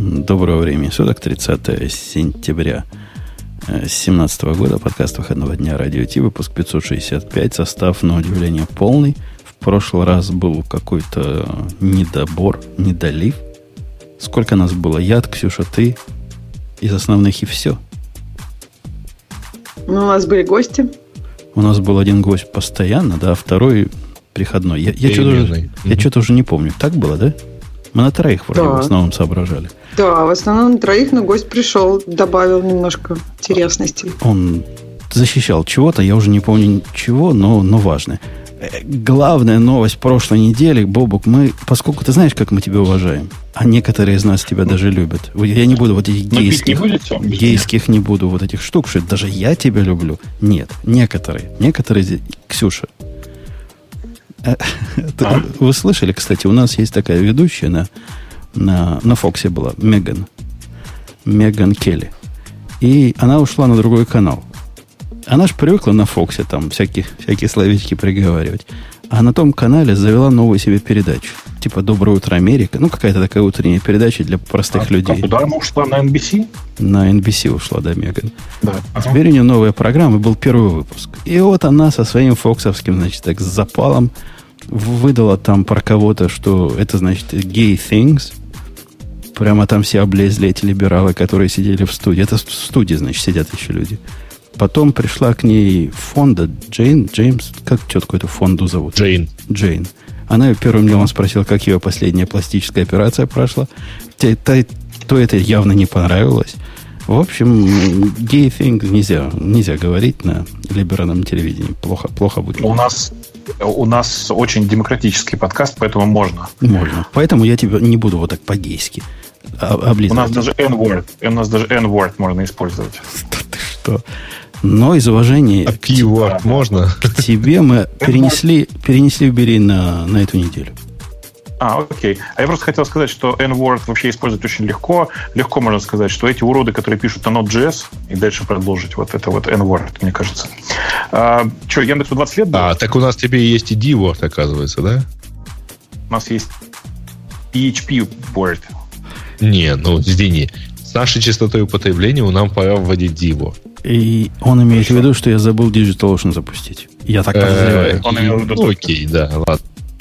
Доброго времени суток, 30 сентября 2017 года, подкаст выходного дня Радио Ти, выпуск 565, состав, на удивление, полный. В прошлый раз был какой-то недобор, недолив. Сколько нас было? Я, Ксюша, ты, из основных и все. Ну, у нас были гости. У нас был один гость постоянно, да, второй приходной. Я что-то уже не помню. Так было, да? Мы на троих вроде в основном соображали. Да, в основном на троих, но гость пришел, добавил немножко интересности. Он защищал чего-то, я уже не помню чего, но важное. Главная новость прошлой недели, Бобук, поскольку ты знаешь, как мы тебя уважаем, а некоторые из нас тебя даже любят. Я не буду вот этих гейских не буду вот этих штук, что даже я тебя люблю. Нет, некоторые, Ксюша. Вы слышали, кстати, у нас есть такая ведущая на Фоксе была, Меган Келли. И она ушла на другой канал. Она же привыкла на Фоксе там всякие словечки приговаривать. А на том канале завела новую себе передачу. Типа «Доброе утро, Америка». Ну, какая-то такая утренняя передача для простых людей. А куда она ушла? На NBC? На NBC ушла, да, Меган. Да. Теперь у нее новая программа, был первый выпуск. И вот она со своим фоксовским, значит, так, с запалом выдала там про кого-то, что это, значит, gay things. Прямо там все облезли, эти либералы, которые сидели в студии. Это в студии, значит, сидят еще люди. Потом пришла к ней Фонда Джеймс, как тетку эту Фонду зовут? Джейн. Она ее первым делом спросила, как ее последняя пластическая операция прошла. То это явно не понравилось. В общем, gay thing нельзя говорить на либеральном телевидении. Плохо будет. У нас очень демократический подкаст, поэтому можно. Можно. Поэтому я тебя не буду вот так по-гейски облизывать. У нас даже N-word можно использовать. Ты что? Но из уважения к тебе мы перенесли в Бери на эту неделю. Окей. А я просто хотел сказать, что N-word вообще использовать очень легко. Легко можно сказать, что эти уроды, которые пишут на Node.js, и дальше продолжить вот это вот N-word, мне кажется. Яндексу 20 лет было? Так у нас теперь есть и D-word, оказывается, да? У нас есть PHP-word. Не, извини. С нашей частотой употребления нам пора вводить D-word. И он имеет в виду, что я забыл DigitalOcean запустить. Я так подозреваю. Окей, да, ладно.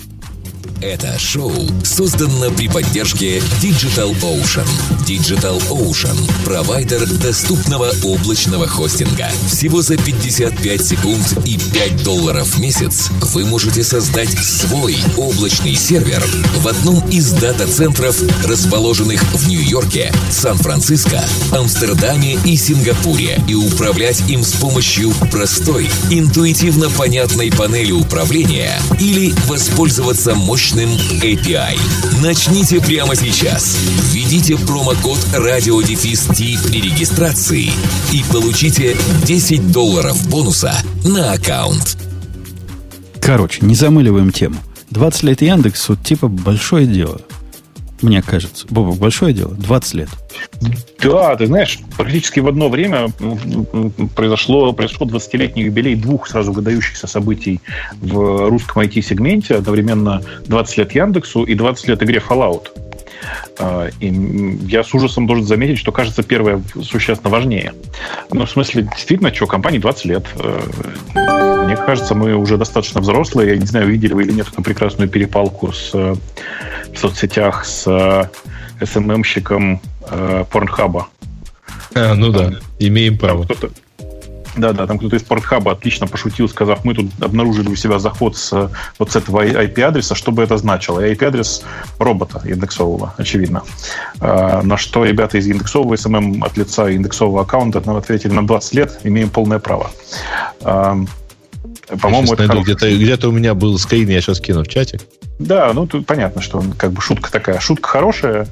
Это шоу создано при поддержке DigitalOcean. DigitalOcean – провайдер доступного облачного хостинга. Всего за 55 секунд и $5 в месяц вы можете создать свой облачный сервер в одном из дата-центров, расположенных в Нью-Йорке, Сан-Франциско, Амстердаме и Сингапуре, и управлять им с помощью простой, интуитивно понятной панели управления или воспользоваться мощным API. Начните прямо сейчас. Введите промокод RadioDefist при регистрации и получите $10 бонуса на аккаунт. Короче, не замыливаем тему. 20 лет Яндексу типа большое дело. Мне кажется. Бобок, большое дело? 20 лет. Да, ты знаешь, практически в одно время произошел 20-летний юбилей двух сразу выдающихся событий в русском IT-сегменте. Одновременно 20 лет Яндексу и 20 лет игре Fallout. И я с ужасом должен заметить, что, кажется, первое существенно важнее. Ну, в смысле, действительно, компании 20 лет. Мне кажется, мы уже достаточно взрослые. Я не знаю, видели вы или нет эту прекрасную перепалку в соцсетях с СММщиком Порнхаба. Да, имеем право. Да, там кто-то из Порнхаба отлично пошутил, сказав, мы тут обнаружили у себя заход с этого IP-адреса, что бы это значило. И IP-адрес робота индексового, очевидно. На что ребята из индексового СММ от лица индексового аккаунта нам ответили, на 20 лет имеем полное право. По-моему, это где-то у меня был скрин, я сейчас кину в чатик. Да, тут понятно, что как бы шутка такая. Шутка хорошая.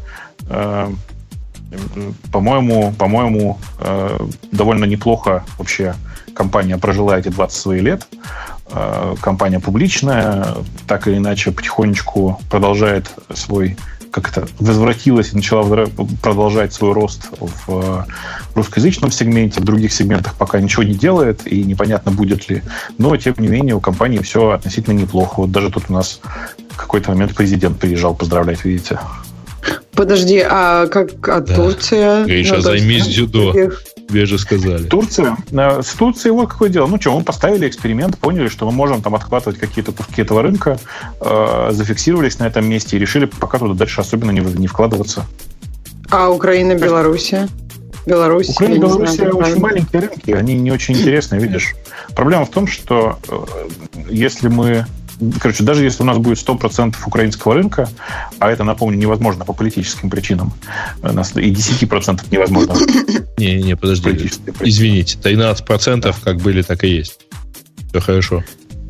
По-моему, довольно неплохо вообще компания прожила эти 20 своих лет. Компания публичная, так или иначе потихонечку продолжает свой, возвратилась и начала продолжать свой рост в русскоязычном сегменте, в других сегментах пока ничего не делает, и непонятно, будет ли. Но, тем не менее, у компании все относительно неплохо. Вот даже тут у нас в какой-то момент президент приезжал поздравлять, видите. Подожди, а Турция? Гриша, займись дзюдо. Тебе же сказали. Турция? С Турцией вот какое дело. Ну что, мы поставили эксперимент, поняли, что мы можем там отхватывать какие-то куски этого рынка, зафиксировались на этом месте и решили пока туда дальше особенно не вкладываться. А Украина, Белоруссия? Украина и Белоруссия очень маленькие рынки, они не очень интересные, видишь. Проблема в том, что если мы... Короче, даже если у нас будет 100% украинского рынка, а это, напомню, невозможно по политическим причинам, и 10% невозможно. Не, подожди. Извините, 13% как были, так и есть. Все хорошо.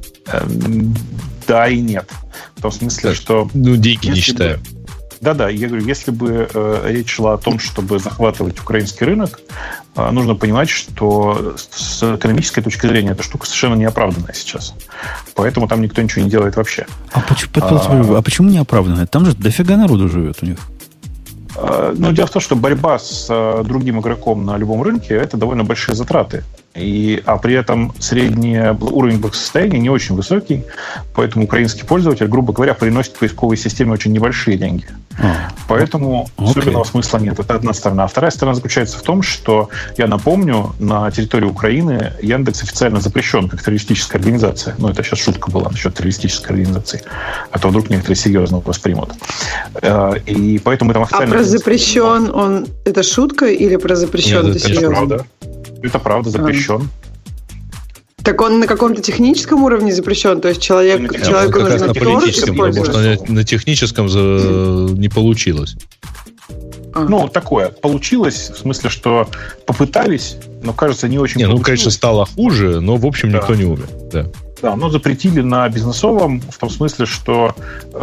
Да и нет. В том смысле, что... Ну, деньги не считаю. Да, я говорю, если бы речь шла о том, чтобы захватывать украинский рынок, нужно понимать, что с экономической точки зрения эта штука совершенно неоправданная сейчас. Поэтому там никто ничего не делает вообще. А почему неоправданная? Там же дофига народу живет у них. Ну, дело в том, что борьба с другим игроком на любом рынке – это довольно большие затраты. А при этом средний уровень благосостояния не очень высокий, поэтому украинский пользователь, грубо говоря, приносит поисковой системе очень небольшие деньги. Поэтому особенного смысла нет. Это одна сторона. А вторая сторона заключается в том, что, я напомню, на территории Украины Яндекс официально запрещен как террористическая организация. Ну, это сейчас шутка была насчет террористической организации. А то вдруг некоторые серьезно его воспримут. И поэтому там официально... А про запрещен он... Это шутка или про запрещен? Нет, это правда. Это правда, запрещен. Так он на каком-то техническом уровне запрещен? То есть человеку нужно на политическом, потому что на техническом не получилось. Ну, такое. Получилось, в смысле, что попытались, но, кажется, не очень получилось. Ну, конечно, стало хуже, но, в общем, никто не умер. Да, но запретили на бизнесовом в том смысле, что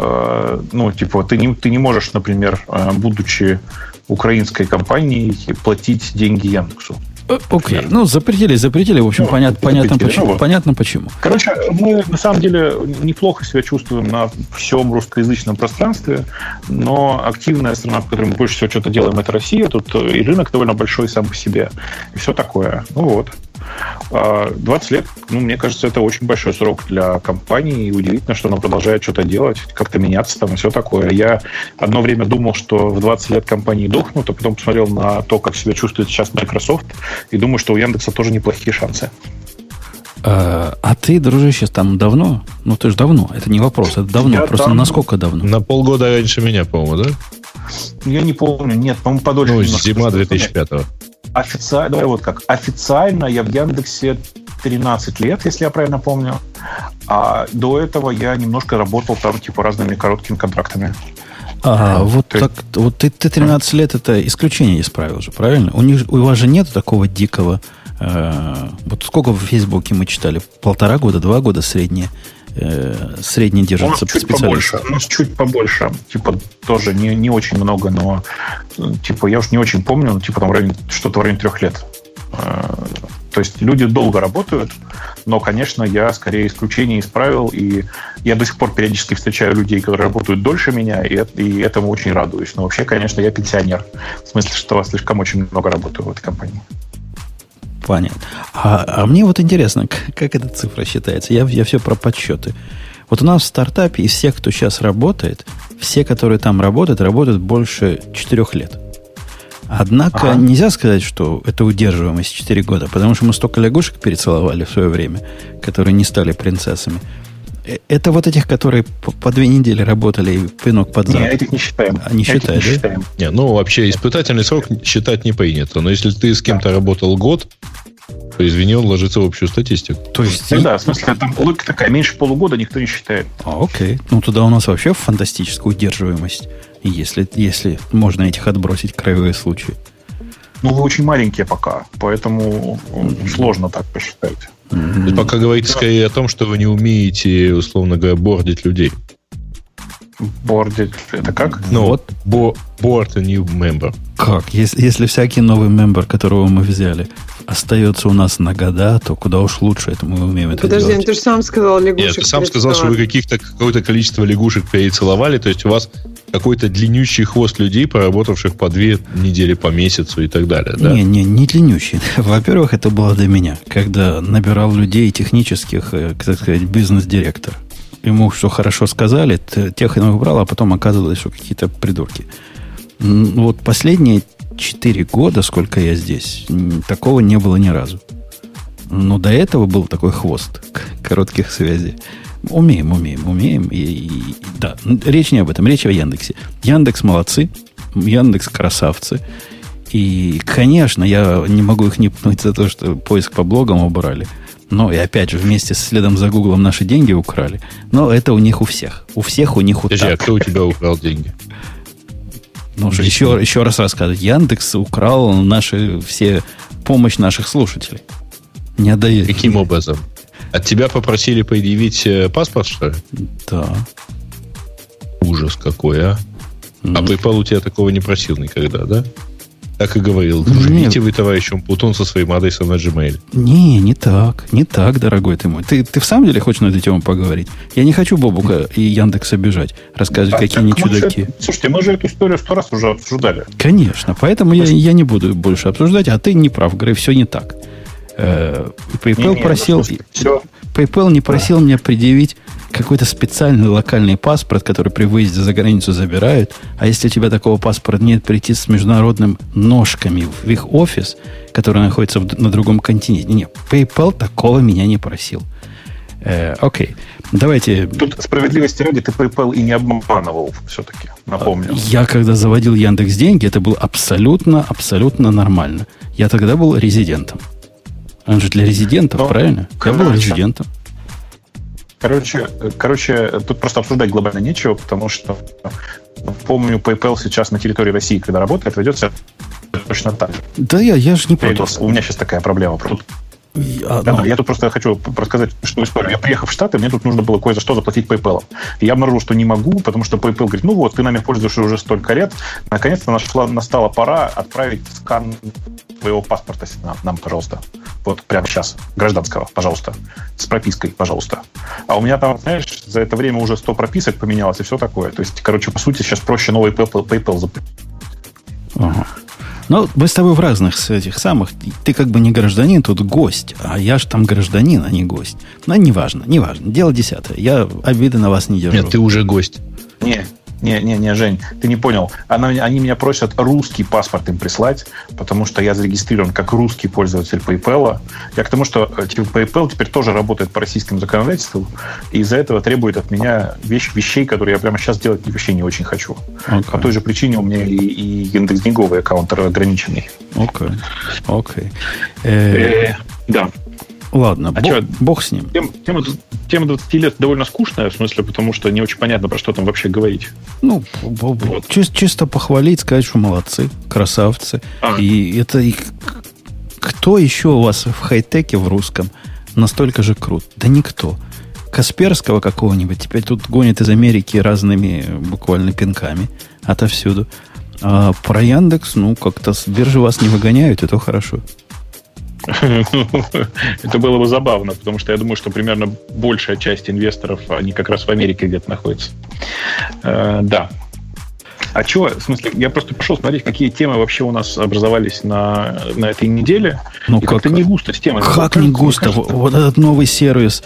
ты не можешь, например, будучи украинской компанией, платить деньги Яндексу. Окей. Ну, запретили. В общем, понятно почему. Короче, мы на самом деле неплохо себя чувствуем на всем русскоязычном пространстве, но активная страна, в которой мы больше всего что-то делаем, это Россия. Тут и рынок довольно большой сам по себе. И все такое. 20 лет, мне кажется, это очень большой срок для компании. И удивительно, что она продолжает что-то делать, как-то меняться там и все такое. Я одно время думал, что в 20 лет компании дохнут, а потом посмотрел на то, как себя чувствует сейчас Microsoft, и думаю, что у Яндекса тоже неплохие шансы. А ты, дружище, там давно? Ну, ты же давно. Это не вопрос, это давно. Просто насколько давно? На полгода раньше меня, по-моему, да? Я не помню. Нет, по-моему, подольше. Зима 2005-го. Официально я в Яндексе 13 лет, если я правильно помню. А до этого я немножко работал там разными короткими контрактами. Ты 13 лет это исключение исправил же, правильно? У вас же нет такого дикого... вот сколько в Фейсбуке мы читали? 1,5 года, 2 года среднее держится специалист. У нас чуть побольше. Тоже не очень много, но я уж не очень помню, что-то в районе 3 лет. То есть люди долго работают, но, конечно, я скорее исключение исправил, и я до сих пор периодически встречаю людей, которые работают дольше меня, и этому очень радуюсь. Но вообще, конечно, я пенсионер. В смысле, что слишком очень много работаю в этой компании. Понятно. А мне вот интересно, как эта цифра считается? Я все про подсчеты. Вот у нас в стартапе из всех, кто сейчас работает, все, которые там работают больше 4 лет. Однако нельзя сказать, что это удерживаемость 4 года, потому что мы столько лягушек перецеловали в свое время, которые не стали принцессами. Это вот этих, которые по 2 недели работали и пинок под зад. Нет, этих не считаем. Не считаем, да? Считаем. Вообще испытательный срок считать не принято. Но если ты с кем-то работал год, то, извини, он ложится в общую статистику. То есть... Да, в смысле, там логика такая, меньше полугода никто не считает. Окей. Туда у нас вообще фантастическая удерживаемость, если можно этих отбросить краевые случаи. Вы очень маленькие пока, поэтому сложно так посчитать. Вы пока говорите скорее о том, что вы не умеете, условно говоря, бордить людей. Бордить, это как? Board a new member. Как? Если всякий новый мембер, которого мы взяли, остается у нас на года, то куда уж лучше это мы умеем это делать. Подожди, ты же сам сказал лягушек. Нет, ты сам сказал, что вы какое-то количество лягушек перецеловали, то есть у вас какой-то длиннющий хвост людей, поработавших по 2 недели, по месяцу и так далее. Да? Не длиннющий. Во-первых, это было до меня, когда набирал людей технических, так сказать, бизнес-директор. Ему что хорошо сказали, тех и брал, а потом оказывалось, что какие-то придурки. Вот последние 4 года, сколько я здесь, такого не было ни разу. Но до этого был такой хвост коротких связей. Умеем. Да, речь не об этом, речь о Яндексе. Яндекс молодцы, Яндекс красавцы. И, конечно, я не могу их не пнуть за то, что поиск по блогам убрали. Но и опять же, вместе с следом за Гуглом наши деньги украли. Но это у них у всех. У всех у них вот так. А кто у тебя украл деньги? Ну, еще раз рассказывать. Яндекс украл помощь наших слушателей. Не отдает. Каким образом? От тебя попросили предъявить паспорт, что ли? Да. Ужас какой, а? А PayPal у тебя такого не просил никогда, да? Так и говорил. Жмите вы товарищу Путун со своим адресом на Gmail. Не так, дорогой ты мой. Ты в самом деле хочешь на эту тему поговорить? Я не хочу Бобука и Яндекс обижать, рассказывать, какие они чудаки. Слушайте, мы же эту историю 100 раз уже обсуждали. Конечно, поэтому я не буду больше обсуждать, а ты не прав, говори, все не так. PayPal не просил меня предъявить какой-то специальный локальный паспорт, который при выезде за границу забирают. А если у тебя такого паспорта нет, прийти с международными ножками в их офис, который находится на другом континенте. Нет, PayPal такого меня не просил. Окей, давайте... Тут справедливости ради, ты PayPal и не обманывал все-таки, напомню. Я когда заводил Яндекс.Деньги, это было абсолютно нормально. Я тогда был резидентом. Он же для резидентов, правильно? Я был резидентом. Короче, тут просто обсуждать глобально нечего, потому что, помню, PayPal сейчас на территории России, когда работает, ведет себя точно так. Да я же не против. У меня сейчас такая проблема. Я тут просто хочу рассказать, что историю. Я приехал в Штаты, мне тут нужно было кое-за что заплатить PayPal. И я обнаружил, что не могу, потому что PayPal говорит, ну вот, ты нами пользуешься уже столько лет, наконец-то настала пора отправить скан твоего паспорта нам, пожалуйста. Вот прямо сейчас. Гражданского, пожалуйста. С пропиской, пожалуйста. А у меня там, знаешь, за это время уже 100 прописок поменялось и все такое. То есть, короче, по сути, сейчас проще новый PayPal запустить. Ага. Ну, мы с тобой в разных этих самых. Ты как бы не гражданин, тут гость. А я же там гражданин, а не гость. Но неважно. Дело 10. Я обиды на вас не держу. Нет, ты уже гость. Не, Жень, ты не понял. Они меня просят русский паспорт им прислать, потому что я зарегистрирован как русский пользователь PayPal. Я к тому, что PayPal теперь тоже работает по российскому законодательству, и из-за этого требует от меня вещей, которые я прямо сейчас делать вообще не очень хочу. Okay. По той же причине у меня и Яндекс.Деньговый аккаунт ограниченный. Окей. Да. Ладно, бог с ним. Тема 20 лет довольно скучная, в смысле, потому что не очень понятно, про что там вообще говорить. Ну, чисто похвалить, сказать, что молодцы, красавцы. И это кто еще у вас в хай-теке в русском настолько же крут? Да никто. Касперского какого-нибудь теперь тут гонят из Америки разными буквально пинками отовсюду. А про Яндекс, как-то с биржи вас не выгоняют, и то хорошо. Это было бы забавно, потому что я думаю, что примерно большая часть инвесторов, они как раз в Америке где-то находятся. Да. А чего? В смысле, я просто пошел смотреть, какие темы вообще у нас образовались на этой неделе. И как-то не густо с темой. Как не густо? Вот этот новый сервис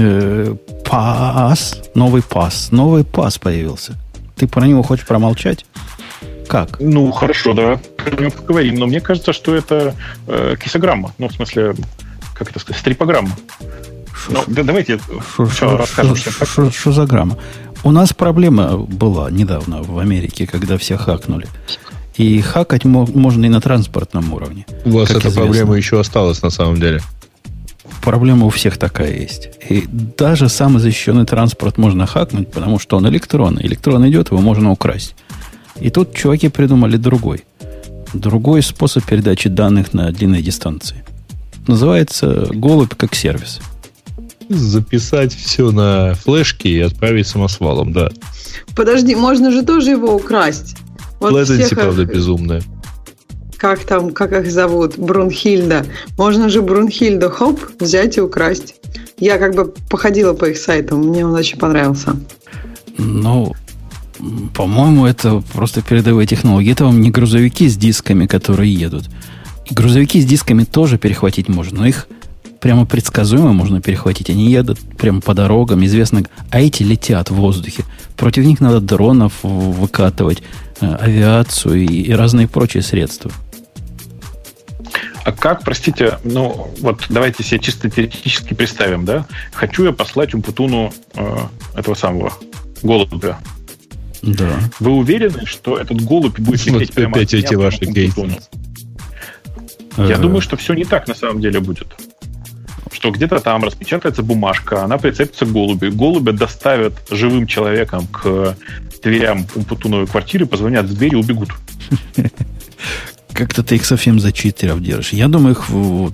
новый пас появился. Ты про него хочешь промолчать? Как? Ну, хорошо, да. Поговорим. Но мне кажется, что это кисограмма. Ну, в смысле, как это сказать, стрипограмма. Давайте расскажем. Что за грамма? У нас проблема была недавно в Америке, когда все хакнули. И хакать можно и на транспортном уровне. У вас эта проблема еще осталась на самом деле. Проблема у всех такая есть. И даже самый защищенный транспорт можно хакнуть, потому что он электронный. Электрон идет, его можно украсть. И тут чуваки придумали другой способ передачи данных на длинной дистанции. Называется голубь как сервис. Записать все на флешке и отправить самосвалом, да. Подожди, можно же тоже его украсть. Латенси, правда, безумная. Как их зовут? Брунхильда. Можно же Брунхильду, взять и украсть. Я как бы походила по их сайтам, мне он очень понравился. По-моему, это просто передовые технологии. Это вам не грузовики с дисками, которые едут. И грузовики с дисками тоже перехватить можно, но их прямо предсказуемо можно перехватить. Они едут прямо по дорогам, известно. А эти летят в воздухе. Против них надо дронов выкатывать, авиацию и разные прочие средства. А как, простите, вот давайте себе чисто теоретически представим, да? Хочу я послать Умпутуну этого самого голубя. Да. Вы уверены, что этот голубь будет лететь прямо опять эти ваши кейсы? Я думаю, что все не так на самом деле будет. Что где-то там распечатается бумажка, она прицепится к голубю. Голубя доставят живым человеком к дверям Умпутуновой квартиры, позвонят в дверь и убегут. Как-то ты их совсем за читеров держишь. Я думаю, их в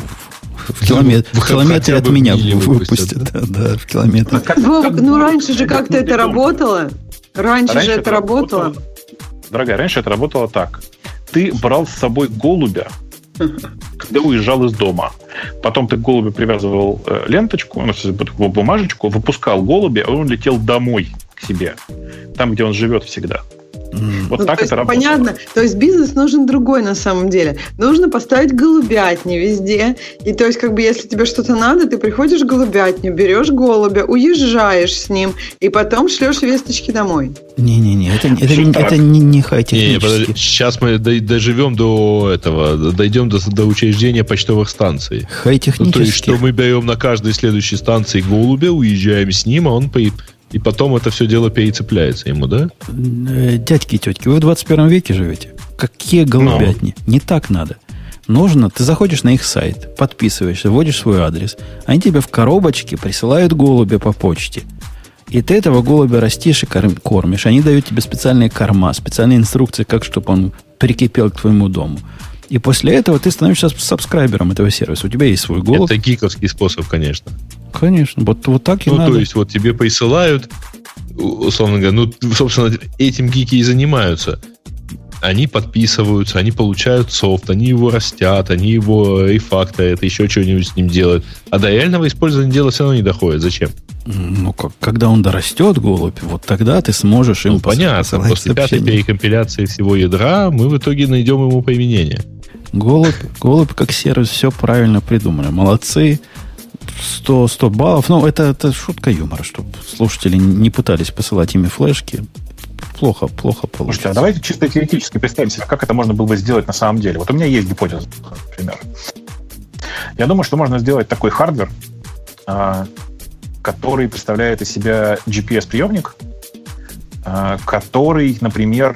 километре от меня выпустят. Да, в километре. Раньше же как-то это работало. Раньше же это работало. Дорогая, раньше это работало так. Ты брал с собой голубя, когда уезжал из дома. Потом ты к голубю привязывал ленточку, бумажечку, выпускал голубя, и он летел домой к себе. Там, где он живет всегда. Вот так это работает. Понятно. То есть бизнес нужен другой на самом деле. Нужно поставить голубятню везде. И то есть, если тебе что-то надо, ты приходишь в голубятню, берешь голубя, уезжаешь с ним, и потом шлешь весточки домой. Не-не-не, это не хай-технически. Сейчас мы дойдем дойдем до учреждения почтовых станций. Хай-технически. То есть, что мы берем на каждой следующей станции голубя, уезжаем с ним, а он и потом это все дело перецепляется ему, да? Дядьки и тетки, вы в 21 веке живете. Какие голубятни? Не так надо. Ты заходишь на их сайт, подписываешься, вводишь свой адрес. Они тебе в коробочке присылают голубя по почте. И ты этого голубя растишь и кормишь. Они дают тебе специальные корма, специальные инструкции, как чтобы он прикипел к твоему дому. И после этого ты становишься сабскрайбером этого сервиса. У тебя есть свой голубь. Это гиковский способ, конечно. Конечно, вот так и надо. То есть, тебе присылают, условно говоря, собственно, этим гики и занимаются. Они подписываются, они получают софт, они его растят, они его рефакторят, еще что-нибудь с ним делают. А до реального использования дела все равно не доходит. Зачем? Когда он дорастет, голубь, вот тогда ты сможешь им понятно, после пятой перекомпиляции всего ядра мы в итоге найдем ему применение. Голубь как сервис, все правильно придумали. Молодцы. 100 баллов. Это шутка юмора, чтобы слушатели не пытались посылать ими флешки. Плохо получилось. Слушайте, а давайте чисто теоретически представим себе, как это можно было бы сделать на самом деле. Вот у меня есть гипотеза, например. Я думаю, что можно сделать такой хардвер, который представляет из себя GPS-приемник, который, например,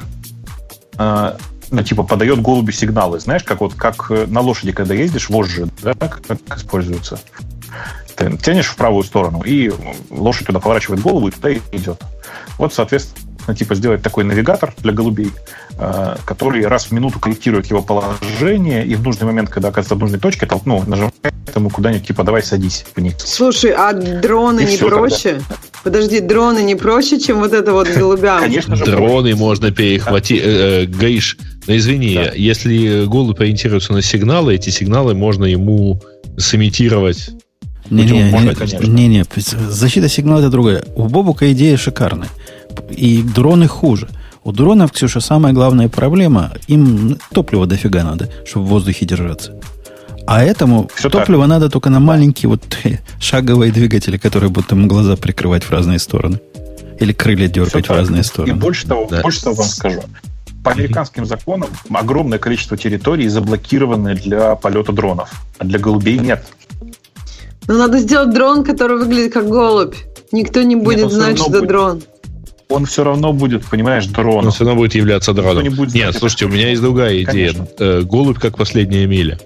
подает голубю сигналы. Знаешь, как на лошади, когда ездишь, вожжи, да, как используются. Ты тянешь в правую сторону, и лошадь туда поворачивает голову, и туда идет. Вот, соответственно, сделать такой навигатор для голубей, который раз в минуту корректирует его положение, и в нужный момент, когда оказывается в нужной точке, нажимает ему куда-нибудь, давай садись вниз. Слушай, а дроны не проще? Тогда. Подожди, дроны не проще, чем вот это вот голубям? Конечно же. Дроны можно перехватить. Гаиш, извини, да. Если голубь ориентируется на сигналы, эти сигналы можно ему сымитировать. Не, защита сигнала это другая. У Бобука идея шикарная. И дроны хуже. У дронов, Ксюша, самая главная проблема, им топлива дофига надо, чтобы в воздухе держаться. А этому все топливо так надо только на маленькие шаговые двигатели, которые будут ему глаза прикрывать в разные стороны. Или крылья дергать в разные стороны. И больше того вам скажу. По американским законам огромное количество территорий заблокированы для полета дронов, а для голубей нет. Надо сделать дрон, который выглядит как голубь. Никто не будет знать, что это дрон. Он все равно будет, понимаешь, дроном. Он все равно будет являться дроном. Нет, слушайте, у меня есть другая идея. Голубь как последняя миля.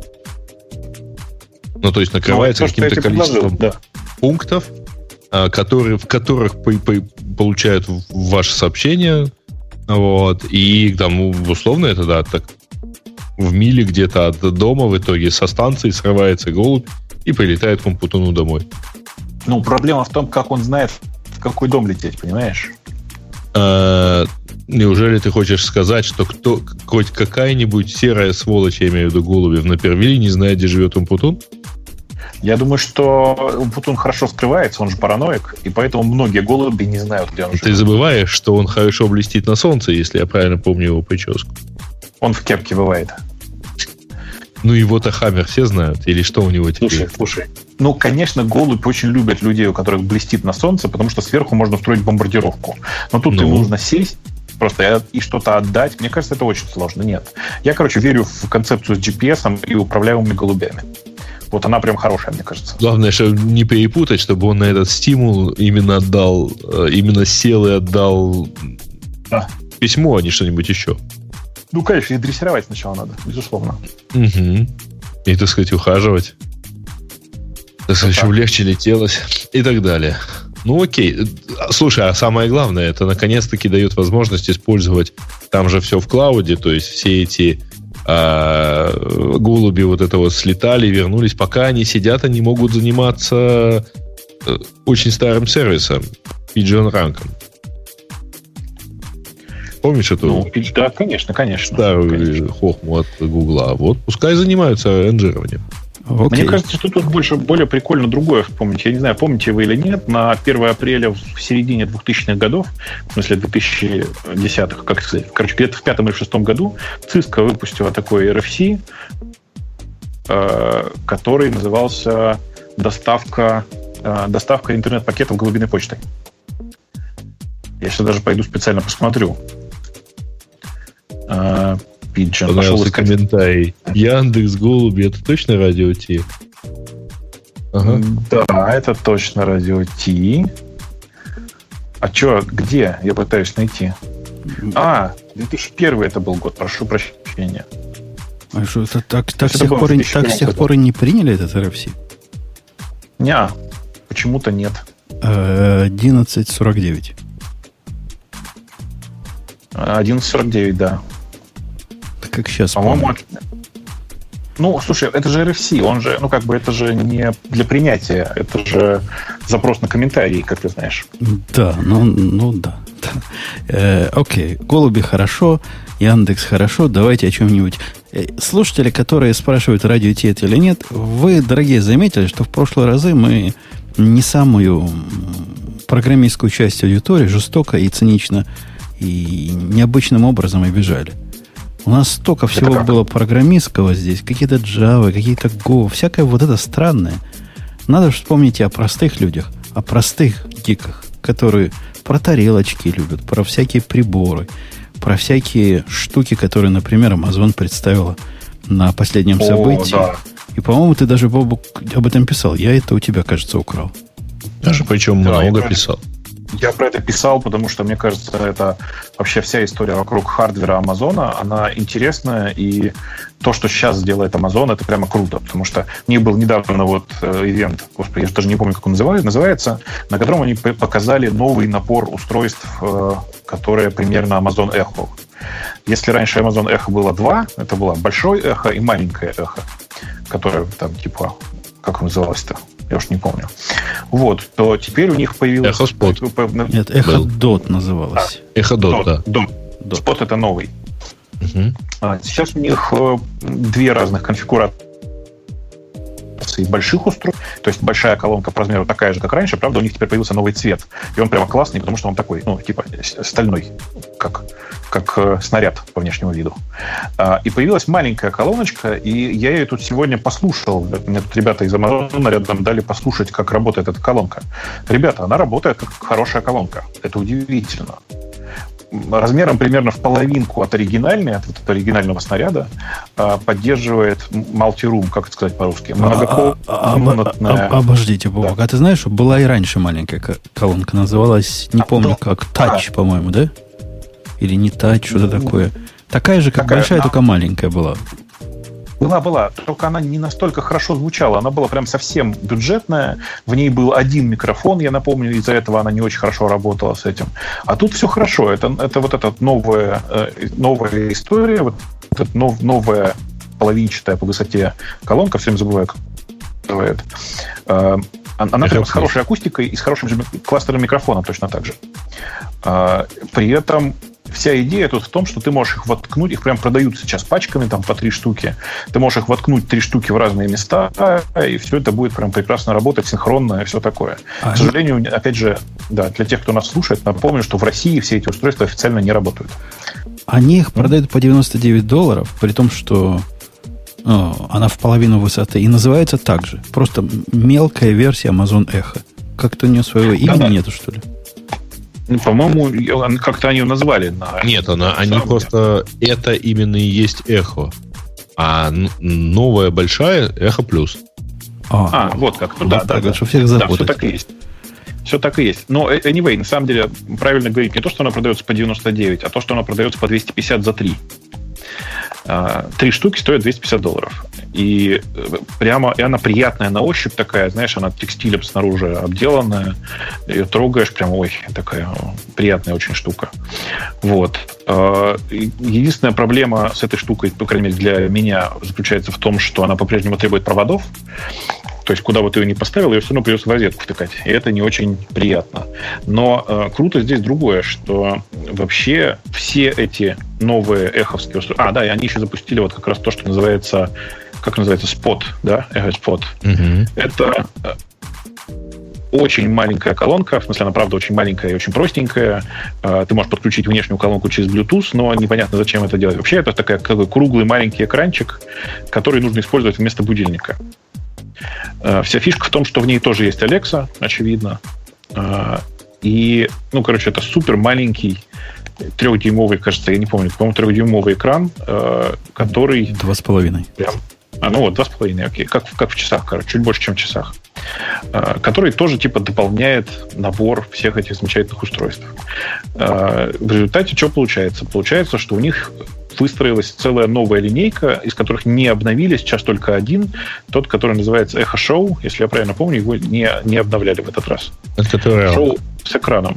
То есть накрывается каким-то количеством пунктов, в которых получают ваше сообщение. И там условно это, так в миле где-то от дома в итоге со станции срывается голубь и прилетает к Умпутуну домой. Проблема в том, как он знает, в какой дом лететь, понимаешь? Неужели ты хочешь сказать, что хоть какая-нибудь серая сволочь, я имею в виду голуби, в Напервилле не знает, где живет Умпутун? Я думаю, что Умпутун хорошо скрывается, он же параноик, и поэтому многие голуби не знают, где он живет. Ты забываешь, что он хорошо блестит на солнце, если я правильно помню его прическу. Он в кепке бывает. Его-то Хаммер все знают? Или что у него теперь? Слушай. Конечно, голубь очень любят людей, у которых блестит на солнце, потому что сверху можно устроить бомбардировку. Но тут ему нужно сесть, просто и что-то отдать, мне кажется, это очень сложно. Нет. Я, верю в концепцию с GPS и управляемыми голубями. Вот она прям хорошая, мне кажется. Главное, чтобы не перепутать, чтобы он на этот стимул именно сел и отдал письмо, а не что-нибудь еще. Ну, конечно, и дрессировать сначала надо, безусловно. Угу. И, так сказать, ухаживать. Так сказать, чтобы легче летелось и так далее. Ну, окей. Слушай, а самое главное, это наконец-таки дает возможность использовать там же все в клауде, то есть все эти голуби вот это вот слетали, вернулись. Пока они сидят, они могут заниматься очень старым сервисом, Pigeon Rank. Помнишь эту? Ну, да, конечно. Старую хохму от Гугла. Вот, пускай занимаются ранжированием. Мне кажется, что тут более прикольно другое вспомнить. Я не знаю, помните вы или нет, на 1 апреля в середине 2000-х годов, в смысле 2010-х, как сказать, где-то в 5-м или 6-м году Cisco выпустила такой RFC, который назывался доставка интернет-пакетов голубиной почтой. Я сейчас даже пойду специально посмотрю. Pigeon. Пожалуйста, комментарий. Яндекс, голуби, это точно радио Ти? Ага. Да, это точно радио Ти. А что, где? Я пытаюсь найти. 2001 это был год, прошу прощения. А что, это так с тех пор и не приняли этот RFC? Не, почему-то нет. 1149. 1149, да. Как сейчас, по-моему. Ну, слушай, это же RFC, он же, это же не для принятия, это же запрос на комментарии, как ты знаешь. Да, да. Окей, голуби хорошо, Яндекс хорошо, давайте о чем-нибудь. Слушатели, которые спрашивают, радио Ти это или нет, вы, дорогие, заметили, что в прошлые разы мы не самую программистскую часть аудитории жестоко и цинично и необычным образом обижали. У нас столько всего было программистского здесь, какие-то Java, какие-то Go, всякое вот это странное. Надо же вспомнить и о простых людях, о простых гиках, которые про тарелочки любят, про всякие приборы, про всякие штуки, которые, например, Amazon представила на последнем событии. Да. И, по-моему, ты даже, Бобук, об этом писал. Я это у тебя, кажется, украл. Даже причем много писал. Я про это писал, потому что, мне кажется, это вообще вся история вокруг хардвера Амазона, она интересная, и то, что сейчас делает Amazon, это прямо круто, потому что у них был недавно ивент, господи, я даже не помню, как он называется, на котором они показали новый набор устройств, которые примерно Amazon Echo. Если раньше Amazon Echo было 2, это было большой Echo и маленькое Echo, которое там типа, как он называлось-то? Я уж не помню. Вот, то теперь у них появилось... Echo Spot. Нет, Echo Dot называлось. Echo Dot, да. Dot. Spot это новый. Угу. Сейчас у них 2 разных конфигурации больших устройств. То есть большая колонка по размеру такая же, как раньше. Правда, у них теперь появился новый цвет. И он прямо классный, потому что он такой, типа стальной, как снаряд по внешнему виду. И появилась маленькая колоночка, и я ее тут сегодня послушал. Мне тут ребята из Amazon рядом дали послушать, как работает эта колонка. Ребята, она работает как хорошая колонка. Это удивительно. Размером примерно в половинку от оригинального снаряда поддерживает multi-room, как это сказать по-русски? Обождите, Бобок, да. А ты знаешь, что была и раньше маленькая колонка, называлась, не помню как, Touch, по-моему, да? Или не Touch, что-то такое. Такая же, как большая, только маленькая была. Была, только она не настолько хорошо звучала. Она была прям совсем бюджетная. В ней был один микрофон, я напомню, из-за этого она не очень хорошо работала с этим. А тут все хорошо. Это вот эта новая история, вот эта новая половинчатая по высоте колонка, все время забываю, как называют. Она прям с хорошей акустикой и с хорошим же кластером микрофона точно так же. При этом вся идея тут в том, что ты можешь их воткнуть, их прям продают сейчас пачками, там по 3 штуки. Ты можешь их воткнуть 3 штуки в разные места, и все это будет прям прекрасно работать, синхронно и все такое. К сожалению, опять же, да, для тех, кто нас слушает, напомню, что в России все эти устройства официально не работают. Они их продают по $99, при том, что она в половину высоты. И называется так же. Просто мелкая версия Amazon Echo. Как-то у нее своего имени нету, что ли? По-моему, как-то они ее назвали. Нет, они просто... Это именно и есть эхо. А новая большая эхо плюс. Вот как. Ну, вот так, что всех запутать. Да, все так и есть. Все так и есть. Но, anyway, на самом деле, правильно говорить не то, что она продается по 99, а то, что она продается по 250 за 3. 3 штуки стоят $250. И она приятная на ощупь такая, знаешь, она текстилем снаружи обделанная. Ее трогаешь, прям, такая приятная очень штука. Вот. Единственная проблема с этой штукой, по крайней мере, для меня, заключается в том, что она по-прежнему требует проводов. То есть, куда бы ты ее ни поставил, ее все равно придется в розетку втыкать. И это не очень приятно. Но круто здесь другое, что вообще все эти новые эховские устройства... и они еще запустили вот как раз то, что называется... Как называется? Spot, да? Echo Spot. Mm-hmm. Это очень маленькая колонка. В смысле, она, правда, очень маленькая и очень простенькая. Ты можешь подключить внешнюю колонку через Bluetooth, но непонятно, зачем это делать. Вообще, это такой круглый маленький экранчик, который нужно использовать вместо будильника. Вся фишка в том, что в ней тоже есть Alexa, очевидно. И, это супер маленький 3-дюймовый, кажется, я не помню, по-моему, 3-дюймовый экран, который... 2,5. Прям, 2,5, окей. Как в часах, чуть больше, чем в часах. Который тоже, дополняет набор всех этих замечательных устройств. В результате что получается? Получается, что у них выстроилась целая новая линейка, из которых не обновили сейчас только один, тот, который называется Echo Show. Если я правильно помню, его не обновляли в этот раз. Это который шоу с экраном.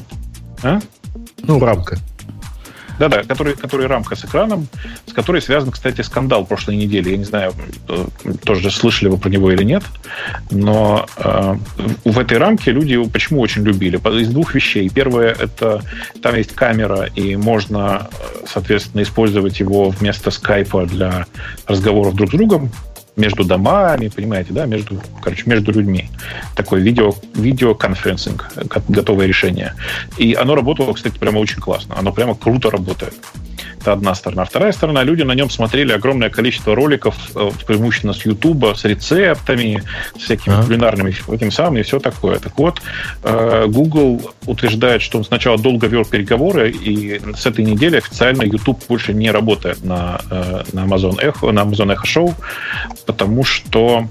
Рамка. Да-да, который рамка с экраном, с которой связан, кстати, скандал прошлой недели. Я не знаю, тоже слышали вы про него или нет, но в этой рамке люди его почему очень любили? Из двух вещей. Первое, это там есть камера, и можно, соответственно, использовать его вместо скайпа для разговоров друг с другом, между домами, понимаете, да, между людьми. Такой видеоконференсинг, готовое решение. И оно работало, кстати, прямо очень классно. Оно прямо круто работает. Это одна сторона. Вторая сторона, люди на нем смотрели огромное количество роликов, преимущественно с Ютуба, с рецептами, с всякими кулинарными этим самым и все такое. Так вот, Google утверждает, что он сначала долго вел переговоры, и с этой недели официально YouTube больше не работает на Amazon Echo Show, потому что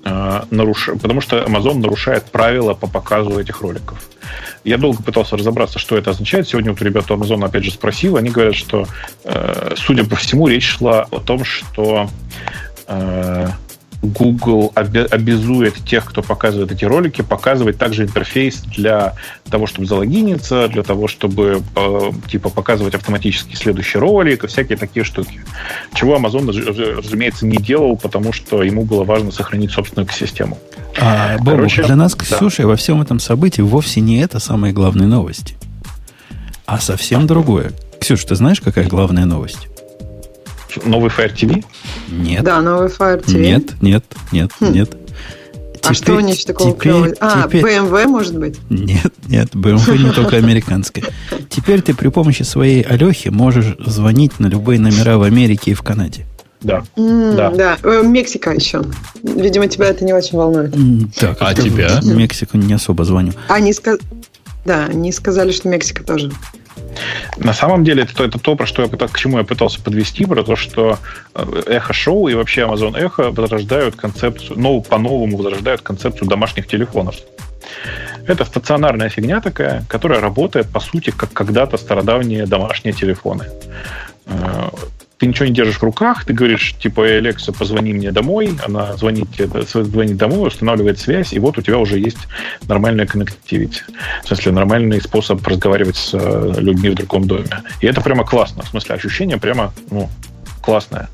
Amazon нарушает правила по показу этих роликов. Я долго пытался разобраться, что это означает. Сегодня вот у ребят у Amazon опять же спросил. Они говорят, что, судя по всему, речь шла о том, что Google обязует тех, кто показывает эти ролики, показывать также интерфейс для того, чтобы залогиниться, для того, чтобы показывать автоматически следующий ролик и всякие такие штуки. Чего Amazon, разумеется, не делал, потому что ему было важно сохранить собственную экосистему. Бобок, для нас, Ксюша, во всем этом событии вовсе не это самые главные новости, а совсем другое. Ксюш, ты знаешь, какая главная новость? Новый Fire TV? Нет. Да, новый Fire TV. Нет. А что у них такого клевого? BMW, может быть? Нет, BMW не только американская. Теперь ты при помощи своей Алехи можешь звонить на любые номера в Америке и в Канаде. Да. Мексика еще. Видимо, тебя это не очень волнует. Так, тебя? В Мексику не особо звоню. Они сказали, что Мексика тоже. На самом деле, это то, к чему я пытался подвести, про то, что Echo Show и вообще Amazon Echo возрождают концепцию, по-новому возрождают концепцию домашних телефонов. Это стационарная фигня такая, которая работает, по сути, как когда-то стародавние домашние телефоны. Ты ничего не держишь в руках, ты говоришь, Алекса, позвони мне домой, она звонит домой, устанавливает связь, и вот у тебя уже есть нормальная connectivity. В смысле, нормальный способ разговаривать с людьми в другом доме. И это прямо классно. В смысле, ощущение прямо, классное.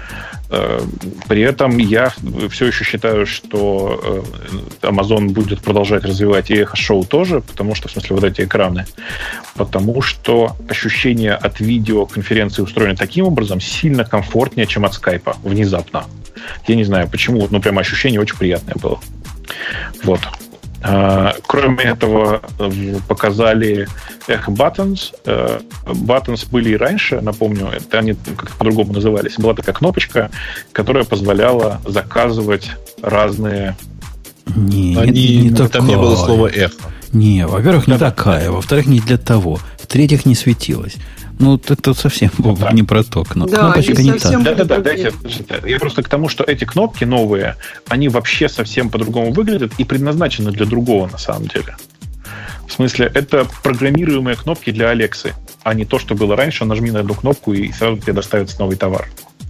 При этом я все еще считаю, что Amazon будет продолжать развивать и Echo Show тоже, потому что, в смысле, вот эти экраны, потому что ощущение от видеоконференции устроено таким образом сильно комфортнее, чем от скайпа, внезапно. Я не знаю, почему, но прямо ощущение очень приятное было. Вот. Кроме этого, показали Echo Buttons. Buttons были и раньше, напомню, это они как-то по-другому назывались. Была такая кнопочка, которая позволяла заказывать разные... Там не было слова эхо. Не, во-первых, не такая, во-вторых, не для того, в-третьих, не светилась. Ну, это совсем не про то. Кнопочка не та. Да, дайте. Я просто к тому, что эти кнопки новые, они вообще совсем по-другому выглядят и предназначены для другого на самом деле. В смысле, это программируемые кнопки для Алексы, а не то, что было раньше. Нажми на одну кнопку, и сразу тебе доставится новый товар.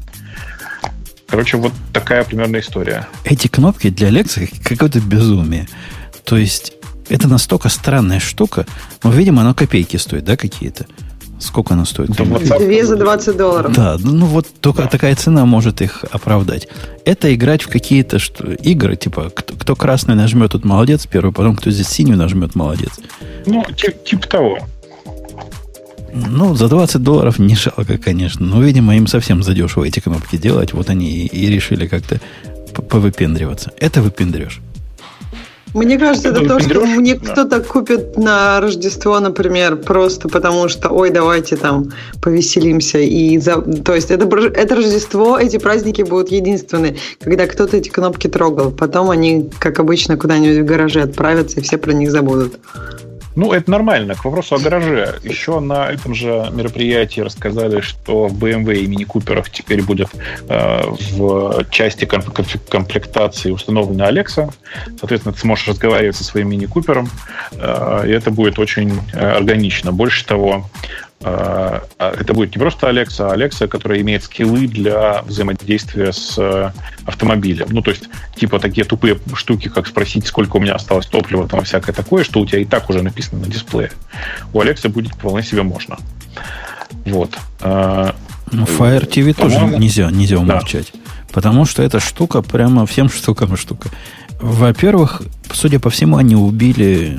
Короче, вот такая примерно история. Эти кнопки для Алексы какое-то безумие. То есть, это настолько странная штука, но, видимо, она копейки стоит, да, какие-то? Сколько она стоит? 2 за $20. Да, ну вот только такая цена может их оправдать. Это играть в какие-то игры, типа, кто красный нажмет, тот молодец первый, потом кто здесь синюю нажмет, молодец. Ну, типа того. Ну, за $20 не жалко, конечно. Но, видимо, им совсем задешево эти кнопки делать. Вот они и решили как-то повыпендриваться. Это выпендрешь. Мне кажется, это то, что мне кто-то купит на Рождество, например, просто потому что, ой, давайте там повеселимся. То есть это Рождество, эти праздники будут единственные, когда кто-то эти кнопки трогал. Потом они, как обычно, куда-нибудь в гараже отправятся, и все про них забудут. Ну, это нормально. К вопросу о гараже. Еще на этом же мероприятии рассказали, что в BMW и мини-куперах теперь будет в части комплектации установлена Alexa. Соответственно, ты сможешь разговаривать со своим мини-купером, и это будет очень органично. Больше того, это будет не просто Alexa, а Alexa, которая имеет скиллы для взаимодействия с автомобилем. Ну, то есть, типа такие тупые штуки, как спросить, сколько у меня осталось топлива, там всякое такое, что у тебя и так уже написано на дисплее. У Alexa будет вполне себе можно. Вот. Ну, Fire TV тоже нельзя умолчать. Да. Потому что эта штука прямо всем штукам штука. Во-первых, судя по всему, они убили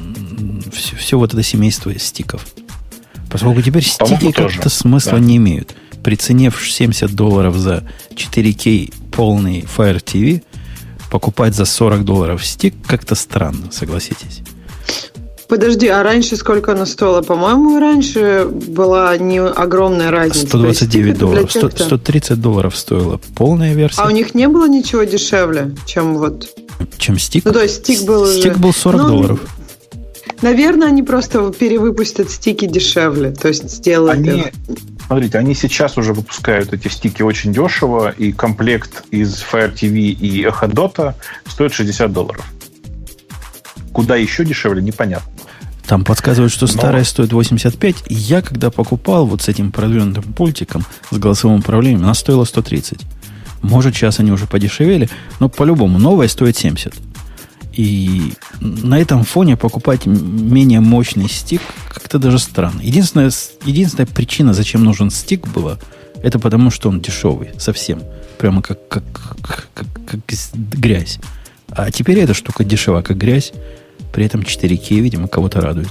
все вот это семейство стиков. Поскольку теперь стики как-то смысла не имеют. При цене в $70 за 4K полный Fire TV покупать за $40 стик как-то странно, согласитесь. Подожди, а раньше сколько она стоила? По-моему, раньше была не огромная разница. $129. $130 стоила полная версия. А у них не было ничего дешевле, чем вот... Чем стик? Ну, то есть стик был уже... Стик был $40. Наверное, они просто перевыпустят стики дешевле. То есть сделают... Смотрите, они сейчас уже выпускают эти стики очень дешево, и комплект из Fire TV и Echo Dot стоит $60. Куда еще дешевле, непонятно. Там подсказывают, что старая стоит 85. И я, когда покупал вот с этим продвинутым пультиком, с голосовым управлением, она стоила 130. Может, сейчас они уже подешевели, но по-любому новая стоит 70. И на этом фоне покупать менее мощный стик как-то даже странно. Единственная причина, зачем нужен стик, была, это потому, что он дешевый. Совсем. Прямо как грязь. А теперь эта штука дешева, как грязь. При этом 4К, видимо, кого-то радует.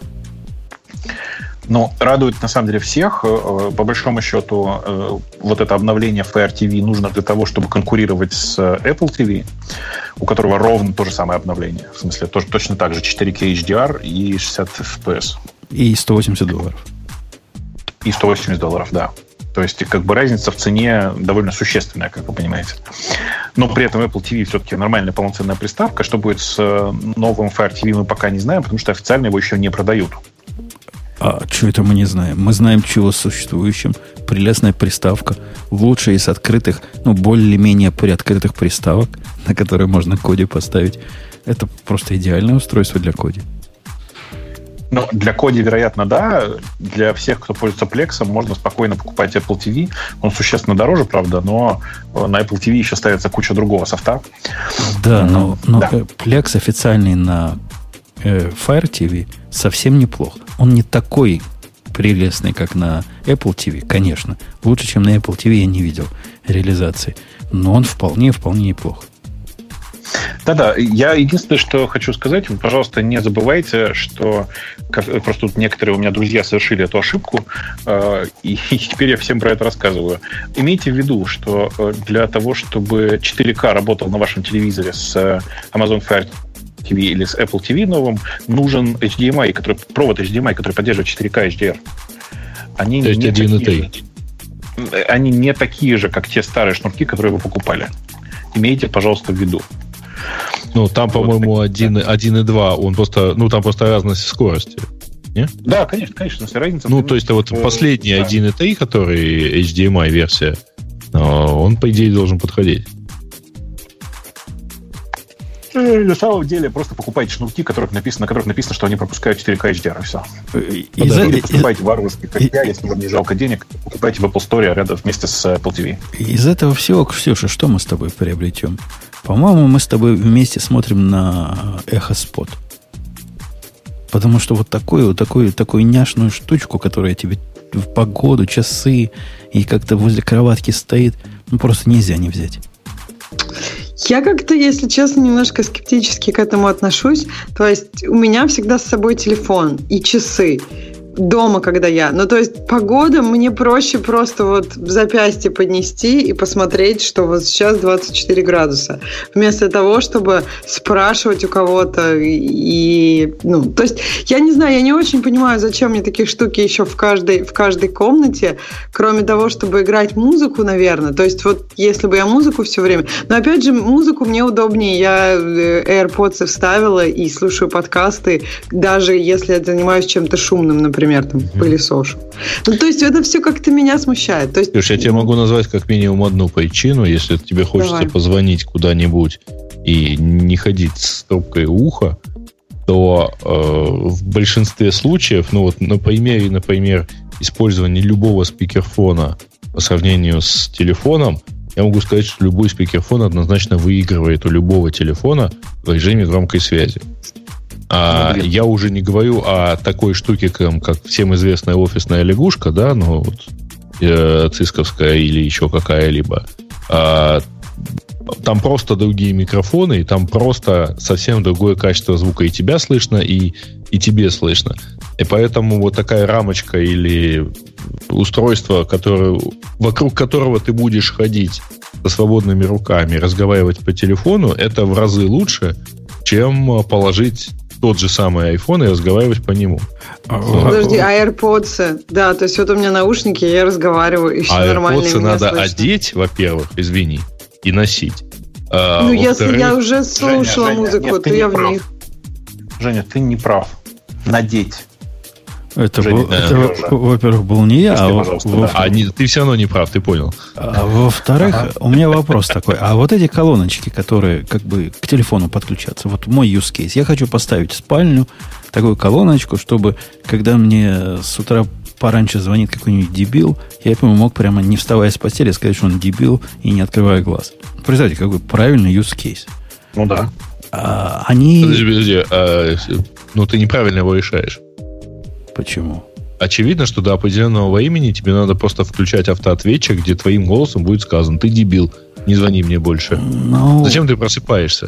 Ну, радует на самом деле всех. По большому счету, вот это обновление Fire TV нужно для того, чтобы конкурировать с Apple TV, у которого ровно то же самое обновление. В смысле, тоже точно так же 4K HDR и 60 FPS. И $180. И $180, да. То есть, как бы разница в цене довольно существенная, как вы понимаете. Но при этом Apple TV все-таки нормальная полноценная приставка. Что будет с новым Fire TV, мы пока не знаем, потому что официально его еще не продают. А что это мы не знаем? Мы знаем, чего существующим. Прелестная приставка. Лучшая из открытых, более-менее приоткрытых приставок, на которые можно Коди поставить. Это просто идеальное устройство для Коди. Ну, для Коди, вероятно, да. Для всех, кто пользуется Plex, можно спокойно покупать Apple TV. Он существенно дороже, правда, но на Apple TV еще ставится куча другого софта. Да, но да. Plex официальный на Fire TV совсем неплох. Он не такой прелестный, как на Apple TV, конечно. Лучше, чем на Apple TV я не видел реализации. Но он вполне неплох. Да-да, я единственное, что хочу сказать, вы, пожалуйста, не забывайте, что просто тут некоторые у меня друзья совершили эту ошибку, и теперь я всем про это рассказываю. Имейте в виду, что для того, чтобы 4К работал на вашем телевизоре с Amazon Fire TV или с Apple TV новым, нужен HDMI, провод HDMI, который поддерживает 4К HDR. Они не такие же, как те старые шнурки, которые вы покупали. Имейте, пожалуйста, в виду. Ну, там, по-моему, 1.2, он просто, там просто разность скорости. Не? Да, конечно, разница. Ну, то есть, вот последний 1.3, который HDMI-версия, он, по идее, должен подходить. На самом деле, просто покупайте шнурки, на которых написано, что они пропускают 4К HDR, и все. Или покупайте варварские, как я, если вам не жалко денег, покупайте в Apple Store рядом вместе с Apple TV. Из этого всего, Ксюша, что мы с тобой приобретем? По-моему, мы с тобой вместе смотрим на Echo Spot. Потому что вот такую няшную штучку, которая тебе в погоду, часы и как-то возле кроватки стоит, просто нельзя не взять. Я как-то, если честно, немножко скептически к этому отношусь. То есть у меня всегда с собой телефон и часы. Дома, когда я. Ну, то есть погода, мне проще просто вот в запястье поднести и посмотреть, что вот сейчас 24 градуса. Вместо того, чтобы спрашивать у кого-то. То есть, я не знаю, я не очень понимаю, зачем мне такие штуки еще в каждой комнате, кроме того, чтобы играть музыку, наверное. То есть, вот если бы я музыку все время... Но, опять же, музыку мне удобнее. Я AirPods вставила и слушаю подкасты, даже если я занимаюсь чем-то шумным, например, там, пылесошу. Ну, то есть, это все как-то меня смущает. То есть, я тебе могу назвать как минимум одну причину, если тебе хочется позвонить куда-нибудь и не ходить с трубкой у уха, то в большинстве случаев, на примере, например, использования любого спикерфона по сравнению с телефоном, я могу сказать, что любой спикерфон однозначно выигрывает у любого телефона в режиме громкой связи. Я уже не говорю о такой штуке, как всем известная офисная лягушка, да, цисковская или еще какая-либо. Там просто другие микрофоны, и там просто совсем другое качество звука. И тебя слышно, и тебе слышно. И поэтому вот такая рамочка или устройство, вокруг которого ты будешь ходить со свободными руками, разговаривать по телефону, это в разы лучше, чем положить тот же самый iPhone и разговаривать по нему. Подожди, AirPods, да, то есть вот у меня наушники, я разговариваю, и все нормально. AirPods надо одеть, во-первых, извини, и носить. Если я уже слушала музыку, то я в них. Женя, ты не прав. Надеть. Это, во-первых, был не я, ты все равно не прав, ты понял. А во-вторых, у меня вопрос такой. А вот эти колоночки, которые как бы к телефону подключатся, вот мой use case. Я хочу поставить в спальню такую колоночку, чтобы, когда мне с утра пораньше звонит какой-нибудь дебил, я ему мог прямо не вставая с постели сказать, что он дебил, и не открывая глаз. Представьте, какой правильный use case. Ну да. Подожди. Ты неправильно его решаешь. Почему? Очевидно, что до определенного имени тебе надо просто включать автоответчик, где твоим голосом будет сказано: ты дебил, не звони мне больше. Зачем ты просыпаешься?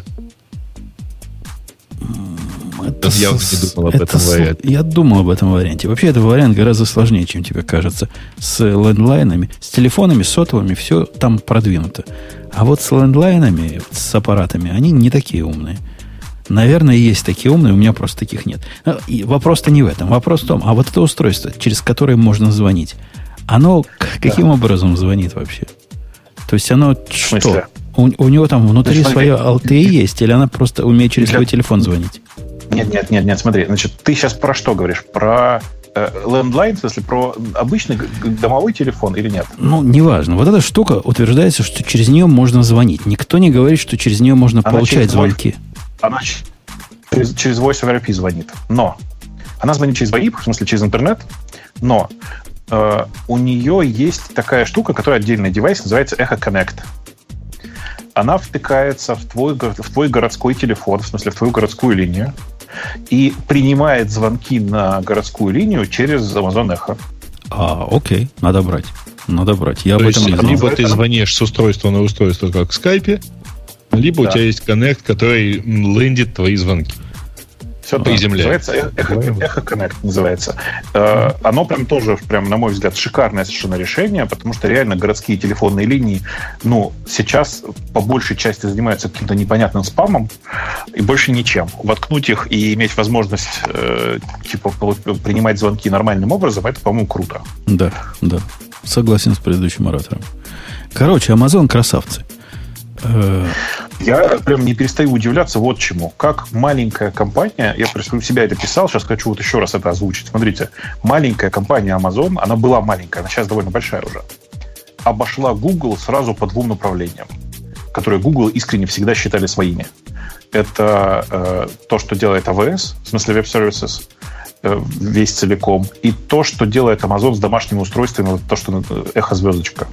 Я не думал об этом варианте. Я думал об этом варианте. Вообще, этот вариант гораздо сложнее, чем тебе кажется. С лендлайнами, с телефонами, сотовыми, все там продвинуто. А вот с лендлайнами, с аппаратами, они не такие умные. Наверное, есть такие умные, у меня просто таких нет. И вопрос-то не в этом. Вопрос в том, а вот это устройство, через которое можно звонить, оно каким образом звонит вообще? То есть оно что? У него там внутри свое LTE есть, или она просто умеет через свой телефон звонить? Нет, смотри. Значит, ты сейчас про что говоришь? Про лендлайн, в смысле, про обычный домовой телефон или нет? Неважно. Вот эта штука утверждается, что через нее можно звонить. Никто не говорит, что через нее можно получать звонки. Она через Voice over IP звонит. Но она звонит через VoIP, в смысле через интернет, но у нее есть такая штука, которая отдельный девайс, называется Echo Connect. Она втыкается в твой городской телефон, в смысле в твою городскую линию, и принимает звонки на городскую линию через Amazon Echo. Окей, надо брать. Я об этом не знал. Либо ты звонишь с устройства на устройство, как в Skype, либо у тебя есть коннект, который лендит твои звонки. Все приземляется. Echo Connect называется. Оно тоже, на мой взгляд, шикарное совершенно решение, потому что реально городские телефонные линии, сейчас по большей части занимаются каким-то непонятным спамом и больше ничем. Воткнуть их и иметь возможность принимать звонки нормальным образом, это, по-моему, круто. Да. Согласен с предыдущим оратором. Короче, Amazon красавцы. Я прям не перестаю удивляться вот чему. Как маленькая компания, я про себя это писал, сейчас хочу вот еще раз это озвучить. Смотрите, маленькая компания Amazon, она была маленькая, она сейчас довольно большая уже, обошла Google сразу по двум направлениям, которые Google искренне всегда считали своими. Это то, что делает AWS, в смысле Web Services, весь целиком, и то, что делает Amazon с домашними устройствами, вот то, что эхо-звездочка.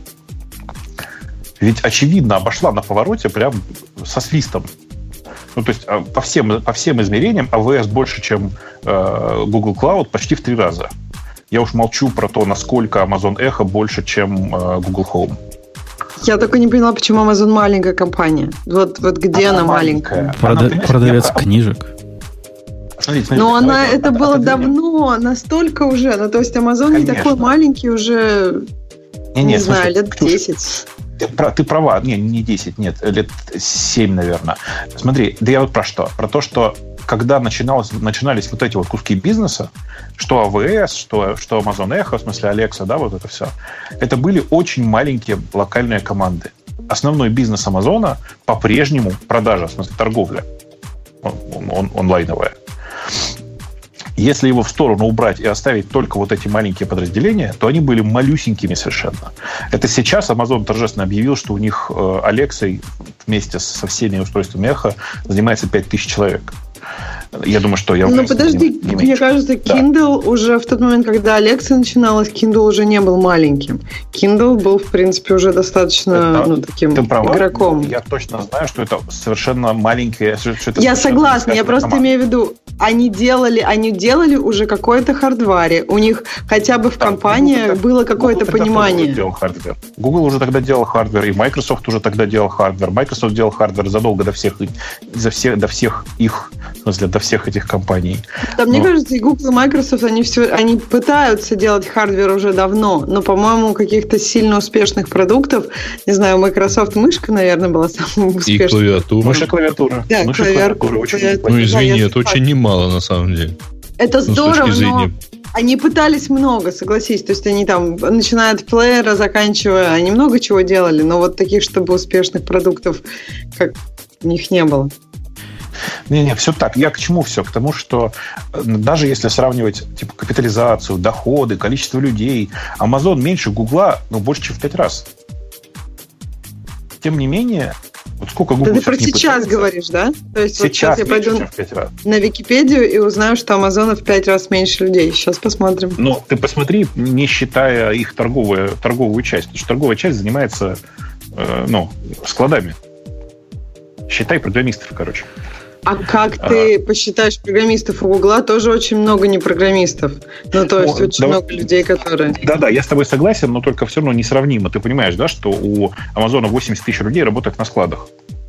Ведь, очевидно, обошла на повороте прям со свистом. Ну, то есть по всем измерениям AWS больше, чем Google Cloud, почти в 3 раза. Я уж молчу про то, насколько Amazon Echo больше, чем Google Home. Я только не поняла, почему Amazon маленькая компания. Вот где она маленькая? Продавец книжек. Смотрите, но это было давно, настолько уже. Ну, то есть Amazon не такой маленький уже, не знаю, лет 10. Ты права. Не 10, нет, лет 7, наверное. Смотри, да я вот про что? Про то, что когда начинались вот эти вот куски бизнеса, что AWS, что Amazon Echo, в смысле Alexa, да, вот это все, это были очень маленькие локальные команды. Основной бизнес Амазона по-прежнему продажа, в смысле торговля онлайновая. Если его в сторону убрать и оставить только вот эти маленькие подразделения, то они были малюсенькими совершенно. Это сейчас Amazon торжественно объявил, что у них Alexa вместе со всеми устройствами Echo занимается 5000 человек. Я думаю, что я... Ну, подожди, мне кажется, Kindle уже в тот момент, когда Alexa начиналась, Kindle уже не был маленьким. Kindle был, в принципе, уже достаточно таким игроком. Я точно знаю, что это совершенно маленькие... Я согласна, я просто имею в виду, они делали уже какое-то хардваре. У них хотя бы в компании было какое-то понимание. Google уже тогда делал хардвер, и Microsoft уже тогда делал хардвер. Microsoft делал хардвер задолго до всех их, в смысле, до всех этих компаний. Да, мне кажется, и Google, и Microsoft, они пытаются делать хардвер уже давно, но, по-моему, каких-то сильно успешных продуктов, не знаю, Microsoft мышка, наверное, была самым успешным. И клавиатура. Мышка, клавиатура. Да, клавиатура. Ну, извини, это очень немало, на самом деле. Это здорово, но они пытались много, согласись. То есть они там, начиная от плеера, заканчивая, они много чего делали, но вот таких, чтобы успешных продуктов, как у них не было. Не, все так. Я к чему все? К тому, что даже если сравнивать типа капитализацию, доходы, количество людей, Amazon меньше Гугла, но больше, чем в 5 раз. Тем не менее, вот сколько Google... Ты про сейчас говоришь, да? То есть сейчас вот я пойду на Википедию и узнаю, что Amazon в 5 раз меньше людей. Сейчас посмотрим. Ну, ты посмотри, не считая их торговую часть. Потому что торговая часть занимается складами. Считай программистов, короче. А как ты посчитаешь программистов у Гугла? Тоже очень много не программистов. Ну, то есть очень много людей, которые... Да, я с тобой согласен, но только все равно несравнимо. Ты понимаешь, да, что у Амазона 80 тысяч людей работает на складах?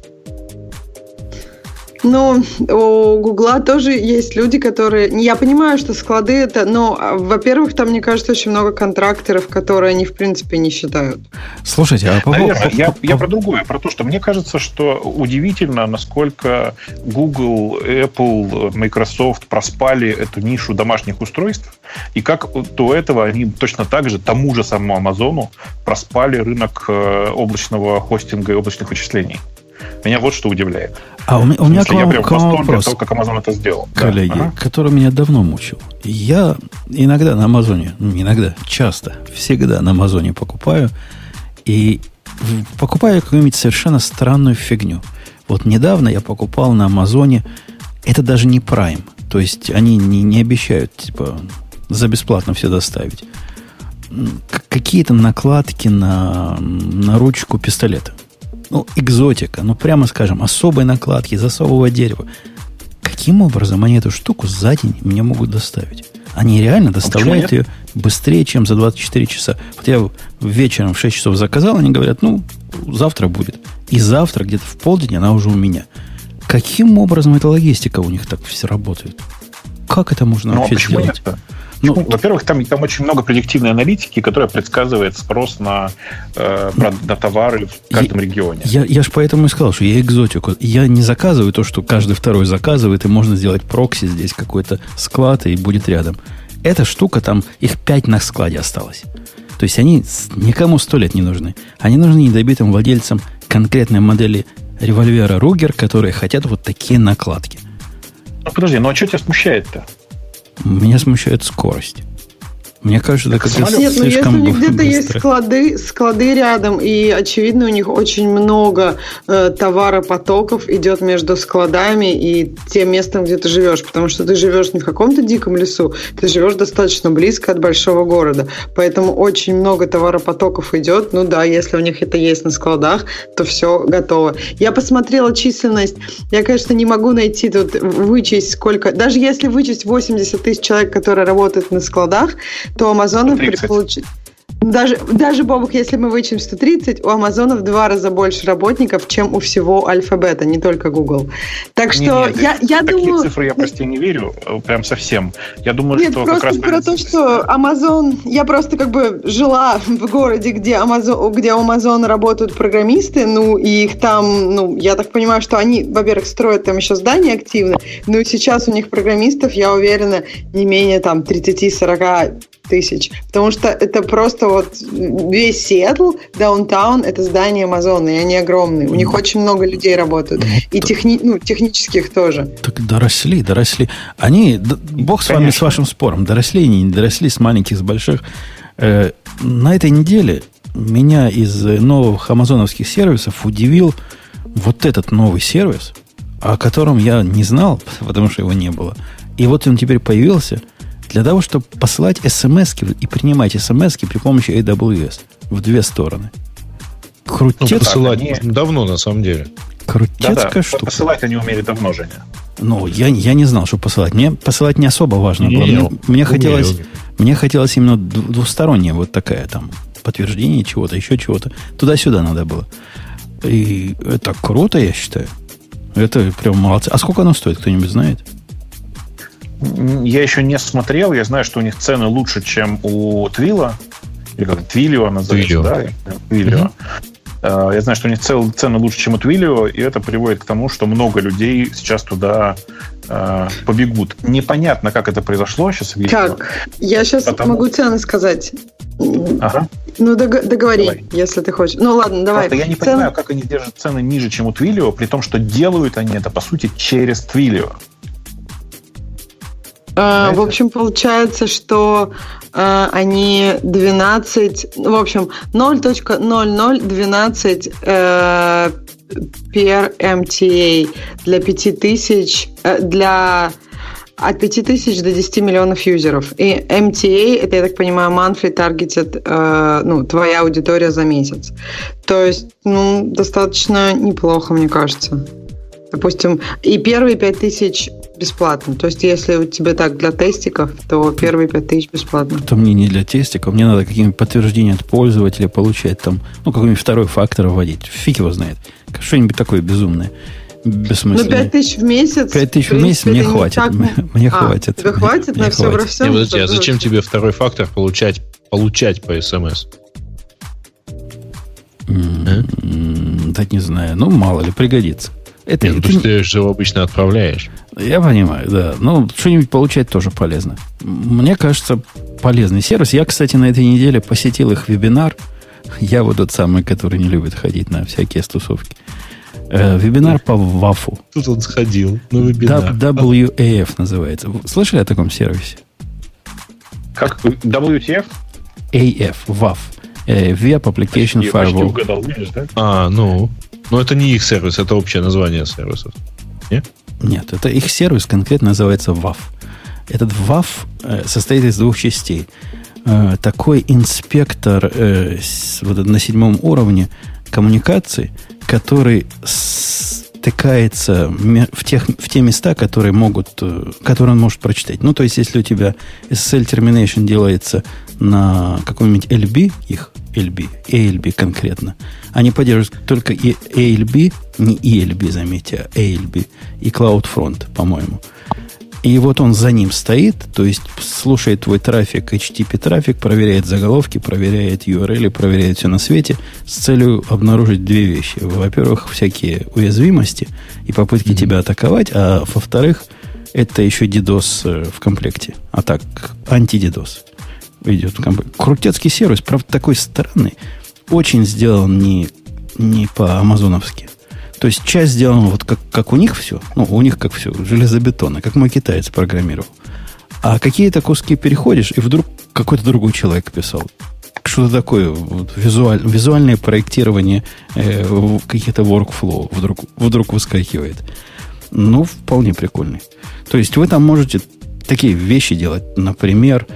Ну, у Гугла тоже есть люди, которые... Я понимаю, что склады это... Но, во-первых, там, мне кажется, очень много контракторов, которые они, в принципе, не считают. Слушайте, наверное, я про другое. Про то, что мне кажется, что удивительно, насколько Google, Apple, Microsoft проспали эту нишу домашних устройств, и как до этого они точно так же, тому же самому Амазону, проспали рынок облачного хостинга и облачных вычислений. Меня вот что удивляет. А у меня к вам вопрос, от того, как Amazon это сделал. Коллеги, который меня давно мучил. Я иногда на Амазоне, часто, всегда на Амазоне покупаю. И покупаю какую-нибудь совершенно странную фигню. Вот недавно я покупал на Амазоне, это даже не Prime. То есть они не обещают, типа, за бесплатно все доставить. Какие-то накладки на ручку пистолета. Ну, экзотика, прямо скажем, особые накладки из особого дерева. Каким образом они эту штуку за день мне могут доставить? Они реально доставляют ее быстрее, чем за 24 часа. Вот я вечером в 6 часов заказал, они говорят, завтра будет. И завтра, где-то в полдень, она уже у меня. Каким образом эта логистика у них так все работает? Как это можно вообще сделать? Во-первых, там очень много предиктивной аналитики, которая предсказывает спрос на товары в каждом регионе. Я же поэтому и сказал, что я экзотику. Я не заказываю то, что каждый второй заказывает, и можно сделать прокси здесь, какой-то склад, и будет рядом. Эта штука, там их 5 на складе осталось. То есть они никому 100 лет не нужны. Они нужны недобитым владельцам конкретной модели револьвера Ругер, которые хотят вот такие накладки. Ну, подожди, ну а что тебя смущает-то? Меня смущает скорость. Мне кажется, это как-то слишком быстро. Нет, если у них где-то есть склады рядом, и, очевидно, у них очень много товаропотоков идет между складами и тем местом, где ты живешь. Потому что ты живешь не в каком-то диком лесу, ты живешь достаточно близко от большого города. Поэтому очень много товаропотоков идет. Ну да, если у них это есть на складах, то все готово. Я посмотрела численность. Я, конечно, не могу найти тут, вычесть сколько. Даже если вычесть 80 тысяч человек, которые работают на складах, то Амазонов получит... Даже, Бобух, если мы вычтем 130, у Амазона в 2 раза больше работников, чем у всего Альфабета, не только Google. Так что я думаю... Такие цифры я, прости, не верю, прям совсем. Я думаю, нет, что просто как раз... про то, что Amazon... Я просто как бы жила в городе, где у Амазона работают программисты, ну, и их там, ну, я так понимаю, что они, во-первых, строят там еще здания активно, ну, и сейчас у них программистов, я уверена, не менее там 30-40 тысяч. Потому что это просто вот весь Сиэтл, даунтаун, это здание Амазона, и они огромные. У них очень много людей работают. И технических тоже. Так доросли. Они, бог с вами, с вашим спором, доросли и не доросли, с маленьких, с больших. На этой неделе меня из новых амазоновских сервисов удивил вот этот новый сервис, о котором я не знал, потому что его не было. И вот он теперь появился для того, чтобы посылать смс-ки и принимать смс-ки при помощи AWS в 2 стороны. Крутецкая. Посылать давно, на самом деле. Крутецкая штука. Посылать они умели давно, Женя. Ну, я не знал, что посылать. Мне посылать не особо важно было. Мне хотелось именно двусторонняя вот такая там подтверждение чего-то, еще чего-то. Туда-сюда надо было. И это круто, я считаю. Это прям молодцы. А сколько оно стоит, кто-нибудь знает? Я еще не смотрел. Я знаю, что у них цены лучше, чем у Твила. Или как Твилио называется, да? Твилио. Я знаю, что у них цены лучше, чем у Twilio, и это приводит к тому, что много людей сейчас туда побегут. Непонятно, как это произошло. Сейчас объясню. Как? Я сейчас могу цены сказать. Ага. Ну, договори, давай. Если ты хочешь. Ну, ладно, давай. Просто я не понимаю, как они держат цены ниже, чем у Twilio, при том, что делают они это, по сути, через Twilio. В общем, получается, что они 12, в общем, 0.0012 per MTA для 5000, от 5000 до 10 миллионов юзеров. И MTA, это, я так понимаю, monthly targeted, твоя аудитория за месяц. То есть, достаточно неплохо, мне кажется. Допустим, и первые 5000 бесплатно. То есть, если у тебя так для тестиков, то первые 5000 бесплатно. Это мне не для тестиков. Мне надо какие-нибудь подтверждения от пользователя получать. Там, какой-нибудь второй фактор вводить. Фиг его знает. Что-нибудь такое безумное. Бессмысленное. 5000 в месяц. 5000 в месяц мне хватит. Мне хватит. Тебе хватит на все про все? Подожди, а зачем тебе второй фактор получать по СМС? Да не знаю. Мало ли, пригодится. Это ты же его обычно отправляешь. Я понимаю, да. Что-нибудь получать тоже полезно. Мне кажется, полезный сервис. Я, кстати, на этой неделе посетил их вебинар. Я вот тот самый, который не любит ходить на всякие тусовки. Вебинар по WAF. Тут он сходил на вебинар. WAF называется. Слышали о таком сервисе? Как? WTF? AF, WAF. Web Application Firewall. Почти угадал, видишь, да? Но это не их сервис, это общее название сервисов. Нет? Нет, это их сервис конкретно называется WAF. Этот WAF состоит из 2 частей. Такой инспектор на 7 уровне коммуникации, который стыкается в те места, которые он может прочитать. То есть, если у тебя SSL termination делается на каком-нибудь LB, их LB, ALB конкретно, они поддерживают только и ALB, не ELB, заметьте, а ALB и CloudFront, по-моему. И вот он за ним стоит, то есть слушает твой трафик, HTTP-трафик, проверяет заголовки, проверяет URL, проверяет все на свете с целью обнаружить 2 вещи. Во-первых, всякие уязвимости и попытки тебя атаковать, а во-вторых, это еще DDoS в комплекте. А так, анти-DDoS идет в комплекте. Крутецкий сервис, правда, такой странный, очень сделан не по-амазоновски. То есть часть сделана вот как у них все. Ну, у них как все, железобетонно, как мой китаец программировал. А какие-то куски переходишь, и вдруг какой-то другой человек писал. Что-то такое, вот, визуальное проектирование каких-то workflow вдруг выскакивает. Ну, вполне прикольный. То есть вы там можете такие вещи делать, например,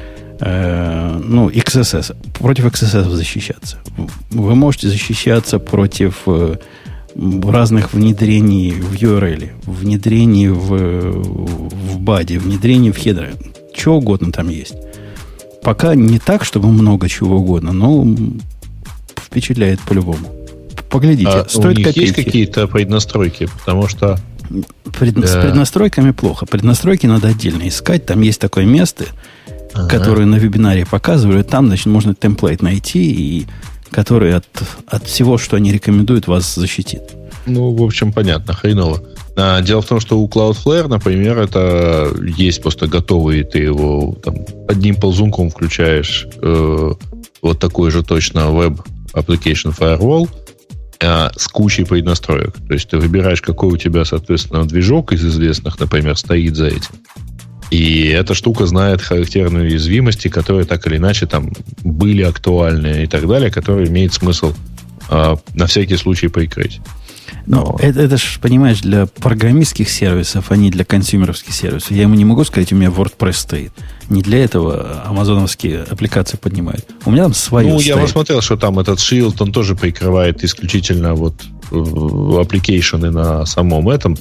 XSS. Против XSS защищаться. Вы можете защищаться против разных внедрений в URL, внедрений в баде, внедрений в хедеры. Чего угодно там есть. Пока не так, чтобы много чего угодно, но впечатляет по-любому. Поглядите. Стоит у них есть какие-то преднастройки? Потому что... С преднастройками плохо. Преднастройки надо отдельно искать. Там есть такое место, которое на вебинаре показывают. Там, значит, можно темплейт найти, и который от всего, что они рекомендуют, вас защитит. Ну, в общем, понятно, хреново. Дело в том, что у Cloudflare, например, это есть просто готовый, ты его там, одним ползунком включаешь вот такой же точно Web Application Firewall с кучей преднастроек. То есть ты выбираешь, какой у тебя, соответственно, движок из известных, например, стоит за этим. И эта штука знает характерные уязвимости, которые так или иначе там были актуальны и так далее, которые имеет смысл на всякий случай прикрыть. Но это же, понимаешь, для программистских сервисов, а не для консюмеровских сервисов. Я ему не могу сказать, у меня WordPress стоит. Не для этого амазоновские аппликации поднимают. У меня там свое стоит. Я посмотрел, что там этот Shield, он тоже прикрывает исключительно вот аппликейшены на самом этом.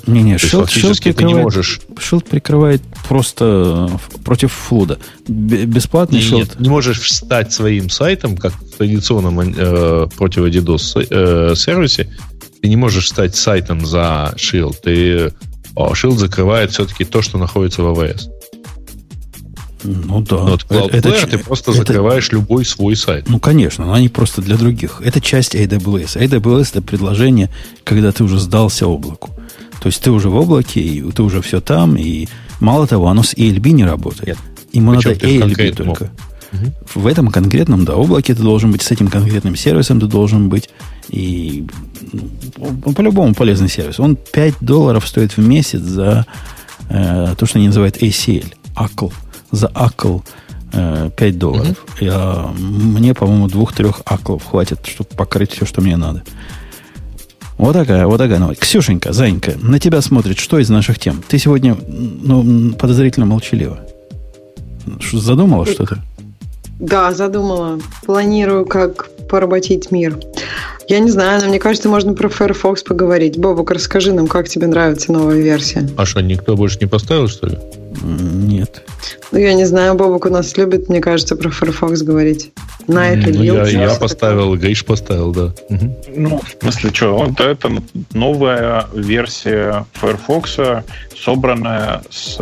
Shield прикрывает просто против флуда. Бесплатный Shield. Нет, не можешь встать своим сайтом, как в традиционном противодидос сервисе. Ты не можешь стать сайтом за Shield. Shield закрывает все-таки то, что находится в AWS. Ну да. Но от Cloudflare ты просто закрываешь любой свой сайт. Ну, конечно, но они просто для других. Это часть AWS. AWS – это предложение, когда ты уже сдался облаку. То есть ты уже в облаке, и ты уже все там, и мало того, оно с ELB не работает. Ему надо ELB только. В этом конкретном, да, облаке ты должен быть, с этим конкретным сервисом ты должен быть. И по-любому полезный сервис. Он $5 стоит в месяц за то, что они называют ACL. ACL. За ACL $5. Мне, по-моему, 2-3 ACL хватит, чтобы покрыть все, что мне надо. Вот такая новость. Ксюшенька, Занька, на тебя смотрит. Что из наших тем? Ты сегодня подозрительно молчалива. Задумала что-то? Да, задумала. Планирую, как поработить мир. Я не знаю, но мне кажется, можно про Firefox поговорить. Бобок, расскажи нам, как тебе нравится новая версия. А что, никто больше не поставил, что ли? Нет. Ну, я не знаю, Бобок у нас любит, мне кажется, про Firefox говорить. На это я поставил, Гриш поставил, да. Ну, в смысле, что? Это новая версия Firefox, собранная с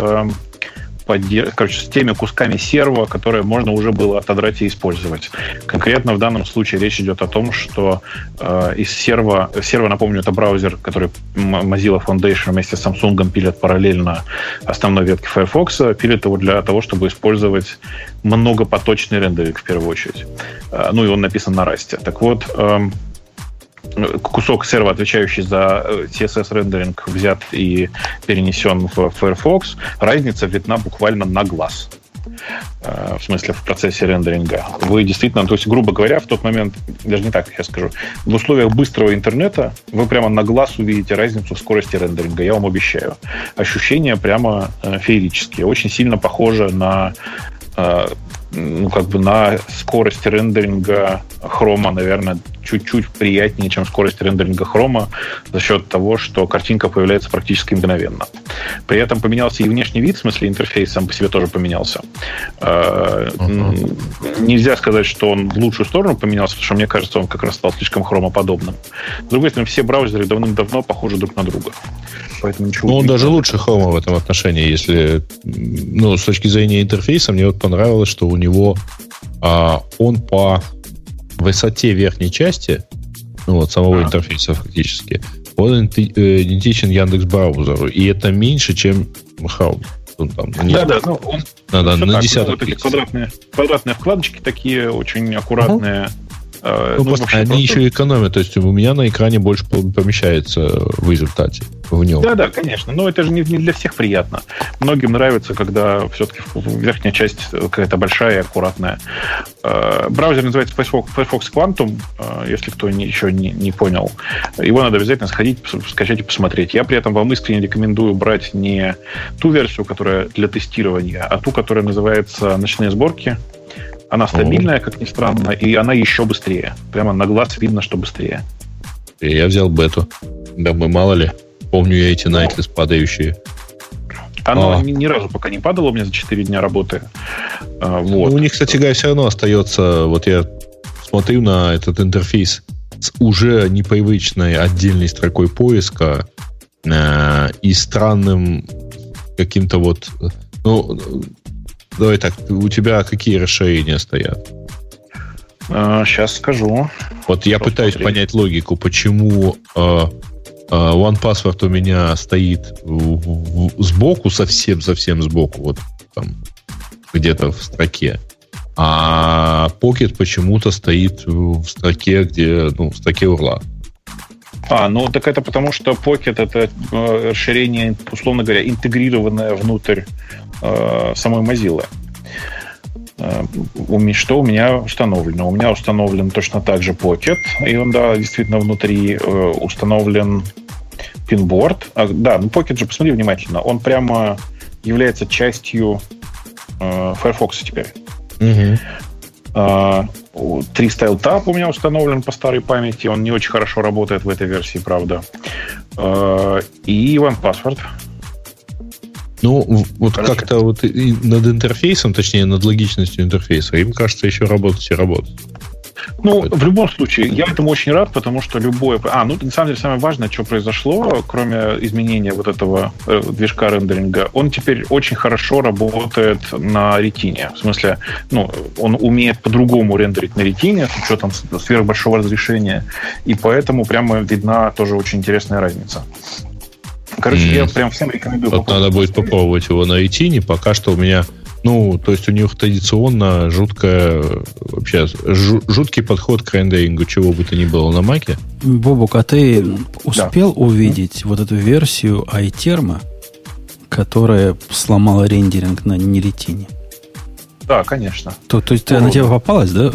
теми кусками серва, которые можно уже было отодрать и использовать. Конкретно в данном случае речь идет о том, что из серва, напомню, это браузер, который Mozilla Foundation вместе с Samsung пилят параллельно основной ветке Firefox, пилят его для того, чтобы использовать многопоточный рендеринг в первую очередь. Ну и он написан на Rust. Так вот, кусок серва, отвечающий за CSS-рендеринг, взят и перенесен в Firefox. Разница видна буквально на глаз. В смысле, в процессе рендеринга. Вы действительно, то есть, грубо говоря, в тот момент, даже не так, я скажу, в условиях быстрого интернета вы прямо на глаз увидите разницу в скорости рендеринга, я вам обещаю. Ощущения прямо феерические. Очень сильно похоже на на скорость рендеринга Хрома, наверное, чуть-чуть приятнее, чем скорость рендеринга Хрома за счет того, что картинка появляется практически мгновенно. При этом поменялся и внешний вид, в смысле интерфейс сам по себе тоже поменялся. Нельзя сказать, что он в лучшую сторону поменялся, потому что, мне кажется, он как раз стал слишком хромоподобным. С другой стороны, все браузеры давным-давно похожи друг на друга. Поэтому ничего он даже лучше Хрома в этом отношении, если, с точки зрения интерфейса, мне вот понравилось, что у него он по высоте верхней части, самого интерфейса фактически, он идентичен Яндекс.Браузеру, и это меньше, чем Chrome. Он на десяток. Вот эти квадратные вкладочки такие очень аккуратные. Они еще экономят, то есть у меня на экране больше помещается в результате в нем. Да, конечно, но это же не для всех приятно. Многим нравится, когда все-таки верхняя часть какая-то большая и аккуратная. Браузер называется Firefox Quantum, если кто еще не понял. Его надо обязательно сходить, скачать и посмотреть. Я при этом вам искренне рекомендую брать не ту версию, которая для тестирования, а ту, которая называется «Ночные сборки». Она стабильная, как ни странно, и она еще быстрее. Прямо на глаз видно, что быстрее. Я взял бету. Да, мало ли. Помню я эти Nightless падающие. Оно ни разу пока не падало у меня за 4 дня работы. Вот. У них, кстати говоря, все равно остается... Вот я смотрю на этот интерфейс с уже непривычной отдельной строкой поиска и странным каким-то вот... Давай так, у тебя какие расширения стоят? Сейчас скажу. Вот я пытаюсь понять логику, почему OnePassword у меня стоит сбоку, совсем сбоку, вот там где-то в строке, а Pocket почему-то стоит в строке, в строке URL. Так это потому, что Pocket — это расширение, условно говоря, интегрированное внутрь самой Mozilla. Что у меня установлено? У меня установлен точно так же Pocket, и он, действительно, внутри установлен Pinboard. Pocket же, посмотри внимательно, он прямо является частью Firefox теперь. Угу. 3 Style Tab у меня установлен по старой памяти. Он не очень хорошо работает в этой версии, правда. И OnePassword. Как-то над интерфейсом, точнее, над логичностью интерфейса, им кажется еще работать и работать. В любом случае, я этому очень рад, потому что любое... на самом деле, самое важное, что произошло, кроме изменения вот этого движка рендеринга, он теперь очень хорошо работает на ретине. В смысле, он умеет по-другому рендерить на ретине, с учетом сверхбольшого разрешения, и поэтому прямо видна тоже очень интересная разница. Я прям всем рекомендую. Вот надо будет попробовать его на ретине. Пока что у меня... то есть у них традиционно жуткий подход к рендерингу, чего бы то ни было на Маке. Бобук, а ты успел увидеть вот эту версию iTerm, которая сломала рендеринг на неретине? Да, конечно. То есть она тебе попалась, да?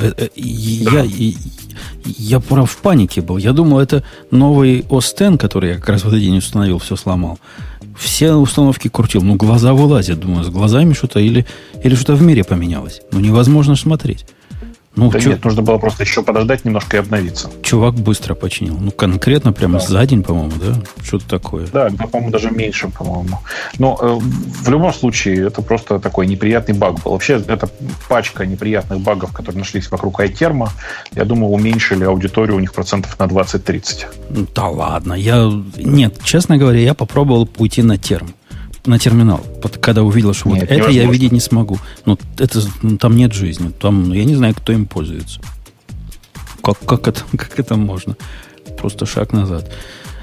Я прям в панике был. Я думал, это новый OS X, который я как раз в этот день установил, все сломал. Все установки крутил. Глаза вылазят. Думаю, с глазами что-то или что-то в мире поменялось. Невозможно смотреть. Нет, нужно было просто еще подождать немножко и обновиться. Чувак быстро починил. Конкретно прямо за день, по-моему, да? Что-то такое. Да, по-моему, даже меньше, по-моему. Но в любом случае, это просто такой неприятный баг был. Вообще, это пачка неприятных багов, которые нашлись вокруг iTerm. Я думаю, уменьшили аудиторию у них процентов на 20-30. Да ладно. Нет, честно говоря, я попробовал уйти на терминал. Когда увидел, что это невозможно. Я видеть не смогу. Там нет жизни. Там, я не знаю, кто им пользуется. Как это можно? Просто шаг назад.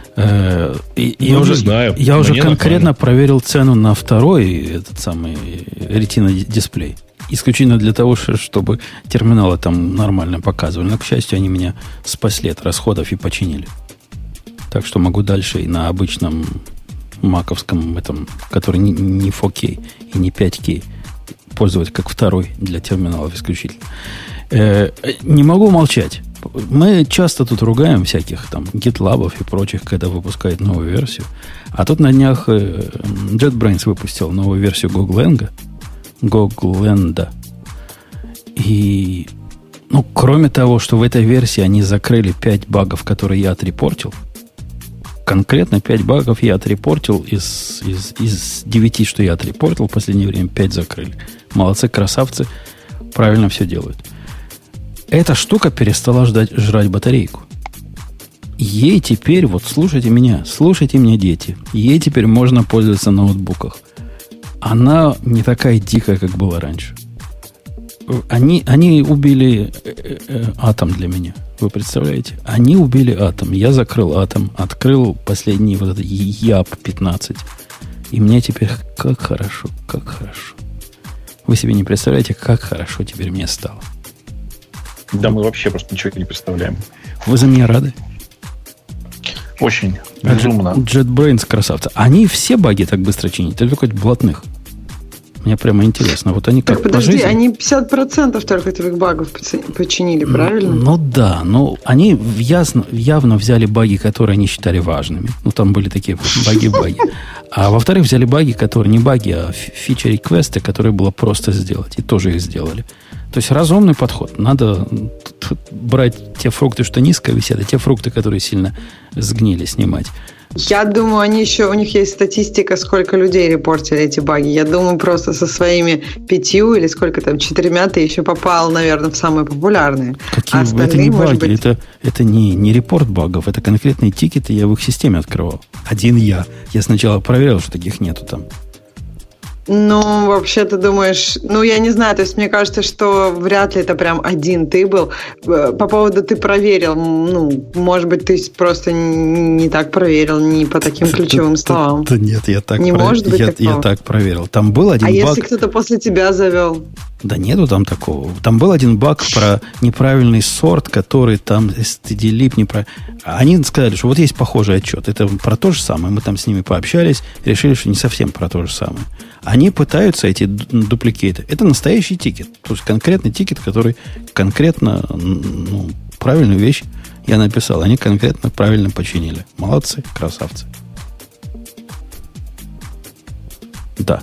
Я уже конкретно проверил цену на второй этот самый Retina дисплей. Исключительно для того, чтобы терминалы там нормально показывали. Но, к счастью, они меня спасли от расходов и починили. Так что могу дальше и на обычном маковском этом, который не 4K и не 5K, пользовать как второй для терминалов исключительно. Не могу молчать. Мы часто тут ругаем всяких там GitLab'ов и прочих, когда выпускают новую версию. А тут на днях JetBrains выпустил новую версию Googleland. И кроме того, что в этой версии они закрыли 5 багов, которые я отрепортил, конкретно 5 багов я отрепортил из 9, что я отрепортил в последнее время, 5 закрыли. Молодцы, красавцы, правильно все делают. Эта штука перестала жрать батарейку. Ей теперь, слушайте меня, дети, ей теперь можно пользоваться на ноутбуках. Она не такая дикая, как была раньше. Они убили атом для меня. Вы представляете? Они убили атом. Я закрыл атом, открыл последний этот YAP-15. И мне теперь как хорошо. Вы себе не представляете, как хорошо теперь мне стало. Да, мы вообще просто ничего не представляем. Вы за меня рады? Очень. Безумно. JetBrains красавцы. Они все баги так быстро чинят? Или только блатных? Мне прямо интересно. Вот они как подожди, по жизни... они 50% только твоих багов починили, правильно? Ну да, но они явно взяли баги, которые они считали важными. Ну, там были такие баги-баги. А во-вторых, взяли баги, которые не баги, а фичи-реквесты, которые было просто сделать. И тоже их сделали. То есть разумный подход. Надо брать те фрукты, что низко висят, и те фрукты, которые сильно сгнили, снимать. Я думаю, у них есть статистика, сколько людей репортили эти баги. Я думаю, просто со своими 5 или сколько там, 4 ты еще попал, наверное, в самые популярные. Какие? Это не баги, это не репорт багов, это конкретные тикеты я в их системе открывал. Один я. Я сначала проверял, что таких нету там. Ну, вообще, ты думаешь... Ну, я не знаю, то есть мне кажется, что вряд ли это прям один ты был. По поводу ты проверил, ну, может быть, ты просто не так проверил, не по таким ключевым словам. Да нет, я так не может быть такого. Я так проверил. Там был один баг... А если кто-то после тебя завел? Да нету там такого. Там был один баг про неправильный сорт, который там std-lib неправильно. Они сказали, что вот есть похожий отчет. Это про то же самое. Мы там с ними пообщались, решили, что не совсем про то же самое. Они пытаются, эти дупликейты. Это настоящий тикет. То есть конкретный тикет, который конкретно правильную вещь я написал. Они конкретно правильно починили. Молодцы, красавцы. Да.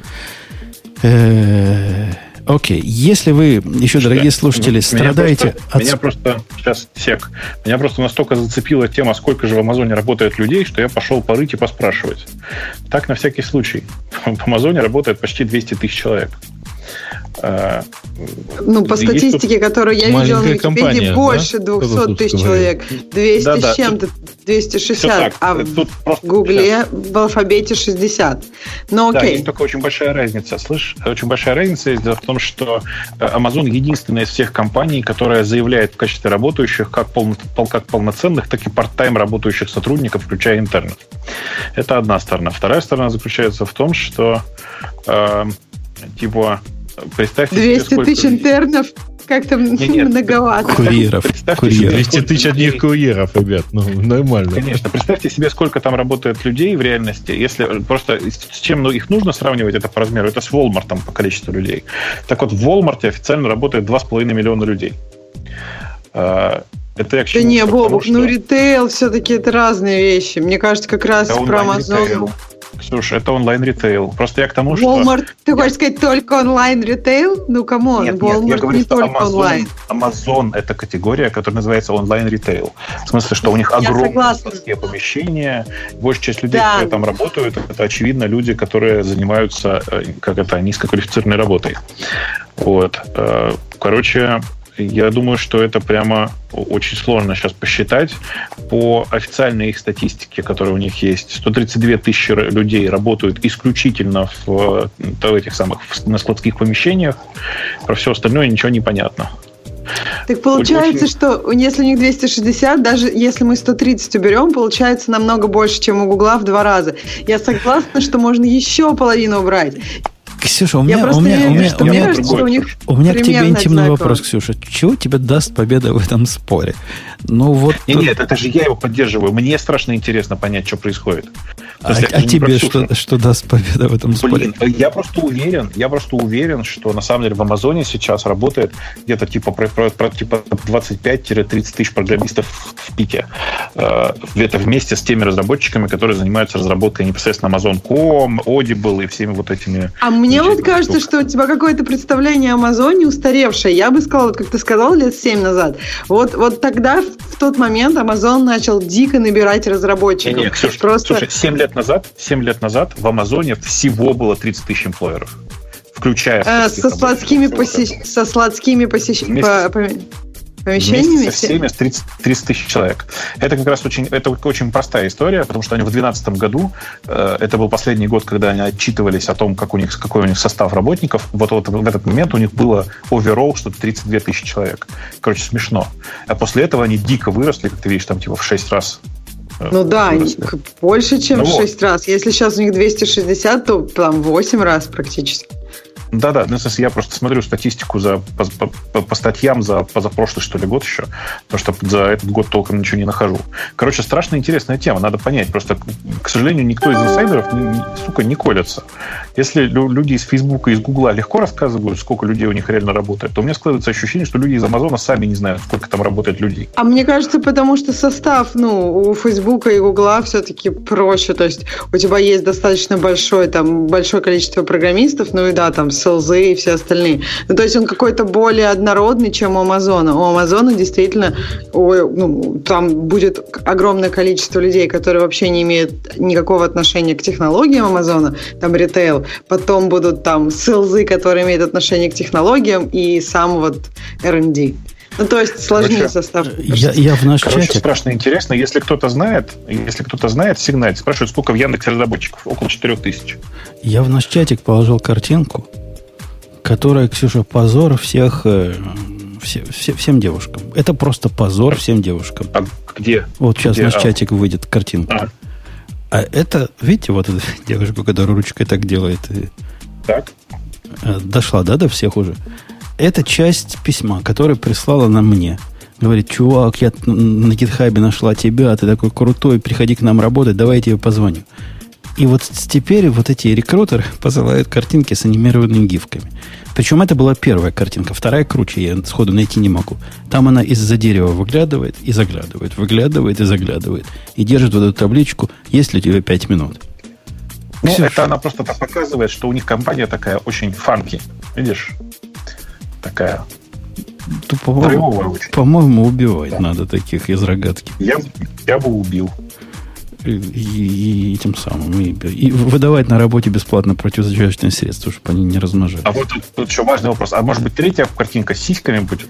Окей. Если вы еще, дорогие слушатели, страдаете... Меня просто настолько зацепила тема, сколько же в Амазоне работает людей, что я пошел порыть и поспрашивать. Так, на всякий случай. В Амазоне работает почти 200 тысяч человек. Ну, по статистике, которую я видел на Википедии, больше 200 тысяч человек. 200 с чем-то, 260, а в Гугле в алфабете 60. Но окей. Да, есть только очень большая разница. Очень большая разница в том, что Amazon единственная из всех компаний, которая заявляет в качестве работающих как полноценных, так и парт-тайм работающих сотрудников, включая интернов. Это одна сторона. Вторая сторона заключается в том, что представьте 200 тысяч интернов как-то многовато. Курьеров. 200 тысяч одних курьеров, ребят. Ну, нормально. Конечно. Представьте себе, сколько там работает людей в реальности. Если просто с чем их нужно сравнивать, это по размеру. Это с Walmart по количеству людей. Так вот, в Walmart официально работает 2,5 миллиона людей. Это я к чему? Да не, Бобук, ритейл все-таки это разные вещи. Мне кажется, как раз про Amazon... Ксюш, это онлайн-ритейл. Просто я к тому, что... Walmart, ты хочешь сказать, только онлайн-ритейл? Ну, камон, Walmart я говорю, не только онлайн. Amazon – это категория, которая называется онлайн-ритейл. В смысле, что у них огромные складские помещения. Большая часть людей, которые там работают, это, очевидно, люди, которые занимаются низкоквалифицированной работой. Вот. Короче... Я думаю, что это прямо очень сложно сейчас посчитать. По официальной их статистике, которая у них есть, 132 тысячи людей работают исключительно на складских помещениях. Про все остальное ничего не понятно. Так получается, что если у них 260, даже если мы 130 уберем, получается намного больше, чем у Гугла в 2 раза. Я согласна, что можно еще половину убрать. Ксюша, у меня к тебе интимный вопрос, Ксюша. Чего тебе даст победа в этом споре? Нет, это же я его поддерживаю. Мне страшно интересно понять, что происходит. А тебе что даст победа в этом споре? Я просто уверен, что на самом деле в Амазоне сейчас работает где-то 25-30 тысяч программистов в пике. Это вместе с теми разработчиками, которые занимаются разработкой непосредственно Amazon.com, Audible и всеми вот этими... А мне кажется, что у тебя какое-то представление о Амазоне устаревшее. Я бы сказала, как ты сказал, лет 7 назад. Вот тогда, в тот момент, Amazon начал дико набирать разработчиков. Нет, Слушай, 7 лет назад в Амазоне всего было 30 тысяч эмплойеров. Включая... Со складскими помещениями? Вместе со всеми 30 тысяч человек. Это как раз очень простая история, потому что они в 2012 году, это был последний год, когда они отчитывались о том, какой у них состав работников. Вот в этот момент у них было overall что-то 32 тысячи человек. Короче, смешно. А после этого они дико выросли, как ты видишь, там в 6 раз. Ну да, больше, чем в 6 раз. Если сейчас у них 260, то там 8 раз практически. Да, ну, в смысле, я просто смотрю статистику по статьям за позапрошлый, что ли, год еще, потому что за этот год толком ничего не нахожу. Короче, страшно интересная тема, надо понять. Просто, к сожалению, никто из инсайдеров, сука, не колется. Если люди из Фейсбука и из Гугла легко рассказывают, сколько людей у них реально работает, то у меня складывается ощущение, что люди из Амазона сами не знают, сколько там работает людей. А мне кажется, потому что состав, у Фейсбука и Гугла все-таки проще. То есть у тебя есть достаточно большое количество программистов, там селзы и все остальные. То есть он какой-то более однородный, чем у Амазона. У Амазона действительно там будет огромное количество людей, которые вообще не имеют никакого отношения к технологиям Амазона, там ритейл. Потом будут там селзы, которые имеют отношение к технологиям, и сам R&D. То есть сложнее состав. Я в наш чатик... страшно интересно. Если кто-то знает, сигнальте. Спрашивают, сколько в Яндексе разработчиков? Около 4000. Я в наш чатик положил картинку, которая, Ксюша, позор всем девушкам. Это просто позор всем девушкам. А где? Вот сейчас в наш чатик выйдет картинка. А это, видите, вот эта девушка, которая ручкой так делает. Так. Дошла, до всех уже. Это часть письма, которое прислала она мне. Говорит, чувак, я на GitHub нашла тебя, ты такой крутой, приходи к нам работать, давай я тебе позвоню. И вот теперь вот эти рекрутеры посылают картинки с анимированными гифками. Причем это была первая картинка, вторая круче, я сходу найти не могу. Там она из-за дерева выглядывает и заглядывает, выглядывает и заглядывает. И держит вот эту табличку, есть ли у тебя 5 минут. Это она просто так показывает, что у них компания такая очень фанки. Видишь? Такая. По-моему, убивать надо таких из рогатки. Я бы убил. И тем самым. И выдавать на работе бесплатно противозачаточные средства, чтобы они не размножались. А вот тут еще важный вопрос. А может быть, третья картинка с сиськами будет?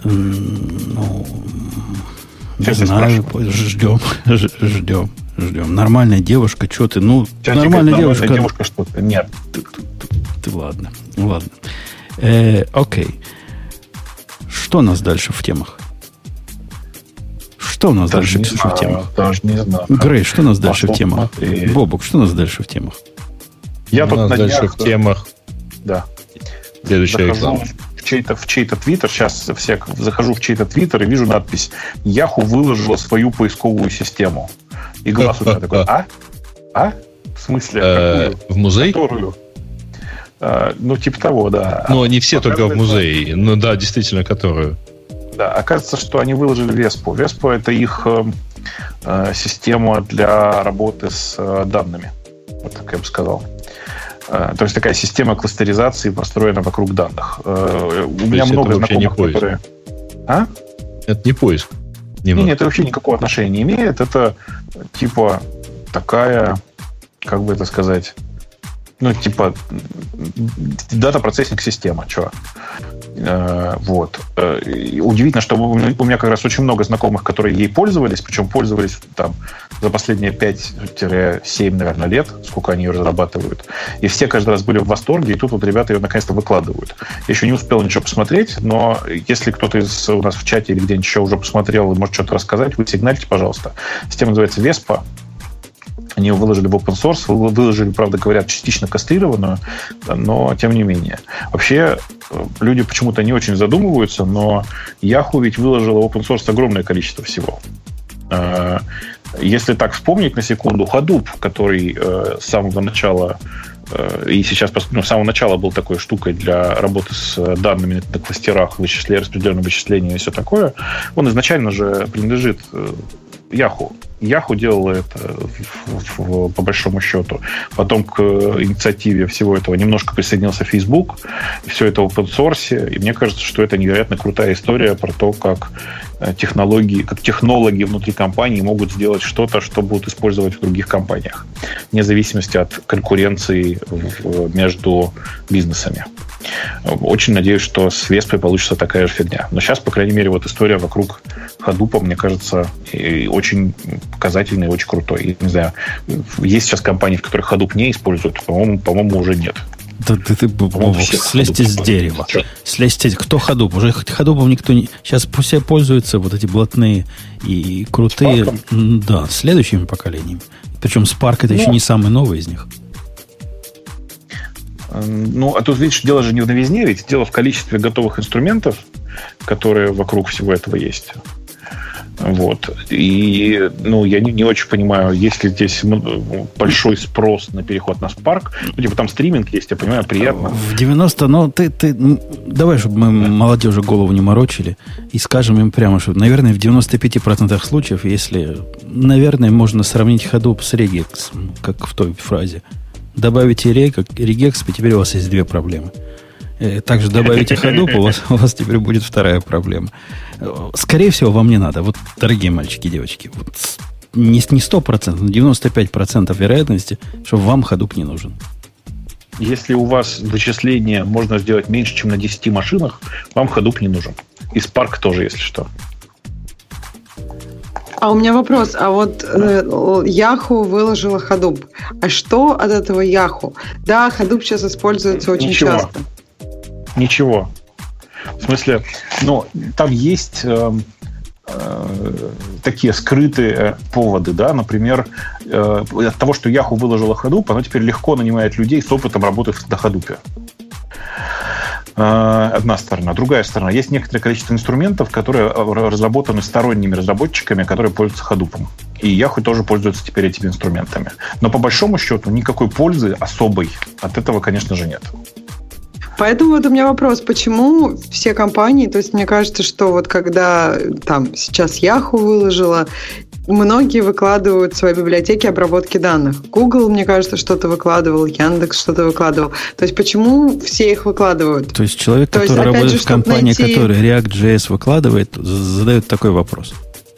Не знаю. Ждем. Нормальная девушка, что ты? Нормальная девушка что-то. Нет. Ты ладно. Окей. Что у нас дальше в темах? Что у нас дальше в темах? Даже не знаю. Грей, что у нас дальше в темах? Бобук, что у нас дальше в темах? Я тут дальше в темах. Да. Следующая реклама. В чей-то твиттер, сейчас захожу в чей-то твиттер и вижу надпись «Яху выложила свою поисковую систему». И глаз у меня такой, В смысле? В музей? Которую? Типа того, да. Но не все только в музее. Да, действительно, которую. Да, оказывается, что они выложили Веспу. Веспа — это их система для работы с данными. Вот так я бы сказал. То есть такая система кластеризации построена вокруг данных. У меня много знакомых, которые... Это не поиск. Нет, это вообще никакого отношения не имеет. Это типа такая, как бы это сказать... дата-процессинг система. Удивительно, что у меня как раз очень много знакомых, которые ей пользовались, причем пользовались там за последние 5-7, наверное, лет, сколько они ее разрабатывают. И все каждый раз были в восторге, и тут вот ребята ее наконец-то выкладывают. Я еще не успел ничего посмотреть, но если кто-то у нас в чате или где-нибудь еще уже посмотрел и может что-то рассказать, вы сигнальте, пожалуйста. Система называется Vespa. Они ее выложили в open source, выложили, правда говоря, частично кастрированную, но тем не менее. Вообще, люди почему-то не очень задумываются, но Yahoo ведь выложила в open source огромное количество всего. Если так вспомнить на секунду, Hadoop, который с самого начала и сейчас с самого начала был такой штукой для работы с данными на кластерах, распределенного вычисления и все такое, он изначально же принадлежит Yahoo. Yahoo делала это по большому счету. Потом к инициативе всего этого немножко присоединился Facebook. И все это в open source. И мне кажется, что это невероятно крутая история про то, как технологи внутри компании могут сделать что-то, что будут использовать в других компаниях, вне зависимости от конкуренции между бизнесами. Очень надеюсь, что с Веспой получится такая же фигня. Но сейчас, по крайней мере, вот история вокруг Hadoop, мне кажется, очень показательной и очень крутой. И, не знаю, есть сейчас компании, в которых Hadoop не используют, по-моему, уже нет. Да ты слезьте с дерева. Слезьте. Кто Hadoop? Уже Hadoop никто не... Сейчас все пользуются вот эти блатные и крутые... Spark? Да, следующими поколениями. Причем Spark это еще не самый новый из них. Ну, а тут, видишь, дело же не в новизне, ведь дело в количестве готовых инструментов, которые вокруг всего этого есть. Вот. И, ну, я не очень понимаю, есть ли здесь большой спрос на переход на Spark. Ну, типа, там стриминг есть, я понимаю, приятно. В 90, ну, давай, чтобы мы молодежи голову не морочили, и скажем им прямо, что, наверное, в 95% случаев, если, наверное, можно сравнить Hadoop с Regex, как в той фразе. Добавите Regex, и теперь у вас есть две проблемы. Также добавите Hadoop, у вас теперь будет вторая проблема. Скорее всего, вам не надо. Вот, дорогие мальчики и девочки, вот не 100%, но 95% вероятности, что вам Hadoop не нужен. Если у вас вычисление можно сделать меньше, чем на 10 машинах, вам Hadoop не нужен. И Spark тоже, если что. А у меня вопрос. А вот Yahoo выложила Hadoop. А что от этого Yahoo? Да, Hadoop сейчас используется очень часто. Ничего. В смысле, ну, там есть такие скрытые поводы, да, например, от того, что Yahoo выложила Hadoop, она теперь легко нанимает людей с опытом работы на Hadoop. Одна сторона. Другая сторона. Есть некоторое количество инструментов, которые разработаны сторонними разработчиками, которые пользуются Hadoop. И Yahoo тоже пользуется теперь этими инструментами. Но по большому счету никакой пользы особой от этого, конечно же, нет. Поэтому вот у меня вопрос, почему все компании, то есть мне кажется, что вот когда там сейчас Yahoo выложила, многие выкладывают свои библиотеки обработки данных. Google, мне кажется, что-то выкладывал, Яндекс что-то выкладывал. То есть почему все их выкладывают? То есть человек, который работает в компании, которая React.js выкладывает, задает такой вопрос.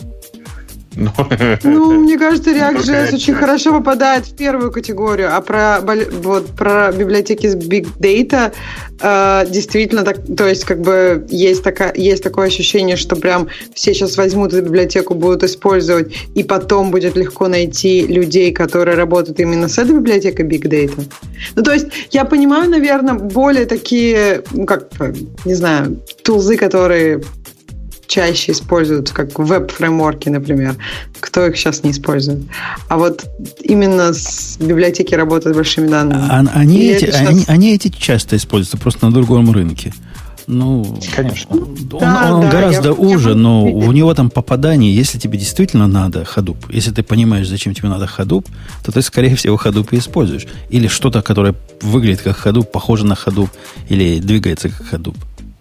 Ну, мне кажется, React.js очень хорошо попадает в первую категорию, а про библиотеки с Big Data действительно так, то есть как бы есть такое ощущение, что прям все сейчас возьмут эту библиотеку, будут использовать, и потом будет легко найти людей, которые работают именно с этой библиотекой Big Data. Ну, то есть я понимаю, наверное, более такие, ну, как, не знаю, тулзы, которые чаще используются, как веб-фреймворки, например. Кто их сейчас не использует? А вот именно с библиотеки работают с большими данными. Они эти часто используются, просто на другом рынке. Ну, конечно. Он гораздо уже, но у него там попадание, если тебе действительно надо Hadoop, если ты понимаешь, зачем тебе надо Hadoop, то ты, скорее всего, Hadoop и используешь. Или что-то, которое выглядит как Hadoop, похоже на Hadoop, или двигается как Hadoop.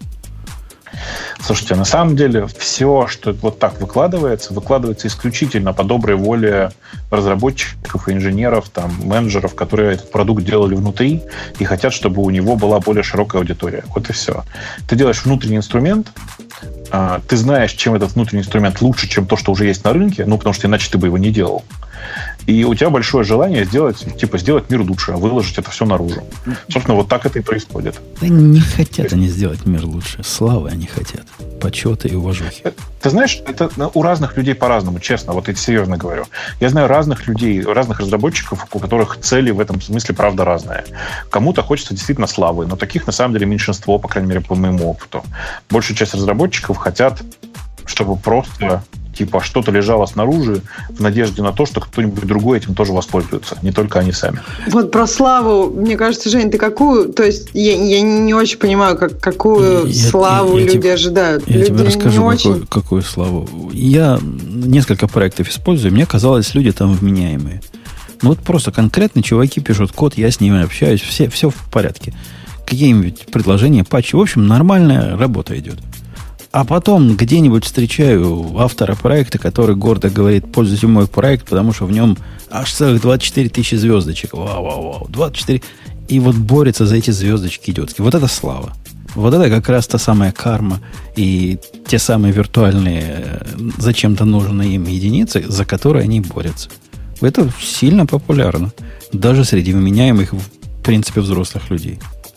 Слушайте, на самом деле все, что вот так выкладывается исключительно по доброй воле разработчиков, инженеров, там, менеджеров, которые этот продукт делали внутри и хотят, чтобы у него была более широкая аудитория. Вот и все. Ты делаешь внутренний инструмент, ты знаешь, чем этот внутренний инструмент лучше, чем то, что уже есть на рынке, ну, потому что иначе ты бы его не делал. И у тебя большое желание сделать мир лучше, выложить это все наружу. Собственно, вот так это и происходит. Да не хотят они сделать мир лучше. Славы они хотят. Почета и уважухи. Ты знаешь, это у разных людей по-разному, честно. Вот я серьезно говорю. Я знаю разных людей, разных разработчиков, у которых цели в этом смысле, правда, разные. Кому-то хочется действительно славы, но таких, на самом деле, меньшинство, по крайней мере, по моему опыту. Большая часть разработчиков хотят, чтобы просто типа что-то лежало снаружи в надежде на то, что кто-нибудь другой этим тоже воспользуется, не только они сами. Вот про славу, мне кажется, Жень, ты какую, то есть я не очень понимаю, какую славу люди ожидают. Я тебе расскажу, какую славу. Я несколько проектов использую, мне казалось, люди там вменяемые. Ну вот просто конкретно чуваки пишут код, я с ними общаюсь, все в порядке. Какие-нибудь предложения, патчи, в общем, нормальная работа идет. А потом где-нибудь встречаю автора проекта, который гордо говорит: пользуйте мой проект, потому что в нем аж целых 24 тысячи звездочек. Вау, 24. И вот борется за эти звездочки идиотские. Вот это слава. Вот это как раз та самая карма и те самые виртуальные, зачем-то нужные им единицы, за которые они борются. Это сильно популярно. Даже среди вменяемых, в принципе, взрослых людей.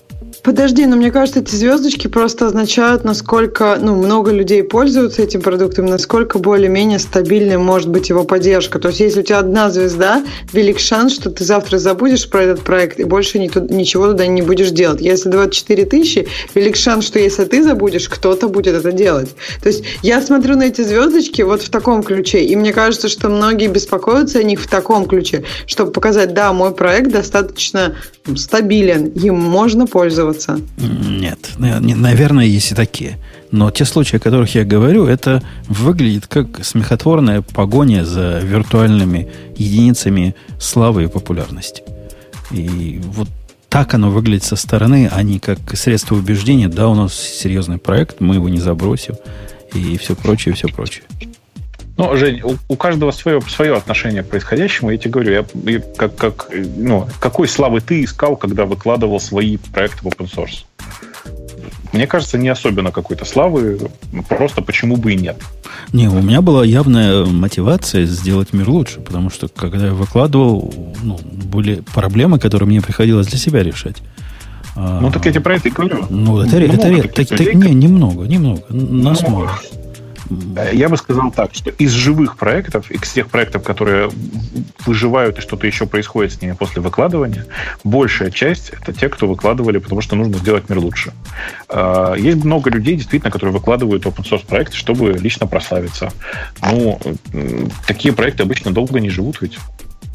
Подожди, но мне кажется, эти звездочки просто означают, насколько много людей пользуются этим продуктом, насколько более-менее стабильной может быть его поддержка. То есть, если у тебя одна звезда, велик шанс, что ты завтра забудешь про этот проект и больше ничего туда не будешь делать. Если 24 тысячи, велик шанс, что если ты забудешь, кто-то будет это делать. То есть, я смотрю на эти звездочки вот в таком ключе, и мне кажется, что многие беспокоятся о них в таком ключе, чтобы показать, да, мой проект достаточно стабилен, им можно пользоваться. Нет, наверное, есть и такие. Но те случаи, о которых я говорю, это выглядит как смехотворная погоня за виртуальными единицами славы и популярности. И вот так оно выглядит со стороны, а не как средство убеждения. Да, у нас серьезный проект, мы его не забросим. И все прочее, все прочее. Ну, Жень, у каждого свое отношение к происходящему. Я тебе говорю, какой славы ты искал, когда выкладывал свои проекты в open source? Мне кажется, не особенно какой-то славы, просто почему бы и нет. Не, у меня была явная мотивация сделать мир лучше, потому что, когда я выкладывал, были проблемы, которые мне приходилось для себя решать. Так я тебе про это и говорю. Немного, нас мало. Я бы сказал так, что из живых проектов, из тех проектов, которые выживают и что-то еще происходит с ними после выкладывания, большая часть — это те, кто выкладывали, потому что нужно сделать мир лучше. Есть много людей, действительно, которые выкладывают open-source проекты, чтобы лично прославиться. Такие проекты обычно долго не живут ведь.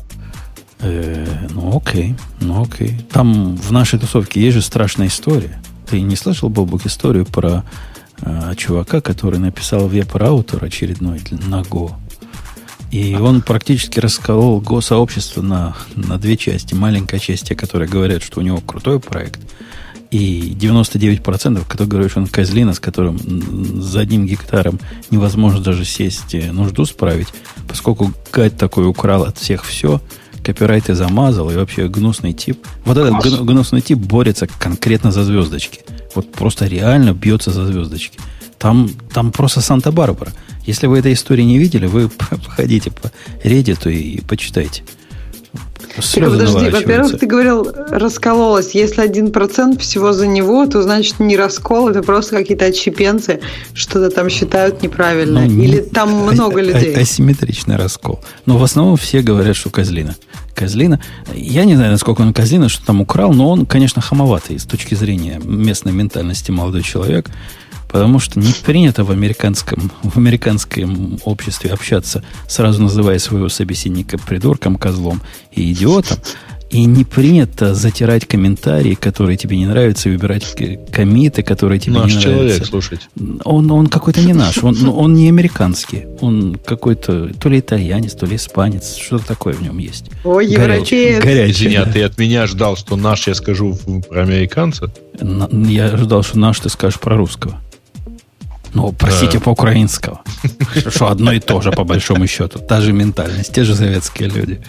Окей. Там в нашей тусовке есть же страшная история. Ты не слышал, Бобук, историю про чувака, который написал веб-раутер очередной на Go. И он практически расколол Go-сообщество на две части. Маленькая часть, те, которые говорят, что у него крутой проект, и 99%, которые говорят, что он козлина, с которым за 1 гектаром невозможно даже сесть, нужду справить, поскольку гад такой украл от всех все, копирайты замазал, и вообще гнусный тип. Вот этот гнусный тип борется конкретно за звездочки. Вот просто реально бьется за звездочки. Там просто Санта-Барбара. Если вы этой истории не видели, вы походите по Reddit и почитайте. Подожди, во-первых, ты говорил, раскололось. Если 1% всего за него, то значит не раскол, это просто какие-то отщепенцы что-то там считают неправильно. Или там много людей. Асимметричный раскол. Но в основном все говорят, что козлина. Козлина. Я не знаю, насколько он козлина, что там украл, но он, конечно, хамоватый с точки зрения местной ментальности молодой человек. Потому что не принято в американском обществе общаться, сразу называя своего собеседника придурком, козлом и идиотом. И не принято затирать комментарии, которые тебе не нравятся, и выбирать коммиты, которые тебе наш не нравятся. Человек, слушайте. Он какой-то не наш, он не американский. Он какой-то то ли итальянец, то ли испанец. Что-то такое в нем есть. Ой, европеец. Горячий. Извини, а ты от меня ждал, что наш я скажу про американца? Я ждал, что наш ты скажешь про русского. Простите, по-украинскому. Что одно и то же, по большому счету. Та же ментальность, те же советские люди.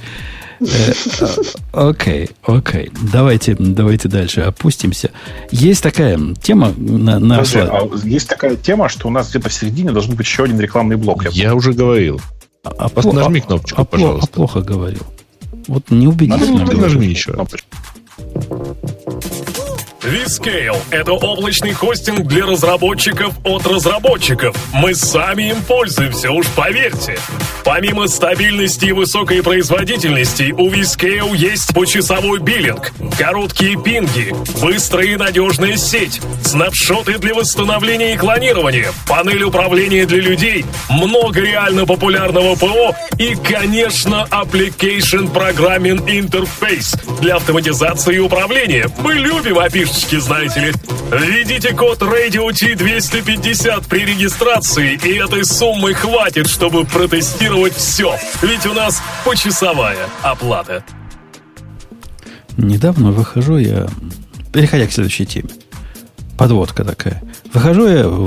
Окей. Давайте дальше опустимся. Есть такая тема на расклад. Есть такая тема, что у нас где-то в середине должен быть еще один рекламный блок. Я уже говорил. Нажми кнопочку, пожалуйста. Плохо говорил. Вот не убедительно. Нажми еще раз. vScale – это облачный хостинг для разработчиков от разработчиков. Мы сами им пользуемся, уж поверьте. Помимо стабильности и высокой производительности, у vScale есть почасовой биллинг, короткие пинги, быстрая и надежная сеть, снапшоты для восстановления и клонирования, панель управления для людей, много реально популярного ПО и, конечно, Application Programming Interface для автоматизации и управления. Мы любим API-шечки, знаете ли. Введите код Radio T250 при регистрации, и этой суммы хватит, чтобы протестировать все. Ведь у нас почасовая оплата. Недавно выхожу я... Переходя к следующей теме. Подводка такая. Выхожу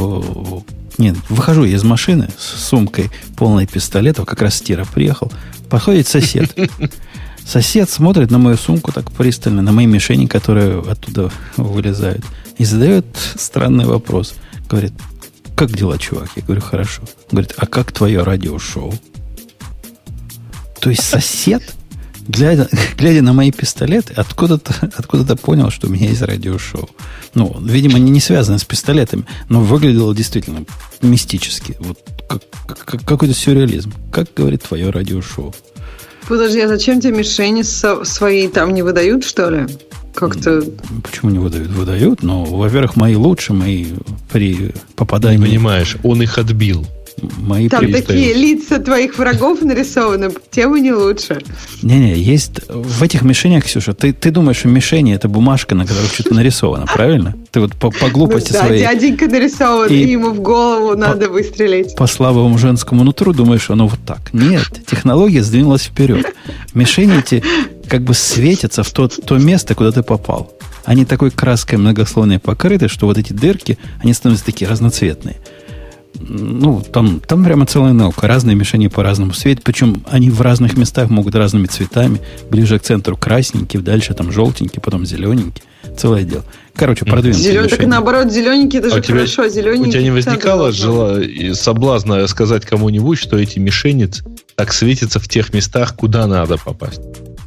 я из машины с сумкой полной пистолетов, как раз с тира приехал. Подходит сосед. Сосед смотрит на мою сумку так пристально, на мои мишени, которые оттуда вылезают, и задает странный вопрос. Говорит, как дела, чувак? Я говорю, хорошо. Говорит, а как твое радиошоу? То есть сосед глядя на мои пистолеты, откуда-то понял, что у меня есть радиошоу. Ну, видимо, они не связаны с пистолетами, но выглядело действительно мистически. Вот какой-то сюрреализм. Как говорит твое радиошоу? Подожди, а зачем тебе мишени свои там не выдают, что ли? Как-то... Почему не выдают? Выдают, но, во-первых, мои лучше, мои при попадании... Не понимаешь, он их отбил. Мои там такие лица твоих врагов нарисованы, тем и не лучше. Не-не, есть в этих мишенях, Ксюша, ты думаешь, что мишени это бумажка, на которой что-то нарисовано, правильно? Ты вот по глупости своей... Да, дяденька нарисован, и ему в голову надо выстрелить. По слабому женскому нутру думаешь, оно вот так. Нет, технология сдвинулась вперед. Мишени эти как бы светятся в то место, куда ты попал. Они такой краской многослойной покрыты, что вот эти дырки, они становятся такие разноцветные. Ну, там прямо целая наука. Разные мишени по-разному светят. Причем они в разных местах могут разными цветами. Ближе к центру красненький, дальше там желтенький, потом зелененький. Целое дело. Короче, продвинутые мишени. Так наоборот, зелененький это же хорошо. Зелененький у тебя не возникало соблазна сказать кому-нибудь, что эти мишени так светятся в тех местах, куда надо попасть?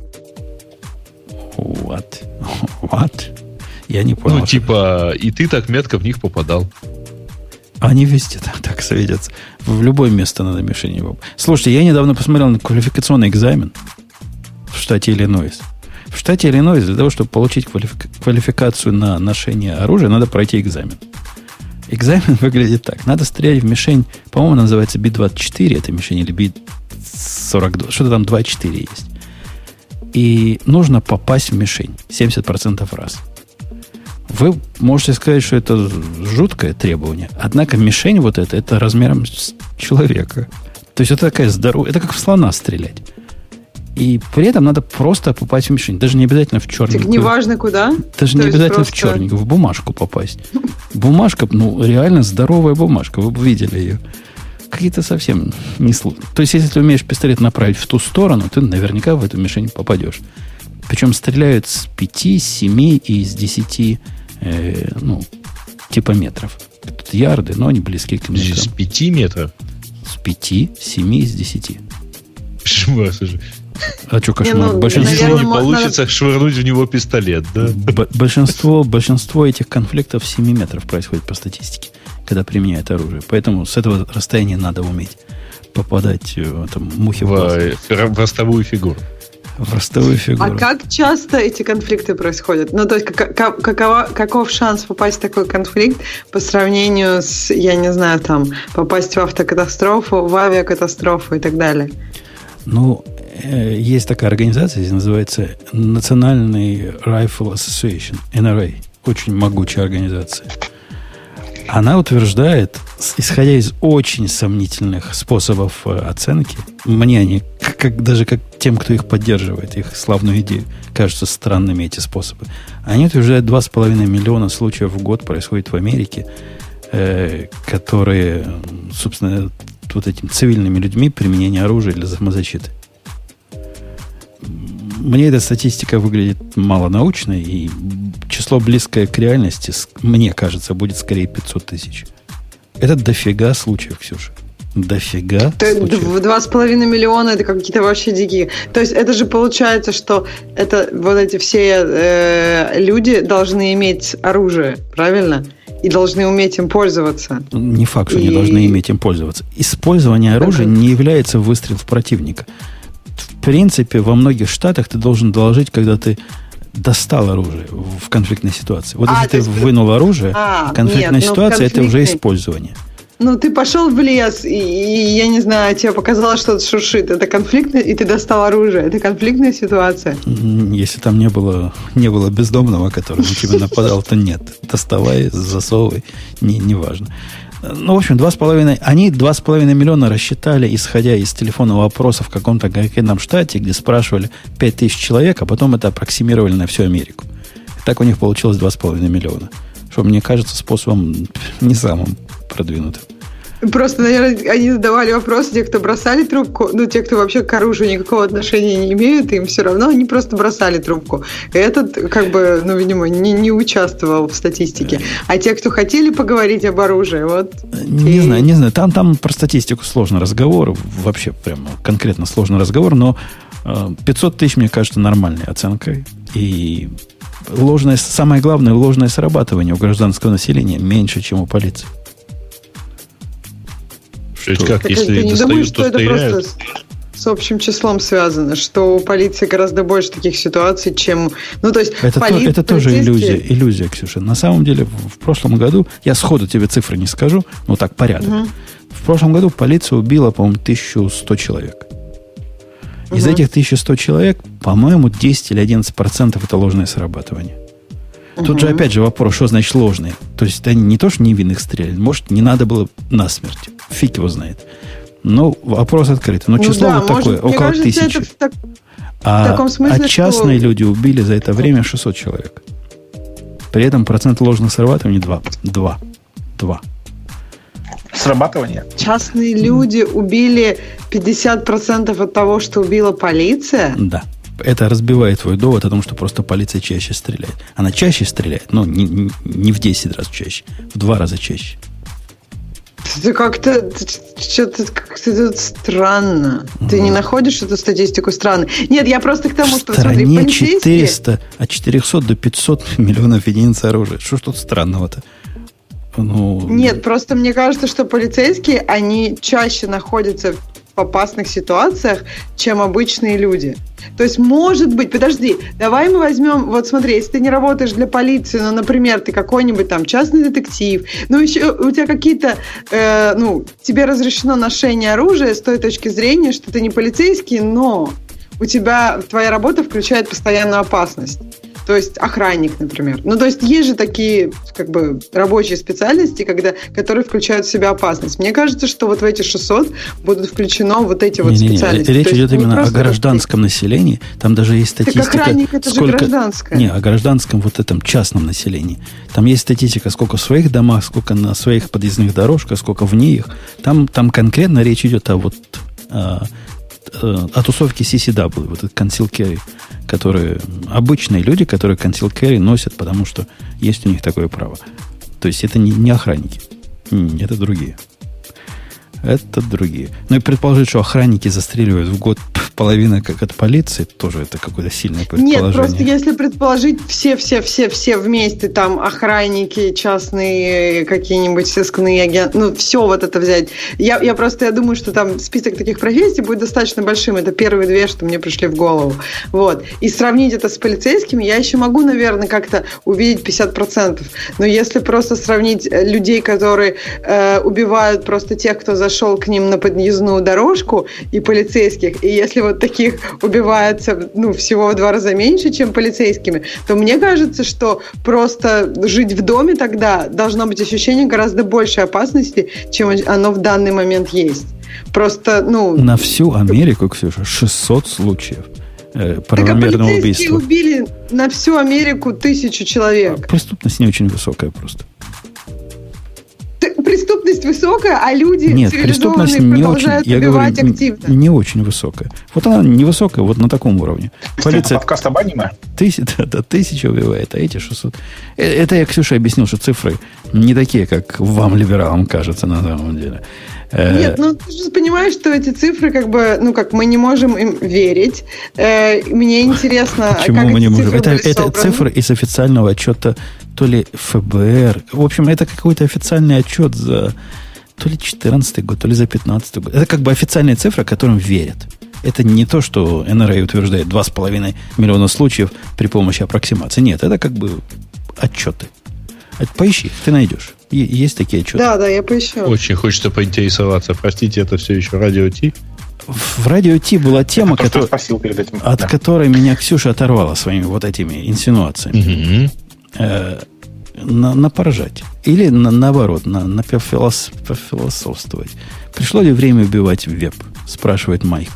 What? Я не понял. Ну, типа, и ты так метко в них попадал. Они везде так светятся. В любое место надо мишени. Слушайте, я недавно посмотрел на квалификационный экзамен в штате Иллинойс. В штате Иллинойс для того, чтобы получить квалификацию на ношение оружия, надо пройти экзамен. Экзамен выглядит так. Надо стрелять в мишень, по-моему, называется Би-24, это мишень, или Би-42, что-то там 2.4 есть. И нужно попасть в мишень 70% раз. Вы можете сказать, что это жуткое требование. Однако мишень вот это размером с человека. То есть это такая здоровая, это как в слона стрелять. И при этом надо просто попасть в мишень. Даже не обязательно в черненькую. Так неважно куда. Даже не обязательно в черненькую, в бумажку попасть. Бумажка, реально здоровая бумажка. Вы бы видели ее. Какие-то совсем не сложные. То есть, если ты умеешь пистолет направить в ту сторону, ты наверняка в эту мишень попадешь. Причем стреляют с 5, 7 и с 10 типа метров. Тут ярды, но они близки к метрам. С 5 метров? С 5, 7 и с 10. Почему? А что кошмар? Если не получится швырнуть в него пистолет, да? Большинство этих конфликтов 7 метров происходит по статистике, когда применяют оружие. Поэтому с этого расстояния надо уметь попадать мухи в глаз. В ростовую фигуру. В ростовую фигуру. А как часто эти конфликты происходят? Ну, то есть, каков шанс попасть в такой конфликт по сравнению с, я не знаю, там, попасть в автокатастрофу, в авиакатастрофу и так далее? Ну, есть такая организация, называется Национальный Rifle Association, NRA. Очень могучая организация. Она утверждает, исходя из очень сомнительных способов оценки, мне они, даже как тем, кто их поддерживает, их славную идею, кажутся странными эти способы. Они утверждают, 2,5 миллиона случаев в год происходит в Америке, которые, собственно, вот этими цивильными людьми применение оружия для самозащиты. Мне эта статистика выглядит малонаучной, и число близкое к реальности, мне кажется, будет скорее 500 тысяч. Это дофига случаев, Ксюша. Дофига случаев. 2,5 миллиона это какие-то вообще дикие. То есть это же получается, что это вот эти все люди должны иметь оружие, правильно? И должны уметь им пользоваться. Не факт, что они должны иметь им пользоваться. Использование оружия не является выстрелом в противника. В принципе, во многих штатах ты должен доложить, когда ты достал оружие в конфликтной ситуации. Вот если ты вынул оружие, конфликтная ситуация это уже использование. Ну, ты пошел в лес, и я не знаю, тебе показалось, что-то шуршит. Это конфликтное, и ты достал оружие. Это конфликтная ситуация. Если там не было бездомного, который на тебя нападал, то нет. Доставай, засовывай, не важно. Ну, в общем, 2,5 миллиона рассчитали, исходя из телефонного опроса в каком-то конкретном штате, где спрашивали 5000 человек, а потом это аппроксимировали на всю Америку. И так у них получилось 2,5 миллиона. Что, мне кажется, способом не самым продвинутым. Просто, наверное, они задавали вопросы, те, кто бросали трубку, те, кто вообще к оружию никакого отношения не имеют, им все равно, они просто бросали трубку. Этот, видимо, не участвовал в статистике. А те, кто хотели поговорить об оружии, Не знаю. Там про статистику сложный разговор, вообще прям конкретно сложный разговор, но 500 тысяч, мне кажется, нормальной оценкой. И самое главное, ложное срабатывание у гражданского населения меньше, чем у полиции. Так если ты не думаешь, что это просто с общим числом связано, что у полиции гораздо больше таких ситуаций, чем... Это тоже иллюзия, Ксюша. На самом деле, в прошлом году, я сходу тебе цифры не скажу, так, порядок. В прошлом году полиция убила, по-моему, 1100 человек. Из этих 1100 человек, по-моему, 10 или 11% это ложное срабатывание. Тут же опять же вопрос, что значит ложные? То есть они не то, что невинных стреляли, может, не надо было насмерть. Фиг его знает. Но вопрос открытый. Но число такое, около 1000. А частные люди убили за это время 600 человек. При этом процент ложных срабатываний 2. Срабатывание? Частные люди убили 50% от того, что убила полиция? Да. Это разбивает твой довод о том, что просто полиция чаще стреляет. Она чаще стреляет, но не в 10 раз чаще, в 2 раза чаще. Это как-то тут странно. Ты не находишь эту статистику странной? Нет, я просто к тому, что... В стране 400, от 400 до 500 миллионов единиц оружия. Что ж тут странного-то? Нет, просто мне кажется, что полицейские, они чаще находятся в опасных ситуациях, чем обычные люди. То есть, может быть, подожди, давай мы возьмем, смотри, если ты не работаешь для полиции, например, ты какой-нибудь там частный детектив, еще у тебя какие-то, тебе разрешено ношение оружия с той точки зрения, что ты не полицейский, но твоя работа включает постоянную опасность. То есть охранник, например. То есть есть же такие рабочие специальности, которые включают в себя опасность. Мне кажется, что в эти 600 будут включено эти специальности. Речь идет именно о гражданском населении. Там даже есть статистика. Так охранник это же гражданское. Не, о гражданском этом частном населении. Там есть статистика, сколько в своих домах, сколько на своих подъездных дорожках, сколько вне их. Там конкретно речь идет о тусовке CCW, этот concealed carry, которые обычные люди, которые concealed carry носят, потому что есть у них такое право. То есть это не охранники. Это другие. И предположить, что охранники застреливают в год половина как от полиции, тоже это какое-то сильное предположение. Нет, просто если предположить все вместе, там охранники, частные какие-нибудь сыскные агенты, все это взять. Я думаю, что там список таких профессий будет достаточно большим. Это первые 2, что мне пришли в голову. И сравнить это с полицейскими, я еще могу, наверное, как-то увидеть 50%. Но если просто сравнить людей, которые убивают просто тех, кто зашел к ним на подъездную дорожку, и полицейских, и если таких убивается всего в 2 раза меньше, чем полицейскими, то мне кажется, что просто жить в доме тогда должно быть ощущение гораздо большей опасности, чем оно в данный момент есть. Просто, На всю Америку, Ксюша, 600 случаев правомерного убийства. Полицейские убили на всю Америку 1000 человек. Преступность не очень высокая просто. Преступность высокая, а люди цивилизованные продолжают убивать активно. Не очень высокая. Она невысокая, на таком уровне. Полиция... Подкаст об аниме? 1000 убивает, а эти 600. Это я, Ксюша, объяснил, что цифры не такие, как вам, либералам, кажется на самом деле. Нет, ты же понимаешь, что эти цифры, мы не можем им верить. Мне интересно, почему мы не можем? Это цифры из официального отчета то ли ФБР. В общем, это какой-то официальный отчет за то ли 2014 год, то ли за 2015 год. Это официальные цифры, которым верят. Это не то, что НРА утверждает 2,5 миллиона случаев при помощи аппроксимации. Нет, это отчеты. Поищи, ты найдешь. Есть такие отчеты. Да, я поищу. Очень хочется поинтересоваться. Простите, это все еще Радио Ти? В Радио Ти была тема, от которой меня Ксюша оторвала своими этими инсинуациями. На поражать. Или наоборот, пофилософствовать. Пришло ли время убивать веб? Спрашивает Майк.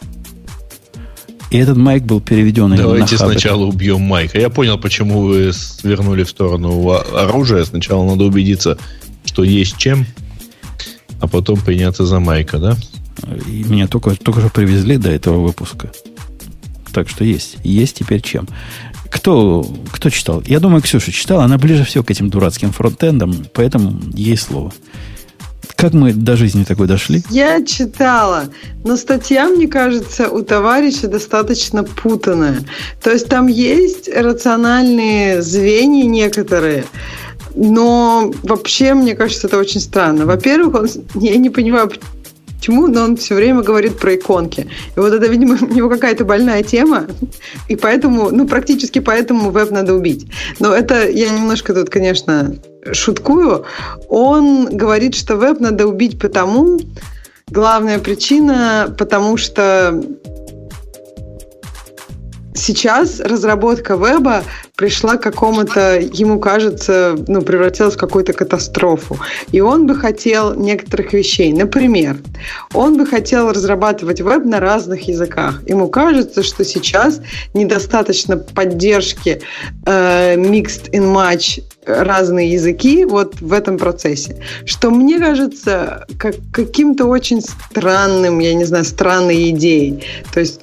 И этот Майк был переведен на Давайте сначала убьем Майка. Я понял, почему вы свернули в сторону оружия. Сначала надо убедиться, что есть чем. а потом приняться за Майка, да? И меня только что привезли до этого выпуска. Так что есть. Есть теперь чем. Кто читал? Я думаю, Ксюша читала. Она ближе всего к этим дурацким фронтендам, поэтому ей слово. Как мы до жизни такой дошли? Я читала, но статья, мне кажется, у товарища достаточно путанная. То есть там есть рациональные звенья некоторые, но вообще, мне кажется, это очень странно. Во-первых, я не понимаю, почему, но он все время говорит про иконки. И вот это, видимо, у него какая-то больная тема, и поэтому, практически поэтому веб надо убить. Но это я немножко тут, конечно, шуткую. Он говорит, что веб надо убить главная причина, потому что сейчас разработка веба пришла к какому-то, ему кажется, превратилась в какую-то катастрофу. И он бы хотел некоторых вещей. Например, он бы хотел разрабатывать веб на разных языках. Ему кажется, что сейчас недостаточно поддержки mixed and match разные языки вот в этом процессе. Что мне кажется каким-то очень странным, я не знаю, странной идеей. То есть,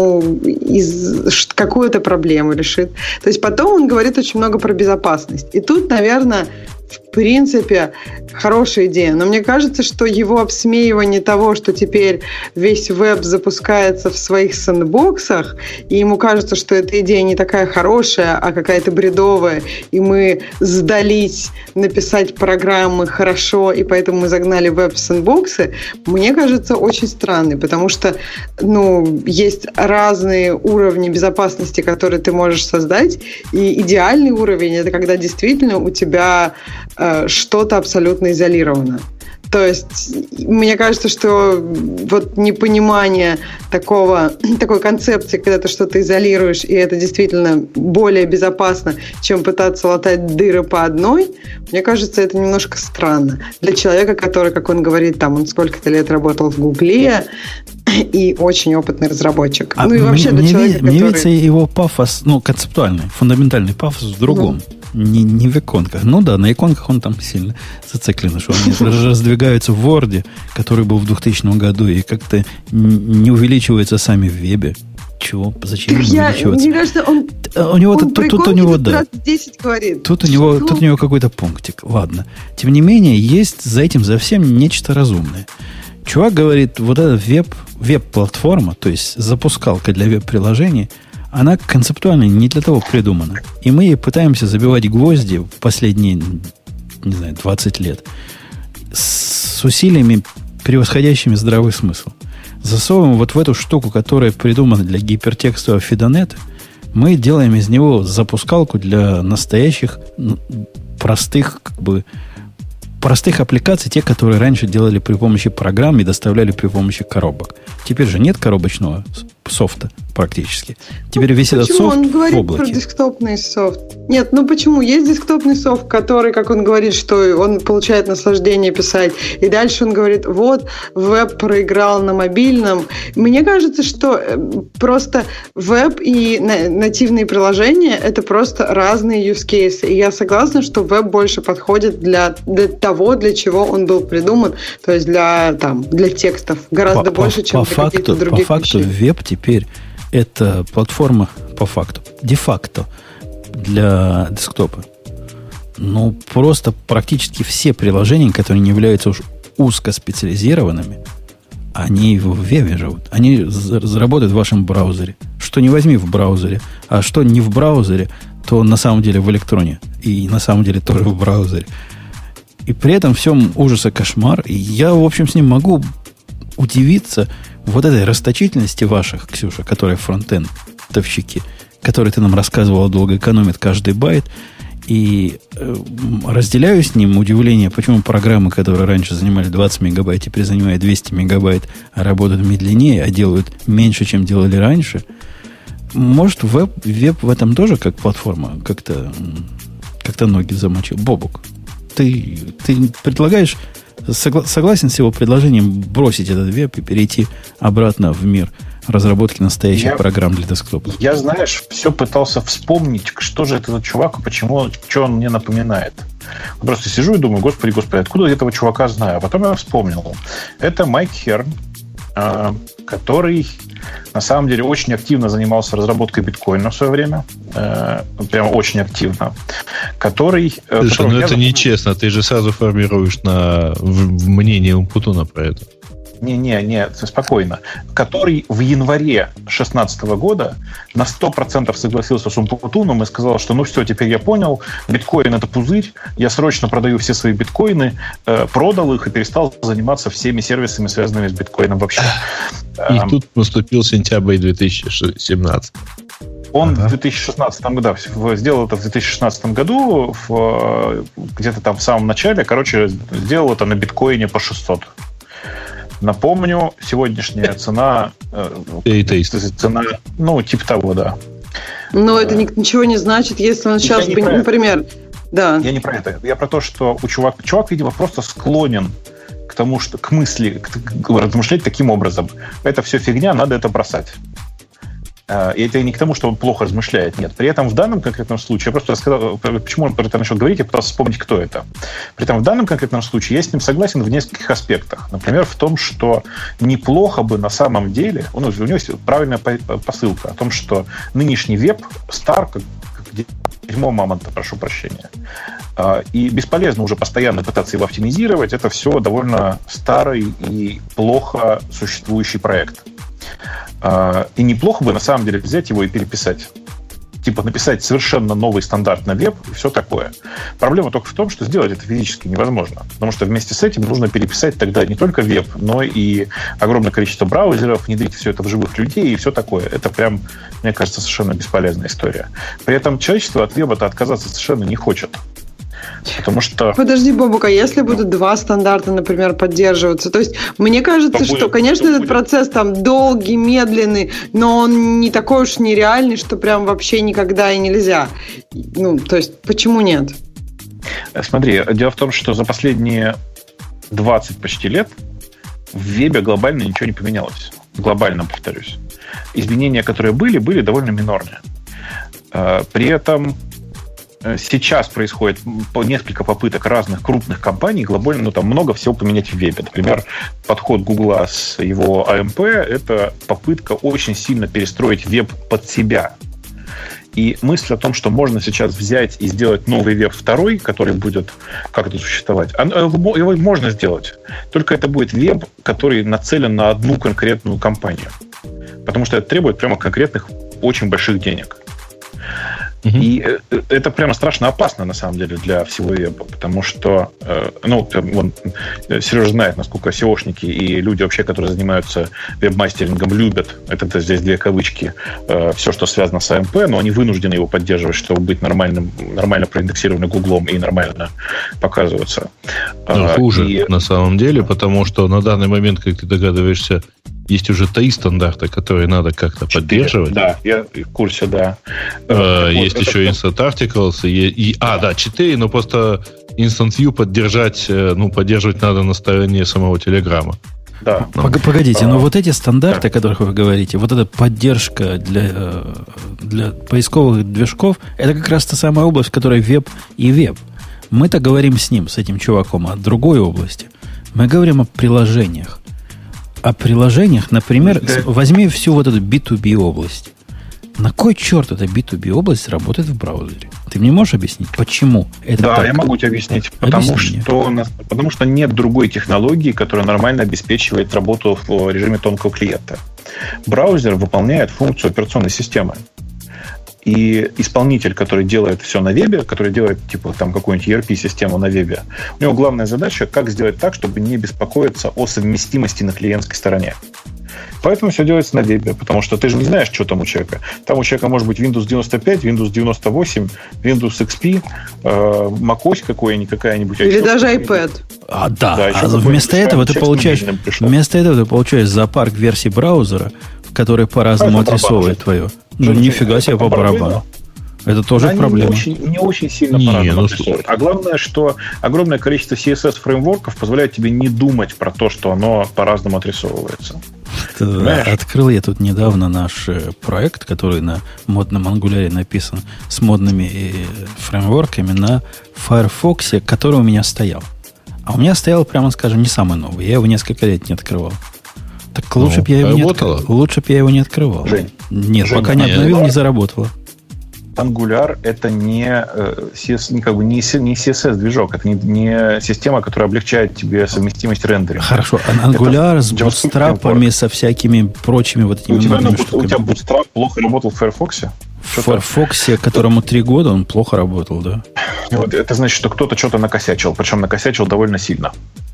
какую-то проблему решит. То есть потом он говорит очень много про безопасность. И тут, наверное, в принципе, хорошая идея. Но мне кажется, что его обсмеивание того, что теперь весь веб запускается в своих сэндбоксах, и ему кажется, что эта идея не такая хорошая, а какая-то бредовая, и мы сдались написать программы хорошо, и поэтому мы загнали веб в сэндбоксы, мне кажется, очень странный, потому что, есть разные уровни безопасности, которые ты можешь создать, и идеальный уровень – это когда действительно у тебя что-то абсолютно изолировано. То есть, мне кажется, что вот непонимание такой концепции, когда ты что-то изолируешь, и это действительно более безопасно, чем пытаться латать дыры по одной, мне кажется, это немножко странно. Для человека, который, как он говорит, он сколько-то лет работал в Гугле, и очень опытный разработчик. И вообще для человека, мне видится его пафос, концептуальный, фундаментальный пафос в другом. Не в иконках. На иконках он там сильно зациклен, что они раздвигаются в Word, который был в 2000 году, и как-то не увеличиваются сами в вебе. Чего? Зачем увеличиваться? Мне кажется, у него тут у него, да. 10 говорит. Тут у него какой-то пунктик. Ладно. Тем не менее, есть за всем нечто разумное. Чувак говорит, вот эта веб-платформа, то есть запускалка для веб-приложений, она концептуально не для того придумана. И мы ей пытаемся забивать гвозди в последние, 20 лет с усилиями, превосходящими здравый смысл. Засовываем вот в эту штуку, которая придумана для гипертекстового фидонета, мы делаем из него запускалку для настоящих простых аппликаций, те, которые раньше делали при помощи программ и доставляли при помощи коробок. Теперь же нет коробочного софта практически. Теперь весь этот софт в облаке. Почему он говорит про десктопный софт? Нет, почему? Есть десктопный софт, который, как он говорит, что он получает наслаждение писать. И дальше он говорит, вот, веб проиграл на мобильном. Мне кажется, что просто веб и нативные приложения – это просто разные use cases. И я согласна, что веб больше подходит для того, для чего он был придуман, то есть для текстов гораздо больше, чем для каких-то других вещей. По факту веб теперь это платформа де-факто для десктопа. Просто практически все приложения, которые не являются уж узкоспециализированными, они в вебе живут. Они заработают в вашем браузере. Что не возьми в браузере, а что не в браузере, то на самом деле в электроне. И на самом деле тоже в браузере. И при этом всем ужас и кошмар. И я, в общем, с ним могу удивиться вот этой расточительности ваших, Ксюша, которые фронтендовщики, которые ты нам рассказывала, долго экономят каждый байт. И разделяю с ним удивление, почему программы, которые раньше занимали 20 мегабайт, теперь занимают 200 мегабайт, а работают медленнее, а делают меньше, чем делали раньше. Может, веб в этом тоже как платформа как-то ноги замочил? Бобук, ты предлагаешь, согласен с его предложением бросить этот веб и перейти обратно в мир разработки настоящих программ для десктопа? Я, все пытался вспомнить, что же это за чувак и что он мне напоминает. Просто сижу и думаю, господи, откуда я этого чувака знаю? А потом я вспомнил. Это Майк Херн, который на самом деле очень активно занимался разработкой биткоина в свое время. Прямо очень активно. Слушай, это нечестно. Ты же сразу формируешь мнение Умпутуна про это. Не, спокойно. Который в январе 2016 года на 100% согласился с Умпутуном и сказал, что все, теперь я понял, биткоин — это пузырь, я срочно продаю все свои биткоины, продал их и перестал заниматься всеми сервисами, связанными с биткоином вообще. И тут наступил сентябрь 2017. Он в 2016 году сделал это в 2016 году, где-то там в самом начале, сделал это на биткоине по 600. Напомню, сегодняшняя цена, типа того, да. Но это ничего не значит, если он сейчас, например... Да. Я не про это. Я про то, что чувак, видимо, просто склонен к тому, что к мысли, размышлять таким образом. Это все фигня, надо это бросать. И это не к тому, что он плохо размышляет. Нет. При этом в данном конкретном случае, я просто рассказал, почему он про это начал говорить, я пытался вспомнить, кто это. При этом в данном конкретном случае я с ним согласен в нескольких аспектах. Например, в том, что неплохо бы на самом деле, у него есть правильная посылка о том, что нынешний веб стар, как дерьмо мамонта, прошу прощения. И бесполезно уже постоянно пытаться его оптимизировать. Это все довольно старый и плохо существующий проект. И неплохо бы на самом деле взять его и переписать. Типа написать совершенно новый стандарт на веб и все такое. Проблема только в том, что сделать это физически невозможно. Потому что вместе с этим нужно переписать тогда не только веб, но и огромное количество браузеров, внедрить все это в живых людей и все такое. Это прям, мне кажется, совершенно бесполезная история. При этом человечество от веба-то отказаться совершенно не хочет. Потому что... Подожди, Бобук, а если будут два стандарта, например, поддерживаться? То есть, мне кажется, что, конечно, этот процесс там долгий, медленный, но он не такой уж нереальный, что прям вообще никогда и нельзя. То есть, почему нет? Смотри, дело в том, что за последние 20 почти лет в вебе глобально ничего не поменялось. Глобально, повторюсь. Изменения, которые были довольно минорные. При этом сейчас происходит несколько попыток разных крупных компаний глобально, там много всего поменять в вебе. Например, подход Гугла с его AMP — это попытка очень сильно перестроить веб под себя. И мысль о том, что можно сейчас взять и сделать новый веб второй, который будет как-то существовать, его можно сделать. Только это будет веб, который нацелен на одну конкретную компанию. Потому что это требует прямо конкретных очень больших денег. И это прямо страшно опасно, на самом деле, для всего веба, потому что, Сережа знает, насколько SEOшники и люди вообще, которые занимаются веб-мастерингом, любят, это здесь две кавычки, все, что связано с AMP, но они вынуждены его поддерживать, чтобы быть нормально проиндексированы Гуглом и нормально показываться. Хуже, на самом деле, потому что на данный момент, как ты догадываешься, есть уже 3 стандарта, которые надо как-то 4, поддерживать. Да, я в курсе, да. Есть еще Instant Articles. 4, но просто Instant View поддерживать надо на стороне самого Телеграма. Да. Погодите, но вот эти стандарты, о которых вы говорите, вот эта поддержка для поисковых движков, это как раз та самая область, в которой веб и веб. Мы-то говорим с этим чуваком, о другой области. Мы говорим о приложениях. О приложениях, например, возьми всю вот эту B2B область. На кой черт эта B2B область работает в браузере? Ты мне можешь объяснить, почему это так? Да, я могу тебе объяснить. Потому что нет другой технологии, которая нормально обеспечивает работу в режиме тонкого клиента. Браузер выполняет функцию операционной системы. И исполнитель, который делает все на вебе, который делает какую-нибудь ERP-систему на вебе, у него главная задача, как сделать так, чтобы не беспокоиться о совместимости на клиентской стороне. Поэтому все делается на вебе, потому что ты же не знаешь, что там у человека. Там у человека может быть Windows 95, Windows 98, Windows XP, macOS какая-нибудь. Или даже iPad. Вместо этого ты получаешь зоопарк версий браузера, который по-разному отрисовывает твое. Нифига себе по барабану. Это тоже проблема. Не очень сильно по-разному отрисовывают. А главное, что огромное количество CSS-фреймворков позволяет тебе не думать про то, что оно по-разному отрисовывается. Открыл я тут недавно наш проект, который на модном Angular написан с модными фреймворками на Firefox, который у меня стоял. А у меня стоял, прямо скажем, не самый новый. Я его несколько лет не открывал. Так лучше бы я его не открывал. Жень, нет, Жень, пока не обновил, не заработало. Angular это не CSS-движок, это не система, которая облегчает тебе совместимость рендеринга. Хорошо, Angular с бутстрапами, со всякими прочими вот этими модными штуками. У тебя бутстрап плохо работал в Firefox? В Firefox, которому 3 года, он плохо работал, да? Вот, это значит, что кто-то что-то накосячил, причем накосячил довольно сильно.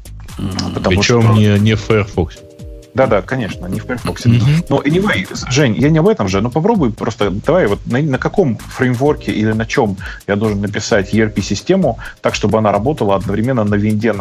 Причем не в Firefox. Да, конечно, не в Firefox. Но anyway, Жень, я не об этом же, но попробуй просто, давай вот на каком фреймворке или на чем я должен написать ERP-систему так, чтобы она работала одновременно на винде,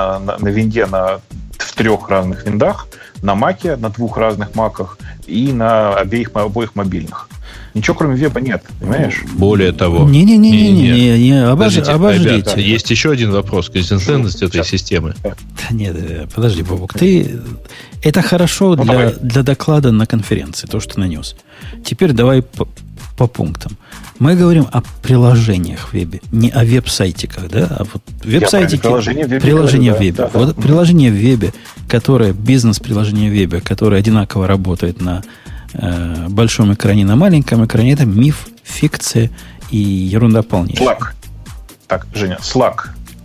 в 3 разных виндах, на Маке, на 2 разных Маках и на обоих мобильных. Ничего, кроме веба, нет, понимаешь? Более того... Обождите. Ребята, есть еще один вопрос. Консистентность этой системы. Нет, подожди, Бобок. Это хорошо для доклада на конференции, то, что нанес. Теперь давай по пунктам. Мы говорим о приложениях в вебе, не о веб-сайтиках, да? А вот веб-сайтики... Приложение в вебе. Вот приложение в вебе, которое, бизнес-приложение в вебе, которое одинаково работает на большом экране, на маленьком экране, это миф, фикция и ерунда полнейшая. Slack. Так, Женя, Slack.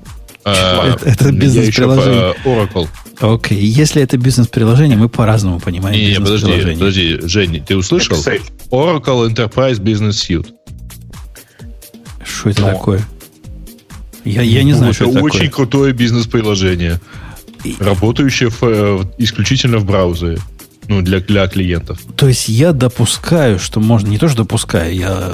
Это бизнес-приложение. Oracle. Окей. Если это бизнес-приложение, мы по-разному понимаем бизнес-приложение. Подожди, Жень, ты услышал? Excel. Oracle Enterprise Business Suite. Что это такое? Я не знаю, что это такое. Это очень крутое бизнес-приложение, работающее исключительно в браузере. Для клиентов. То есть я допускаю, что можно... Не то, что допускаю,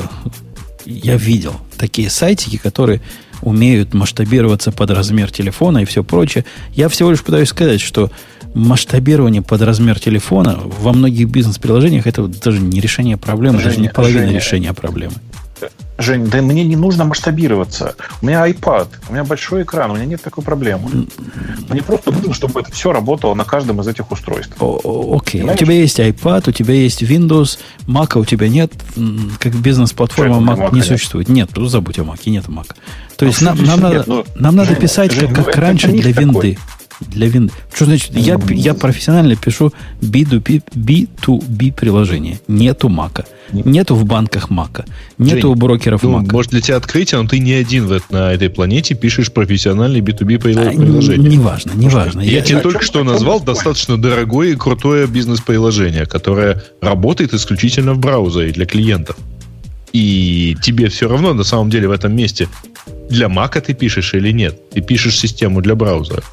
я видел такие сайтики, которые умеют масштабироваться под размер телефона и все прочее. Я всего лишь пытаюсь сказать, что масштабирование под размер телефона во многих бизнес-приложениях это даже не решение проблемы, даже не половина решения проблемы. Жень, да мне не нужно масштабироваться. У меня iPad, у меня большой экран, у меня нет такой проблемы. Мне просто нужно, чтобы это все работало на каждом из этих устройств. Окей. У тебя есть iPad, у тебя есть Windows, Mac у тебя нет, как бизнес-платформа Mac не существует. Нет, забудь о Mac, нет Mac. То есть нам надо писать, как раньше, для винды. Для винды. Что значит? Я профессионально пишу B2B приложение. Нету Мака. Нету в банках Мака. Нету у брокеров Мака. Может, для тебя открытие, но ты не один на этой планете пишешь профессиональный B2B приложение. Неважно. Я тебе только что назвал достаточно дорогое и крутое бизнес-приложение, которое работает исключительно в браузере для клиентов. И тебе все равно, на самом деле, в этом месте для Мака ты пишешь или нет. Ты пишешь систему для браузера.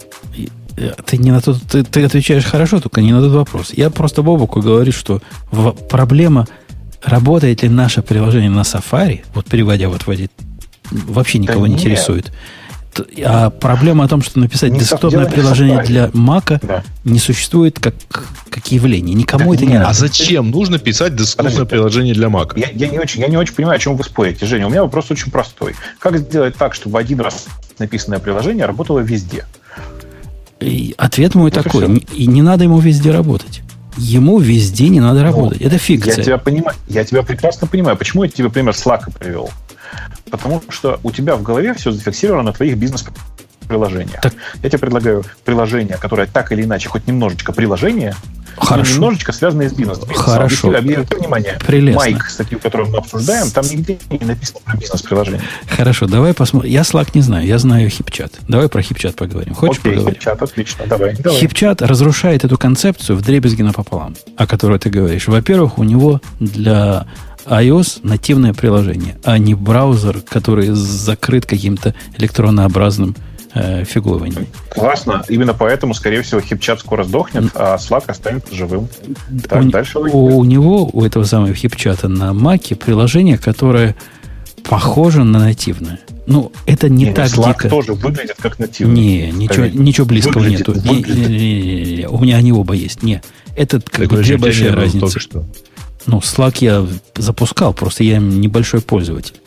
Ты отвечаешь хорошо, только не на тот вопрос. Я просто Бобуку говорю, что проблема, работает ли наше приложение на Safari, вот переводя вот в эти, вообще никого не интересует. А проблема о том, что написать десктопное приложение для Мака не существует как явление. Никому это не надо. А зачем нужно писать десктопное приложение для Мака? Я не очень понимаю, о чем вы спорите. Женя, у меня вопрос очень простой. Как сделать так, чтобы один раз написанное приложение работало везде? И ответ мой такой. И не надо ему везде работать. Ему везде не надо работать. Это фикция. Я тебя прекрасно понимаю. Почему я тебе пример Slack привел? Потому что у тебя в голове все зафиксировано на твоих бизнес-приложениях. Я тебе предлагаю приложение, которое так или иначе, хоть немножечко приложение, немножечко связанное с бизнесом. Хорошо. Внимание, прелестно. Майк, статью, которую мы обсуждаем, там нигде не написано про бизнес-приложение. Хорошо, давай посмотрим. Я Slack не знаю, я знаю HipChat. Давай про HipChat поговорим. Хочешь поговорим? HipChat, отлично, давай. HipChat разрушает эту концепцию вдребезги напополам, о которой ты говоришь. Во-первых, у него для iOS нативное приложение, а не браузер, который закрыт каким-то электроннообразным фигурованием. Классно. Именно поэтому, скорее всего, HipChat скоро сдохнет, а Slack останется живым. Дальше у него, у этого самого HipChat на Mac приложение, которое похоже на нативное. Это не так Slack дико. Тоже выглядит как нативный. Ничего близкого нету. У меня они оба есть. Это две большие разницы. Slack я запускал, просто я им небольшой пользователь.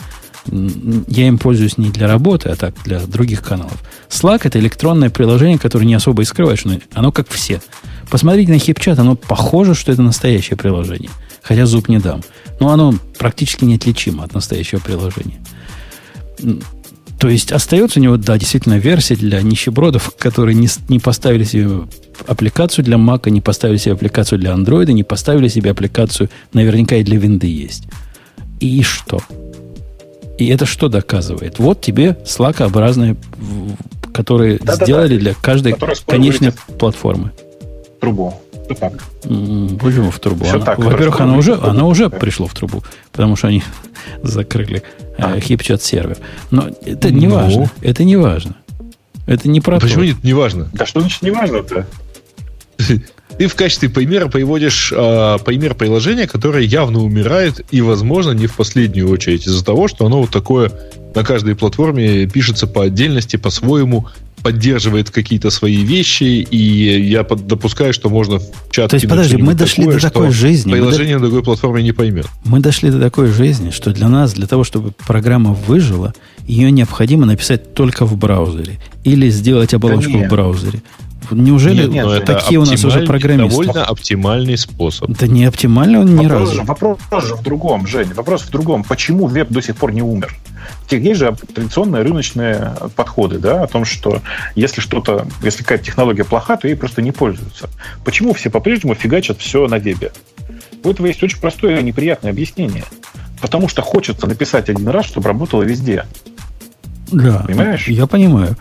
Я им пользуюсь не для работы, а так для других каналов. Slack – это электронное приложение, которое не особо и скрываешь, но оно как все. Посмотрите на HipChat, оно похоже, что это настоящее приложение. Хотя зуб не дам. Но оно практически неотличимо от настоящего приложения. То есть остается у него, да, действительно версия для нищебродов, которые не поставили себе аппликацию для Mac, не поставили себе аппликацию для Android, не поставили себе аппликацию, наверняка и для Windows есть. И что? И это что доказывает? Вот тебе Slack-образные, которые сделали для каждой конечной платформы. Трубу. Все так. Почему в трубу? Во-первых, оно уже пришло в трубу, потому что они закрыли HipChat сервер. Но это не важно. Это не важно. Это не про то. Почему это не важно? Да что значит не важно-то? Ты в качестве примера приводишь пример приложения, которое явно умирает, и, возможно, не в последнюю очередь из-за того, что оно вот такое на каждой платформе пишется по отдельности, по-своему, поддерживает какие-то свои вещи, и я допускаю, что можно в чат... То есть, подожди, мы дошли до такой жизни... Приложение на другой платформе не поймет. Мы дошли до такой жизни, что для нас, для того, чтобы программа выжила, ее необходимо написать только в браузере. Или сделать оболочку в браузере. Неужели такие у нас уже программисты? Довольно оптимальный способ. Да не оптимальный он ни разу. Вопрос же в другом, Жень. Вопрос в другом. Почему веб до сих пор не умер? Есть же традиционные рыночные подходы, да, о том, что если какая-то технология плоха, то ей просто не пользуются. Почему все по-прежнему фигачат все на вебе? У этого есть очень простое и неприятное объяснение. Потому что хочется написать один раз, чтобы работало везде. Да, понимаешь? Я понимаю.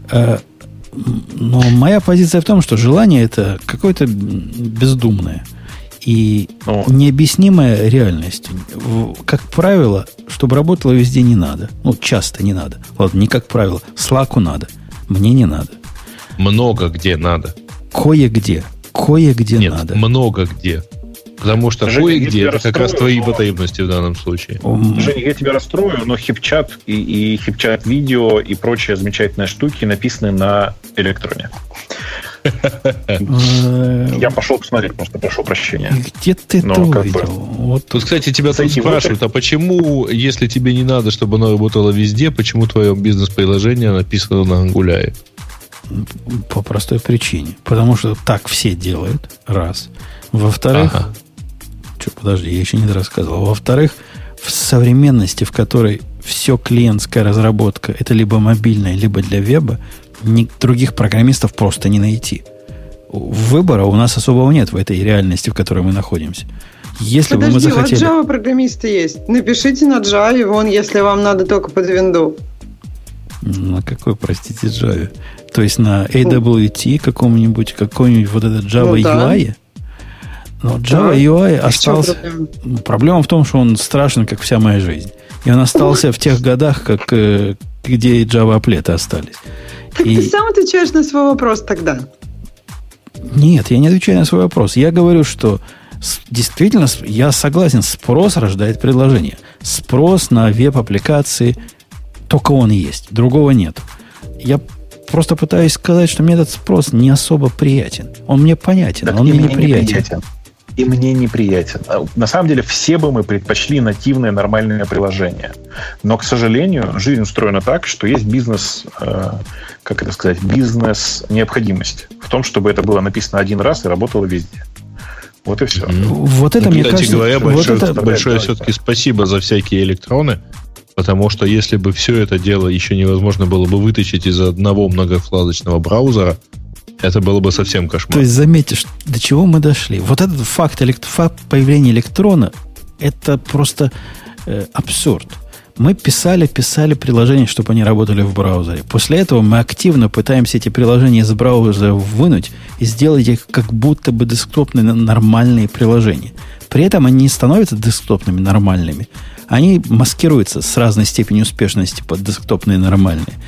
Но моя позиция в том, что желание это какое-то бездумное и необъяснимая реальность. Как правило, чтобы работало везде не надо. Ну, часто не надо. Ладно, не как правило. Slack'у надо. Мне не надо. Много где надо. Кое-где Нет, надо. Много где. Потому что кое-где это как раз твои потребности в данном случае. Женя, я тебя расстрою, но HipChat и HipChat видео и прочие замечательные штуки написаны на электроне. Я пошел посмотреть, просто прошу прощения. Где ты это увидел? Вот тут, кстати, тебя тут спрашивают, а почему, если тебе не надо, чтобы оно работало везде, почему твое бизнес-приложение написано на Angular? По простой причине. Потому что так все делают, раз. Во-вторых, подожди, я еще не рассказывал. Во-вторых, в современности, в которой все клиентская разработка, это либо мобильная, либо для веба, других программистов просто не найти. Выбора у нас особого нет в этой реальности, в которой мы находимся. Если бы мы захотели... вот Java программисты есть. Напишите на Java, вон, если вам надо только под винду. На какой, простите, Java? То есть на AWT какой-нибудь вот этот Java UI? Но Java UI остался... Проблема в том, что он страшен, как вся моя жизнь. И он остался в тех годах, где Java аплеты остались. Так ты сам отвечаешь на свой вопрос тогда? Нет, я не отвечаю на свой вопрос. Я говорю, что действительно, я согласен, спрос рождает предложение. Спрос на веб-аппликации, только он и есть. Другого нет. Я просто пытаюсь сказать, что мне этот спрос не особо приятен. Он мне понятен, так он мне неприятен. И мне неприятен. На самом деле, все бы мы предпочли нативное нормальное приложение. Но, к сожалению, жизнь устроена так, что есть бизнес-необходимость в том, чтобы это было написано один раз и работало везде. Вот и все. Вот это, мне кажется... Кстати говоря, большое все-таки спасибо за всякие электроны, потому что если бы все это дело еще невозможно было бы вытащить из одного многовкладочного браузера, это было бы совсем кошмар. То есть, заметьте, до чего мы дошли. Вот этот факт появления электрона, это просто абсурд. Мы писали приложения, чтобы они работали в браузере. После этого мы активно пытаемся эти приложения из браузера вынуть и сделать их как будто бы десктопные нормальные приложения. При этом они не становятся десктопными нормальными. Они маскируются с разной степенью успешности под десктопные нормальные.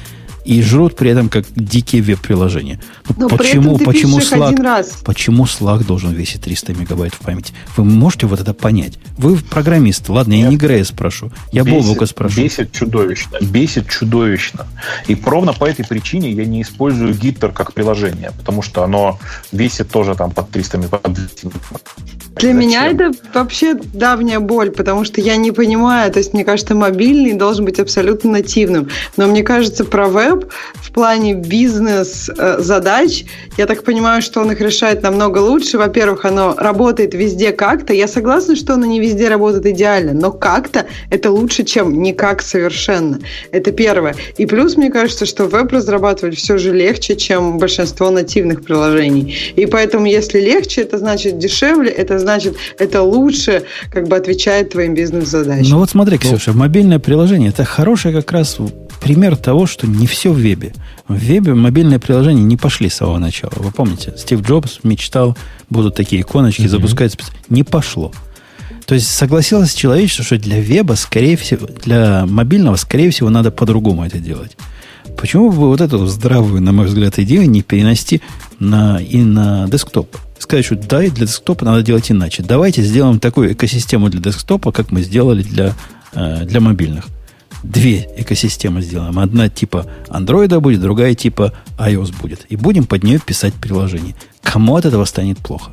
И жрут при этом как дикие веб-приложения. Но почему Slack должен весить 300 мегабайт в памяти? Вы можете вот это понять? Вы программист. Ладно, я не Грея спрошу. Я Бобука спрошу. Бесит чудовищно. И ровно по этой причине я не использую Gitter как приложение, потому что оно весит тоже там под 300 мегабайт. Для меня это вообще давняя боль, потому что я не понимаю, то есть мне кажется, мобильный должен быть абсолютно нативным. Но мне кажется, про веб в плане бизнес-задач, я так понимаю, что он их решает намного лучше. Во-первых, оно работает везде как-то. Я согласна, что оно не везде работает идеально, но как-то это лучше, чем никак совершенно. Это первое. И плюс, мне кажется, что веб разрабатывать все же легче, чем большинство нативных приложений. И поэтому, если легче, это значит дешевле, это значит, это лучше как бы отвечает твоим бизнес-задачам. Ну вот смотри, Ксюша, мобильное приложение – это хороший как раз пример того, что не все в вебе. В вебе мобильные приложения не пошли с самого начала. Вы помните, Стив Джобс мечтал, будут такие иконочки, запускать. Не пошло. То есть согласилось человечество, что для веба, скорее всего, для мобильного, скорее всего, надо по-другому это делать. Почему бы вот эту здравую, на мой взгляд, идею не перенести и на десктоп? Сказать, что да, и для десктопа надо делать иначе. Давайте сделаем такую экосистему для десктопа, как мы сделали для мобильных. Две экосистемы сделаем. Одна типа Android будет, другая типа iOS будет. И будем под нее писать приложение. Кому от этого станет плохо?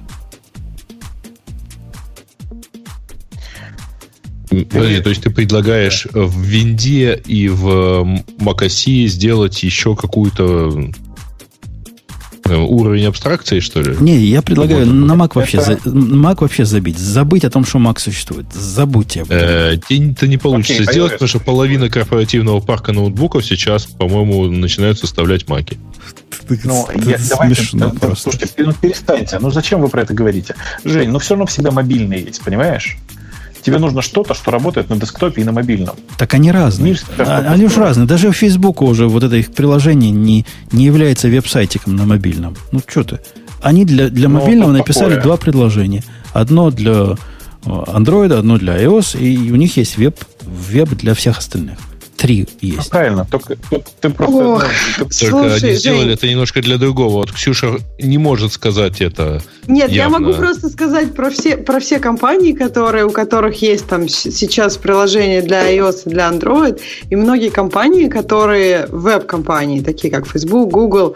То есть ты предлагаешь в Винде и в macOS сделать еще какую-то уровень абстракции, что ли? Не, я предлагаю на Mac вообще забить. Забыть о том, что Mac существует. Забудьте об этом. Это не получится сделать, потому что половина корпоративного парка ноутбуков сейчас, по-моему, начинают составлять Mac'и. Смешно просто. Слушайте, перестаньте. Зачем вы про это говорите? Жень, все равно всегда мобильные есть, понимаешь? Тебе нужно что-то, что работает на десктопе и на мобильном. Так они разные. Они уж разные. Даже в Facebook уже вот это их приложение не является веб-сайтиком на мобильном. Что ты? Они для мобильного написали два предложения. Одно для Android, одно для iOS, и у них есть веб для всех остальных. 3 есть. Правильно, только ты просто... Только они сделали это немножко для другого. Вот Ксюша не может сказать это. Нет, явно. Я могу просто сказать про все компании, у которых есть там сейчас приложение для iOS и для Android, и многие компании, которые веб-компании, такие как Facebook, Google,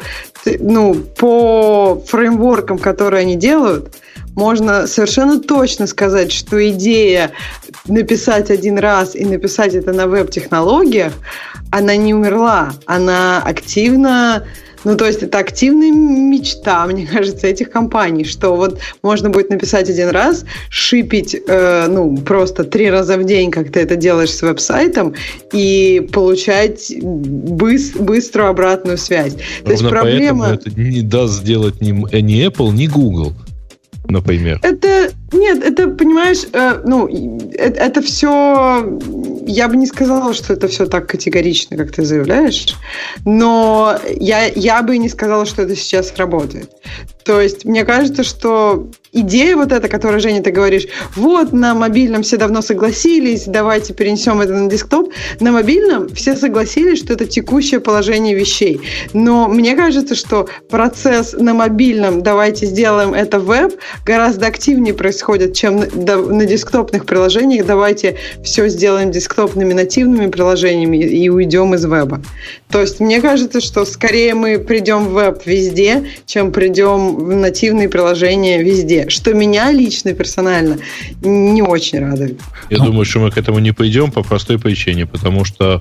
по фреймворкам, которые они делают, можно совершенно точно сказать, что идея написать один раз и написать это на веб-технологиях, она не умерла, она активно... то есть это активная мечта, мне кажется, этих компаний, что вот можно будет написать один раз, шипить просто 3 раза в день, как ты это делаешь с веб-сайтом, и получать быструю обратную связь. То есть проблема... это не даст сделать ни Apple, ни Google, например. Это, понимаешь, это все... Я бы не сказала, что это все так категорично, как ты заявляешь, но я бы и не сказала, что это сейчас работает. То есть, мне кажется, что идея вот эта, которую, Женя, ты говоришь, вот на мобильном все давно согласились, давайте перенесем это на десктоп. На мобильном все согласились, что это текущее положение вещей. Но мне кажется, что процесс на мобильном, давайте сделаем это веб, гораздо активнее происходит, чем на десктопных приложениях. Давайте все сделаем десктопными нативными приложениями и уйдем из веба. То есть, мне кажется, что скорее мы придем в веб везде, чем придем в нативные приложения везде. Что меня лично, персонально, не очень радует. Я думаю, что мы к этому не пойдем по простой причине, потому что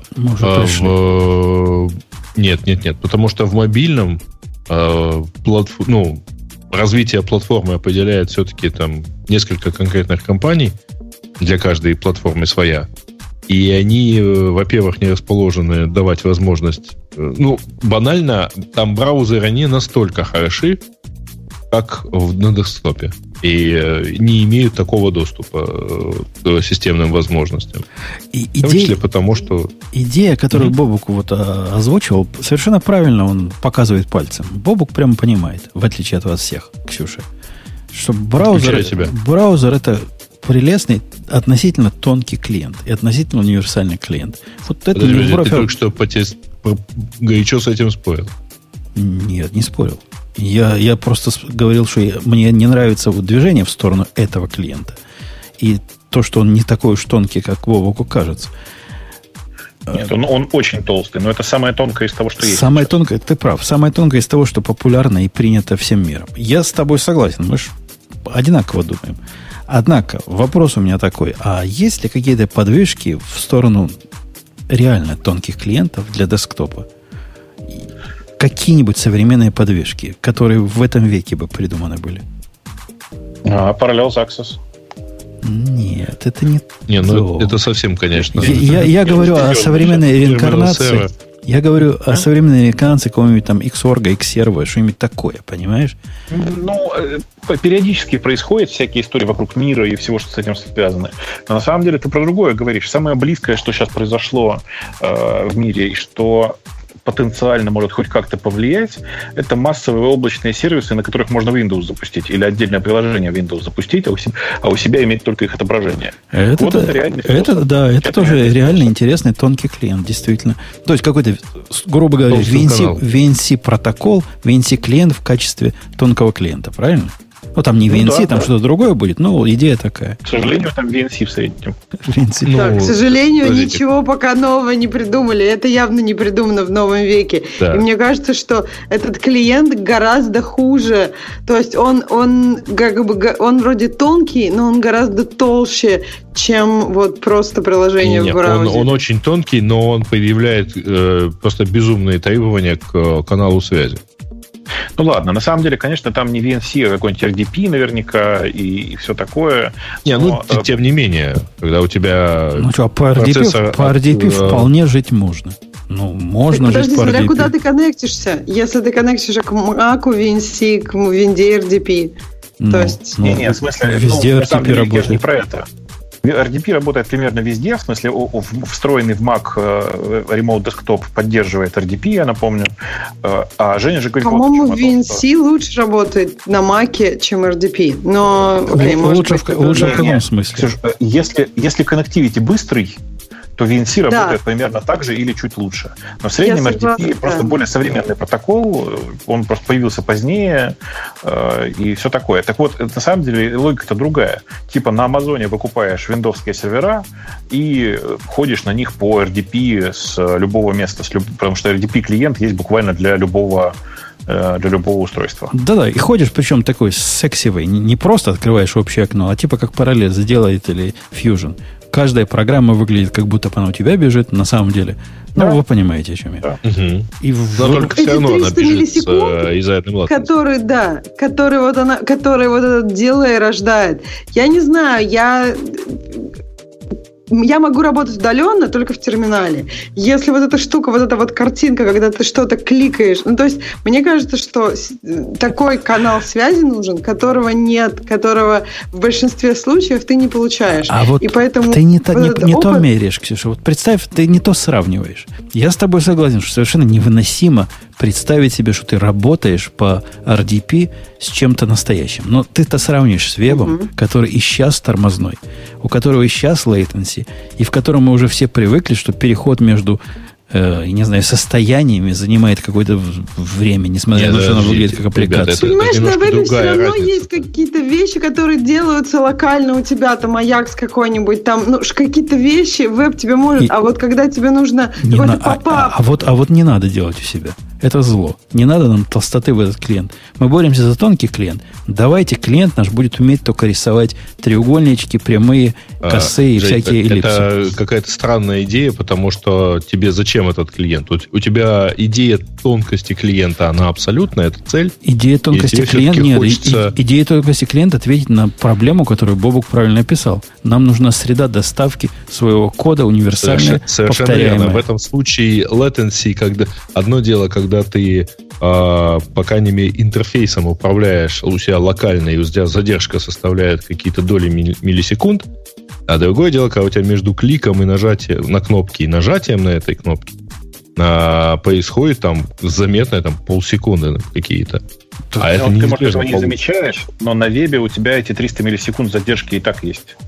Нет, потому что в мобильном развитие платформы определяет все-таки там несколько конкретных компаний, для каждой платформы своя. И они, во-первых, не расположены давать возможность... банально, там браузеры не настолько хороши, как на десктопе. И не имеют такого доступа к системным возможностям. В том числе потому, что... Идея, которую Бобук озвучивал, совершенно правильно он показывает пальцем. Бобук прямо понимает, в отличие от вас всех, Ксюша, что браузер это прелестный, относительно тонкий клиент и относительно универсальный клиент. Вот это Подожди, ты только что горячо с этим спорил. Нет, не спорил. Я просто говорил, что мне не нравится движение в сторону этого клиента. И то, что он не такой уж тонкий, как Вовоку кажется. Нет, он очень толстый, но это самое тонкое из того, что есть. Самое тонкое, ты прав, самое тонкое из того, что популярно и принято всем миром. Я с тобой согласен, мы же одинаково думаем. Однако, вопрос у меня такой, а есть ли какие-то подвижки в сторону реально тонких клиентов для десктопа? Какие-нибудь современные подвижки, которые в этом веке бы придуманы были? Parallels Access. Нет, это не... Не, ну это совсем, конечно. Я говорю о современной реинкарнации. Я говорю о современной реинкарнации какого-нибудь там Xorg, Xservo, что-нибудь такое, понимаешь? Ну, периодически происходят всякие истории вокруг мира и всего, что с этим связано. Но на самом деле ты про другое говоришь. Самое близкое, что сейчас произошло в мире, и что потенциально может хоть как-то повлиять, это массовые облачные сервисы, на которых можно Windows запустить, или отдельное приложение Windows запустить, а у себя иметь только их отображение. Это тоже реально интересный тонкий клиент, действительно. То есть какой-то, грубо говоря, VNC протокол, VNC клиент в качестве тонкого клиента, правильно? Ну, там не VNC, там что-то другое будет, но идея такая. К сожалению, там VNC в среднем. К сожалению, ничего пока нового не придумали. Это явно не придумано в новом веке. Да. И мне кажется, что этот клиент гораздо хуже. То есть он вроде тонкий, но он гораздо толще, чем вот просто приложение в браузере. Он очень тонкий, но он предъявляет просто безумные требования к каналу связи. Ну ладно, на самом деле, конечно, там не VNC, а какой-нибудь RDP наверняка и все такое. Тем не менее, когда у тебя по RDP вполне жить можно. Можно жить по RDP. Смотря куда ты коннектишься. Если ты коннектишься к Mac, VNC, к винде RDP. То есть... в смысле, везде RDP работает. Не про это. RDP работает примерно везде, в смысле встроенный в Mac Remote Desktop поддерживает RDP, я напомню. А Женя же говорит... По-моему, VNC лучше работает на Mac, чем RDP. Но лучше в каком смысле? Если коннективити быстрый, то VNC работает примерно так же или чуть лучше. Но в среднем RDP просто более современный протокол, он просто появился позднее и все такое. Так вот, на самом деле логика-то другая. Типа на Амазоне покупаешь виндовские сервера и ходишь на них по RDP с любого места, потому что RDP-клиент есть буквально для любого устройства. Да-да, и ходишь, причем такой сексивый, не просто открываешь общее окно, а типа как Parallels сделает или Fusion. Каждая программа выглядит, как будто она у тебя бежит, на самом деле. Ну, вы понимаете, о чем я. Да. Но только все равно она бежит из-за этой латенции. Который вот это дело и рождает. Я не знаю, я могу работать удаленно только в терминале. Если вот эта штука, вот эта вот картинка, когда ты что-то кликаешь, то есть мне кажется, что такой канал связи нужен, которого нет, которого в большинстве случаев ты не получаешь. И поэтому ты не то меряешь, Ксюша. Вот представь, ты не то сравниваешь. Я с тобой согласен, что совершенно невыносимо представить себе, что ты работаешь по RDP с чем-то настоящим. Но ты-то сравнишь с вебом, который и сейчас тормозной, у которого и сейчас latency, и в котором мы уже все привыкли, что переход между состояниями занимает какое-то время, несмотря на то, что оно выглядит как аппликация. Понимаешь, на вебе все равно есть какие-то вещи, которые делаются локально у тебя, там, Ajax какой-нибудь, там, какие-то вещи веб тебе может, а вот когда тебе нужно какой-то попап... А вот не надо делать у себя. Это зло. Не надо нам толстоты в этот клиент. Мы боремся за тонкий клиент. Давайте клиент наш будет уметь только рисовать треугольнички, прямые, косые и всякие эллипсы. Это какая-то странная идея, потому что тебе зачем этот клиент? У тебя идея тонкости клиента, она абсолютная, это цель? Идея тонкости клиента нет. Идея тонкости клиента ответить на проблему, которую Бобук правильно описал. Нам нужна среда доставки своего кода универсальная, совершенно повторяемая. Верно. В этом случае latency, когда одно дело, когда ты по крайней мере, интерфейсом управляешь у себя локально, и у тебя задержка составляет какие-то доли миллисекунд, а другое дело, когда у тебя между кликом и нажатием на кнопки и нажатием на этой кнопке происходит там заметное там полсекунды какие-то. А это ты, может, этого не замечаешь, но на вебе у тебя эти 300 миллисекунд задержки и так есть.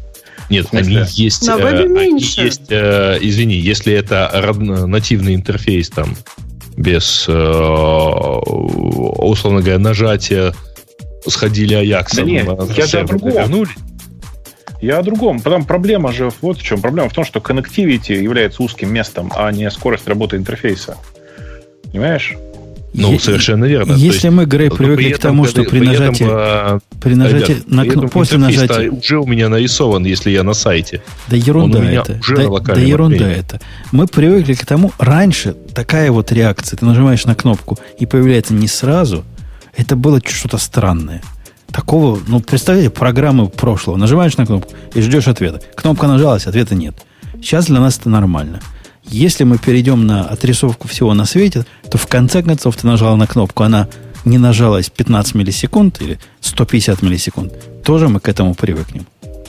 Нет, они есть... На вебе меньше. Извини, если это нативный интерфейс, там, без, условно говоря, нажатия, сходили Аяксом, да нет, я же о другом. Вернули. Я о другом. Потом проблема же вот в чем. Проблема в том, что connectivity является узким местом, а не скорость работы интерфейса. Понимаешь? Ну, совершенно верно. Если мы, Грей, привыкли к тому, что при нажатии после нажатия уже у меня нарисован, если я на сайте. Да ерунда это. Да ерунда это. Мы привыкли к тому, раньше такая вот реакция, ты нажимаешь на кнопку и появляется не сразу, это было что-то странное. Такого, представляете, программы прошлого. Нажимаешь на кнопку и ждешь ответа. Кнопка нажалась, ответа нет. Сейчас для нас это нормально. Если мы перейдем на отрисовку всего на свете, то в конце концов ты нажал на кнопку, она не нажалась 15 миллисекунд или 150 миллисекунд. Тоже мы к этому привыкнем.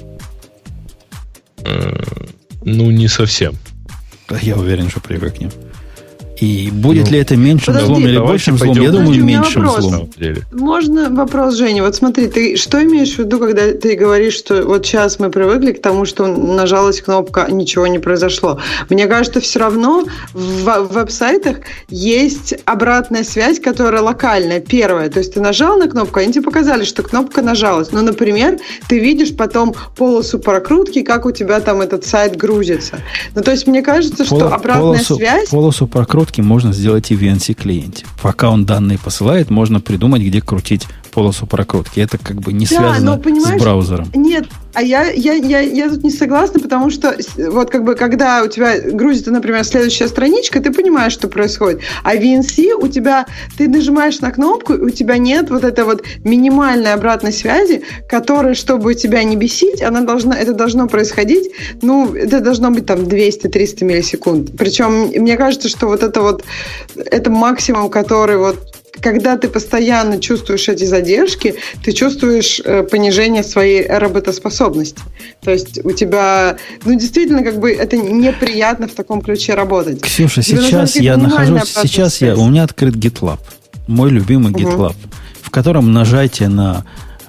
Не совсем. Я уверен, что привыкнем. И будет ли это меньшим злом или большим злом? Я думаю, меньшим злом. Можно вопрос, Женя? Вот смотри, ты что имеешь в виду, когда ты говоришь, что вот сейчас мы привыкли к тому, что нажалась кнопка, ничего не произошло? Мне кажется, все равно в веб-сайтах есть обратная связь, которая локальная. Первая, то есть ты нажал на кнопку, они тебе показали, что кнопка нажалась. Ну, например, ты видишь потом полосу прокрутки, как у тебя там этот сайт грузится. Ну, то есть мне кажется, что обратная связь... Полосу прокрутки можно сделать и в VNC-клиенте. Пока он данные посылает, можно придумать, где крутить полосу прокрутки. Это как бы не связано с браузером. Нет, а я тут не согласна, потому что вот как бы когда у тебя грузится, например, следующая страничка, ты понимаешь, что происходит. А в VNC у тебя, ты нажимаешь на кнопку, и у тебя нет вот этой вот минимальной обратной связи, которая, чтобы тебя не бесить, это должно происходить, это должно быть там 200-300 миллисекунд. Причем мне кажется, что это максимум, который когда ты постоянно чувствуешь эти задержки, ты чувствуешь понижение своей работоспособности. То есть у тебя, действительно, как бы это неприятно в таком ключе работать. Ксюша, сейчас у меня открыт GitLab, мой любимый GitLab, в котором нажатие на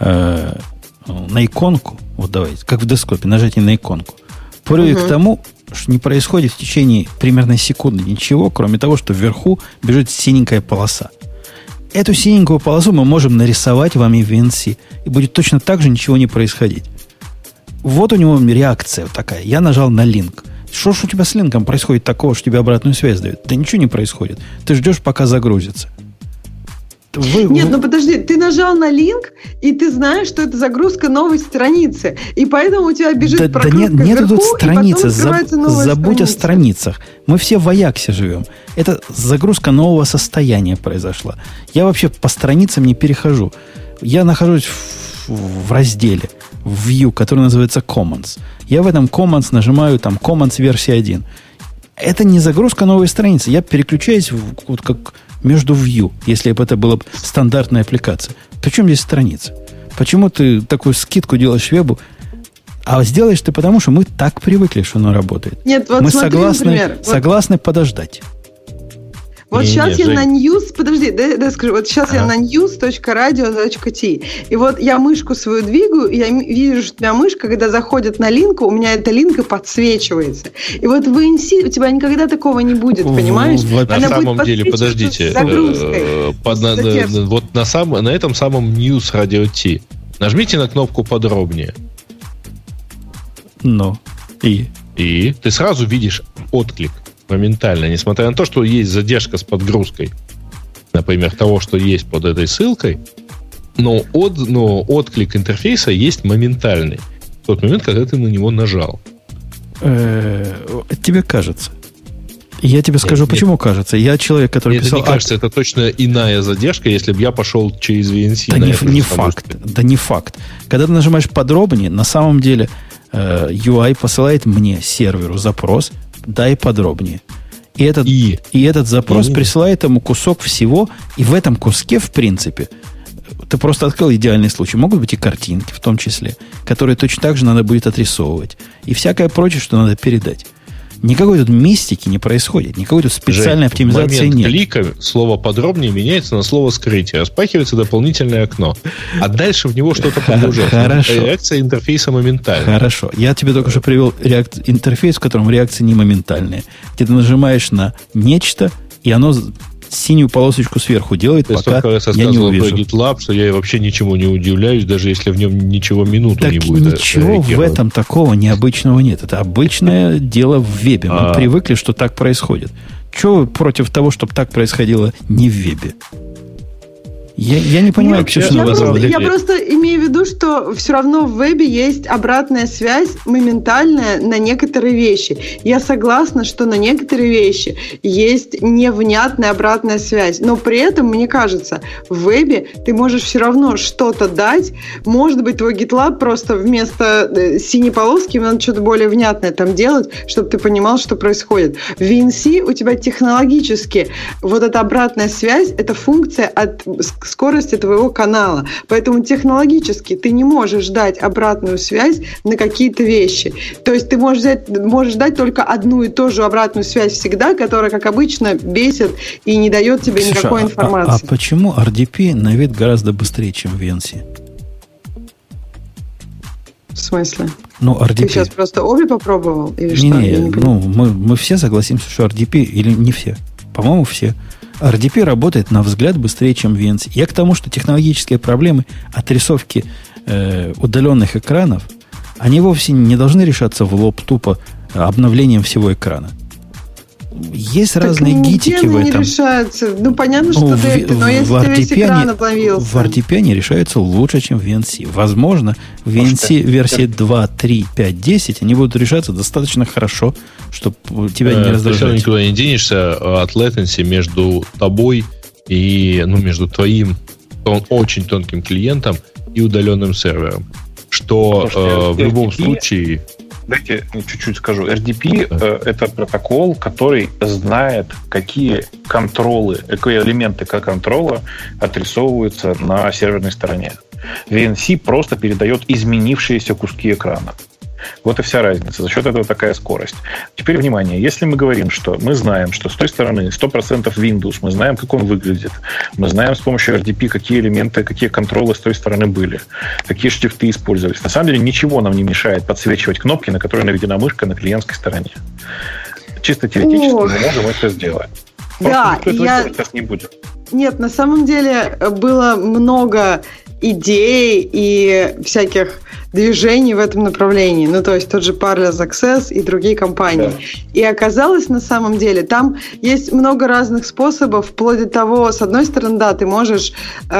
иконку, вот давайте, как в десктопе, нажатие на иконку, приводит к тому, что не происходит в течение примерно секунды ничего, кроме того, что вверху бежит синенькая полоса. Эту синенькую полосу мы можем нарисовать вами в VNC, и будет точно так же ничего не происходить. Вот у него реакция такая. Я нажал на линк. Что ж у тебя с линком происходит такого, что тебе обратную связь дает? Да ничего не происходит. Ты ждешь, пока загрузится. Нет, подожди, ты нажал на линк, и ты знаешь, что это загрузка новой страницы. И поэтому у тебя бежит прокрутка вверху, нет тут страницы. Забудь о страницах. Мы все в Аяксе живем. Это загрузка нового состояния произошла. Я вообще по страницам не перехожу. Я нахожусь в разделе, в view, который называется Commons. Я в этом Commons нажимаю там Commons версия 1. Это не загрузка новой страницы. Я переключаюсь как между view, если бы это была стандартная аппликация. Причем здесь страница? Почему ты такую скидку делаешь вебу? А сделаешь ты потому, что мы так привыкли, что оно работает. Нет, мы согласны подождать. Вот сейчас я на news... Подожди, дай скажу. Вот сейчас я на news.radio.t. И вот я мышку свою двигаю, и я вижу, что у меня мышка, когда заходит на линку, у меня эта линка подсвечивается. И вот в VNC у тебя никогда такого не будет, понимаешь? На самом деле, подождите. Вот на этом самом News Radio T нажмите на кнопку «Подробнее». И ты сразу видишь отклик. Моментально, несмотря на то, что есть задержка с подгрузкой, например, того, что есть под этой ссылкой, но отклик интерфейса есть моментальный. В тот момент, когда ты на него нажал. Тебе кажется. Я тебе скажу, почему кажется. Я человек, который писал... Мне кажется, это точно иная задержка, если бы я пошел через VNC. Да не факт. Когда ты нажимаешь подробнее, на самом деле UI посылает мне, серверу, запрос, дай подробнее. И этот запрос присылает ему кусок всего, и в этом куске, в принципе, ты просто открыл идеальный случай. Могут быть и картинки, в том числе, которые точно так же надо будет отрисовывать. И всякое прочее, что надо передать. Никакой тут мистики не происходит, никакой тут специальной оптимизации нет. В момент нет. клика слово «подробнее» слово «подробнее» меняется на слово «скрытие». Распахивается дополнительное окно. А дальше в него что-то погружается. Хорошо. Реакция интерфейса моментальная. Хорошо. Я тебе только что привел интерфейс, в котором реакции не моментальные. Где ты нажимаешь на нечто, и оно синюю полосочку сверху делает, То есть пока я не увижу. Про GitLab, что я вообще ничему не удивляюсь, даже если в нем ничего минуту так не будет. Ничего в этом такого необычного нет. Это обычное дело в вебе. Мы привыкли, что так происходит. Чего против того, чтобы так происходило не в вебе? Я не понимаю, Ксюша, я просто имею в виду, что все равно в вебе есть обратная связь моментальная на некоторые вещи. Я согласна, что на некоторые вещи есть невнятная обратная связь. Но при этом, мне кажется, в вебе ты можешь все равно что-то дать. Может быть, твой GitLab просто вместо синей полоски надо что-то более внятное там делать, чтобы ты понимал, что происходит. В VNC у тебя технологически вот эта обратная связь, это функция от скорости твоего канала. Поэтому технологически ты не можешь дать обратную связь на какие-то вещи. То есть ты можешь дать только одну и ту же обратную связь всегда, которая, как обычно, бесит и не дает тебе никакой информации. А почему RDP на вид гораздо быстрее, чем VNC? В смысле? Ну, RDP... Ты сейчас просто обе попробовал? Или что? Мы все согласимся, что RDP, или не все? По-моему, все. RDP работает, на взгляд, быстрее, чем VNC. Я к тому, что технологические проблемы отрисовки удаленных экранов, они вовсе не должны решаться в лоб тупо обновлением всего экрана. Есть так разные гитики в этом. Не решаются. Ну, понятно, что дельты, но если ты весь экран обломился. В RDP они решаются лучше, чем в VNC. Возможно, в VNC версии 2, 3, 5, 10 они будут решаться достаточно хорошо, чтобы тебя не раздражать. Ты все равно никуда не денешься от latency между тобой и, между твоим очень тонким клиентом и удаленным сервером. Что в любом случае... Дайте чуть-чуть скажу. RDP это протокол, который знает, какие элементы контрола отрисовываются на серверной стороне. VNC просто передает изменившиеся куски экрана. Вот и вся разница. За счет этого такая скорость. Теперь, внимание, если мы говорим, что мы знаем, что с той стороны 100% Windows, мы знаем, как он выглядит, мы знаем с помощью RDP, какие элементы, какие контролы с той стороны были, какие шрифты использовались. На самом деле ничего нам не мешает подсвечивать кнопки, на которые наведена мышка на клиентской стороне. Чисто теоретически мы можем это сделать. Да, сейчас не будет. Нет, на самом деле было много идей и всяких движений в этом направлении. Ну, то есть тот же Parallels Access и другие компании. Да. И оказалось, на самом деле, там есть много разных способов, вплоть до того, с одной стороны, да, ты можешь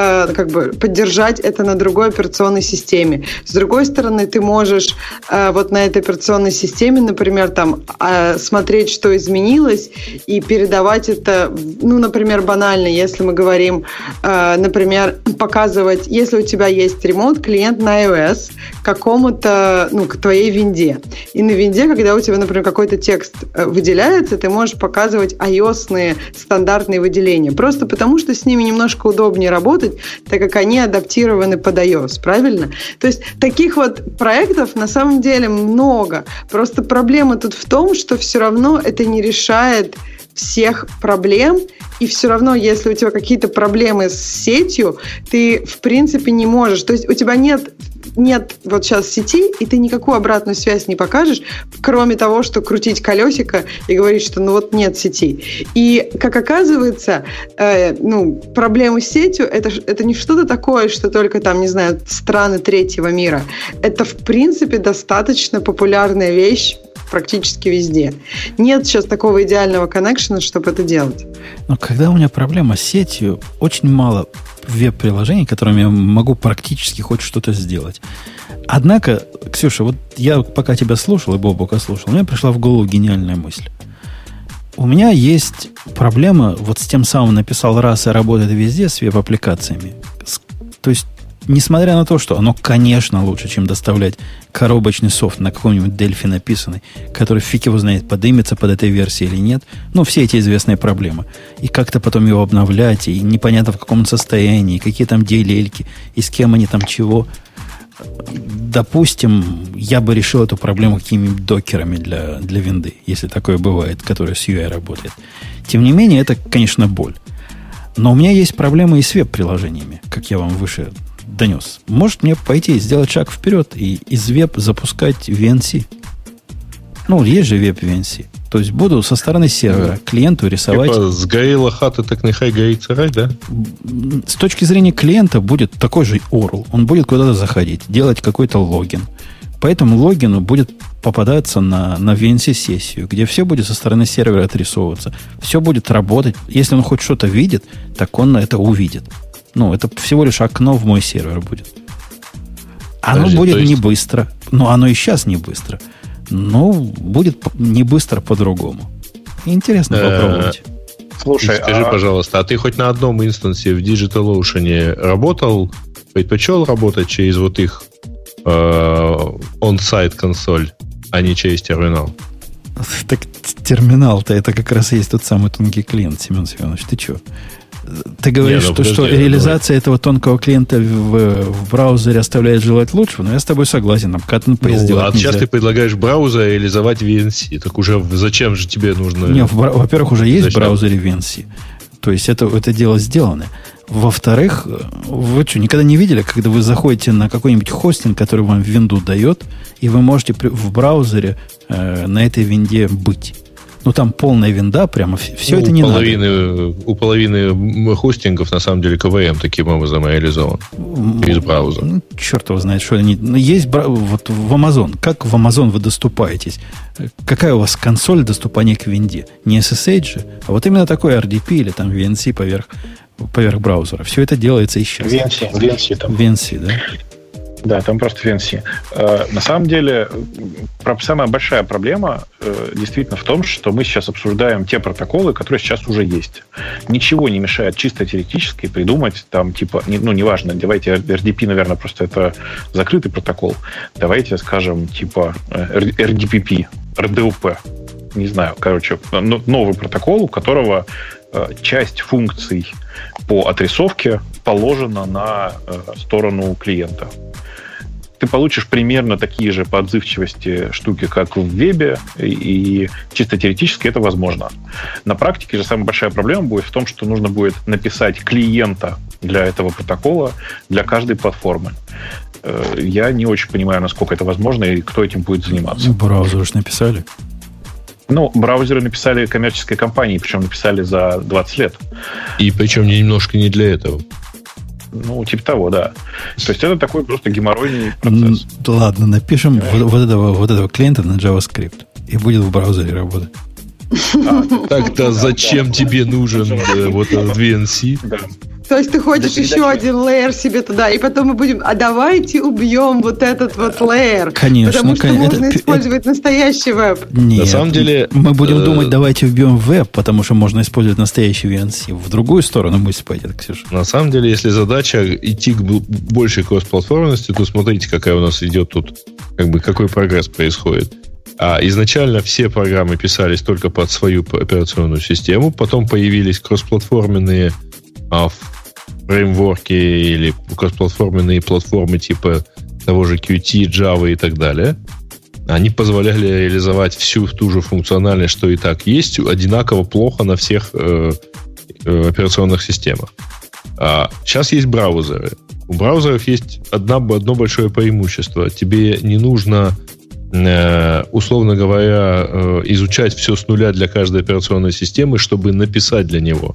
поддержать это на другой операционной системе. С другой стороны, ты можешь вот на этой операционной системе, например, там смотреть, что изменилось, и передавать это, например, банально, если мы говорим, например, показывать, если у тебя есть ремоут-клиент на iOS, какому-то, к твоей винде. И на винде, когда у тебя, например, какой-то текст выделяется, ты можешь показывать iOS-ные стандартные выделения. Просто потому, что с ними немножко удобнее работать, так как они адаптированы под iOS, правильно? То есть таких вот проектов на самом деле много. Просто проблема тут в том, что все равно это не решает всех проблем, и все равно, если у тебя какие-то проблемы с сетью, ты, в принципе, не можешь. То есть у тебя нет вот сейчас сети, и ты никакую обратную связь не покажешь, кроме того, что крутить колесико и говорить, что нет сети. И, как оказывается, проблемы с сетью это не что-то такое, что только там, не знаю, страны третьего мира. Это, в принципе, достаточно популярная вещь практически везде. Нет сейчас такого идеального коннекшена, чтобы это делать. Но когда у меня проблема с сетью, очень мало веб-приложений, которыми я могу практически хоть что-то сделать. Однако, Ксюша, вот я пока тебя слушал, и Бобока слушал, мне пришла в голову гениальная мысль. У меня есть проблема, вот с тем самым написал раз и работает везде с веб-аппликациями. То есть, несмотря на то, что оно, конечно, лучше, чем доставлять коробочный софт на каком-нибудь Delphi написанный, который фиг его знает, подымется под этой версией или нет. Все эти известные проблемы. И как-то потом его обновлять, и непонятно в каком состоянии, какие там делельки, и с кем они там чего. Допустим, я бы решил эту проблему какими-нибудь докерами для винды, если такое бывает, которое с UI работает. Тем не менее, это, конечно, боль. Но у меня есть проблемы и с веб-приложениями, как я вам выше донес. Может мне пойти и сделать шаг вперед и из веб запускать VNC? Ну, есть же веб VNC. То есть буду со стороны сервера клиенту рисовать... Типа сгорела хата, так нехай горит сарай, да? С точки зрения клиента будет такой же URL. Он будет куда-то заходить, делать какой-то логин. По этому логину будет попадаться на VNC-сессию, где все будет со стороны сервера отрисовываться. Все будет работать. Если он хоть что-то видит, так он это увидит. Ну, это всего лишь окно в мой сервер будет. Оно будет не быстро. Но оно и сейчас не быстро. Но будет не быстро по-другому. Интересно попробовать. Слушай, скажи, пожалуйста, а ты хоть на одном инстансе в DigitalOcean работал, предпочел работать через вот их on-site консоль, а не через терминал? Так терминал-то это как раз есть тот самый тонкий клиент, Семен Семенович. Ты что? Ты говоришь, что реализация этого тонкого клиента в браузере оставляет желать лучшего, но я с тобой согласен. Нам cut-and-paste сделать нельзя. Сейчас ты предлагаешь в браузере реализовать VNC. Так уже зачем же тебе нужно... Не, во-первых, уже есть в браузере VNC. То есть это дело сделано. Во-вторых, вы что, никогда не видели, когда вы заходите на какой-нибудь хостинг, который вам винду дает, и вы можете в браузере на этой винде быть? Ну, там полная винда, прямо все это не надо. У половины хостингов, на самом деле, КВМ таким образом реализован. Из браузера. Ну, черт его знает, что они... Есть вот в Amazon. Как в Amazon вы доступаетесь? Какая у вас консоль доступания к винде? Не SSH же, а вот именно такой RDP или там VNC поверх браузера. Все это делается и сейчас. VNC там. VNC, да? Да, там просто VNC. На самом деле, самая большая проблема действительно в том, что мы сейчас обсуждаем те протоколы, которые сейчас уже есть. Ничего не мешает чисто теоретически придумать там типа, неважно, давайте RDP, наверное, просто это закрытый протокол. Давайте скажем типа RDPP, RDOP. Не знаю, короче, новый протокол, у которого часть функций по отрисовке положена на сторону клиента. Ты получишь примерно такие же по отзывчивости штуки, как в вебе, и чисто теоретически это возможно. На практике же самая большая проблема будет в том, что нужно будет написать клиента для этого протокола для каждой платформы. Я не очень понимаю, насколько это возможно и кто этим будет заниматься. Браузеры же написали. Браузеры написали коммерческие компании, причем написали за 20 лет. И причем немножко не для этого. Типа того, да. То есть это такой просто геморройный процесс. Ладно, напишем вот этого клиента на JavaScript. И будет в браузере работать. Так-то зачем тебе нужен вот этот VNC? Да. То есть ты хочешь еще один лейер себе туда, и потом мы будем, давайте убьем вот этот вот лейер. Конечно. Потому что можно использовать настоящий веб. Нет, на самом деле... Мы будем думать, давайте убьем веб, потому что можно использовать настоящий VNC. В другую сторону мысль пойдет, Ксюша. На самом деле, если задача идти к большей кроссплатформенности, то смотрите, какая у нас идет тут, какой прогресс происходит. Изначально все программы писались только под свою операционную систему, потом появились кроссплатформенные фреймворки или кроссплатформенные платформы типа того же Qt, Java и так далее. Они позволяли реализовать всю ту же функциональность, что и так есть, одинаково плохо на всех операционных системах. Сейчас есть браузеры. У браузеров есть одно большое преимущество. Тебе не нужно, условно говоря, изучать все с нуля для каждой операционной системы, чтобы написать для него.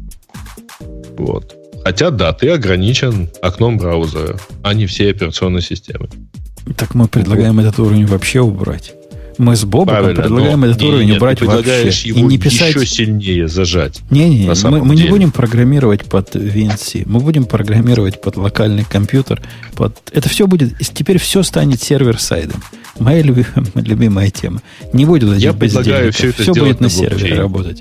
Вот. Хотя, да, ты ограничен окном браузера, а не всей операционной системы. Так мы предлагаем этот уровень вообще убрать. Мы с Бобом предлагаем этот уровень убрать вообще. Его и не писать... еще сильнее зажать. Не, мы не будем программировать под VNC. Мы будем программировать под локальный компьютер. Это все будет... Теперь все станет сервер-сайдом. Моя любимая тема. Не будет вот этих предлагаю все это будет на сервере работать.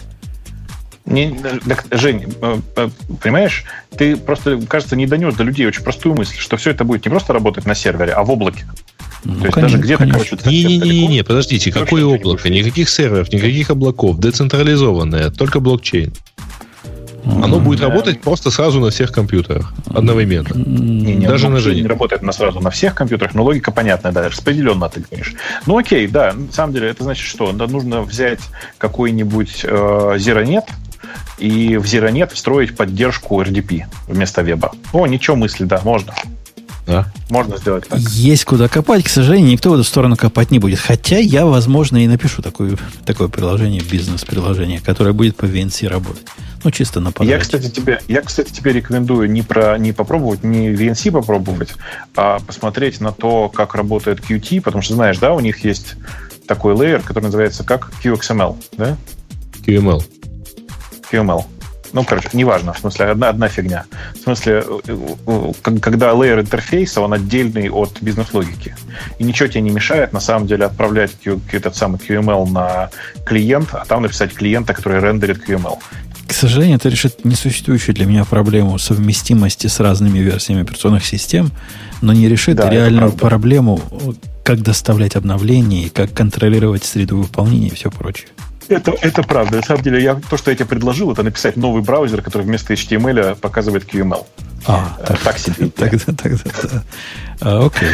Жень, понимаешь, ты просто, кажется, не донес до людей очень простую мысль, что все это будет не просто работать на сервере, а в облаке. То есть конечно, даже где-то, Не, подождите, какое облако? Никаких серверов, никаких облаков, децентрализованное, только блокчейн. Оно будет работать просто сразу на всех компьютерах одновременно. Даже на Жене. Не работает сразу на всех компьютерах, но логика понятная, да, распределенно ты говоришь. Ну окей, да, на самом деле это значит что? Нужно взять какой-нибудь ZeroNet и в ZeroNet встроить поддержку RDP вместо веба. О, ничего, мысли, да, можно. Да. Можно сделать так. Есть куда копать. К сожалению, никто в эту сторону копать не будет. Хотя я, возможно, и напишу такое приложение, бизнес-приложение, которое будет по VNC работать. Ну, чисто на подарок. Я, кстати, тебе рекомендую не попробовать, не VNC попробовать, а посмотреть на то, как работает Qt, потому что, знаешь, да, у них есть такой лейер, который называется как QXML, да? QML. Ну, короче, неважно, в смысле, одна фигня. В смысле, когда лейер интерфейса, он отдельный от бизнес-логики. И ничего тебе не мешает, на самом деле, отправлять этот самый QML на клиент, а там написать клиента, который рендерит QML. К сожалению, это решит несуществующую для меня проблему совместимости с разными версиями операционных систем, но не решит реальную проблему, как доставлять обновления и как контролировать среду выполнения и все прочее. Это правда. На самом деле, то, что я тебе предложил, это написать новый браузер, который вместо HTML показывает QML. Так себе. Тогда. Окей.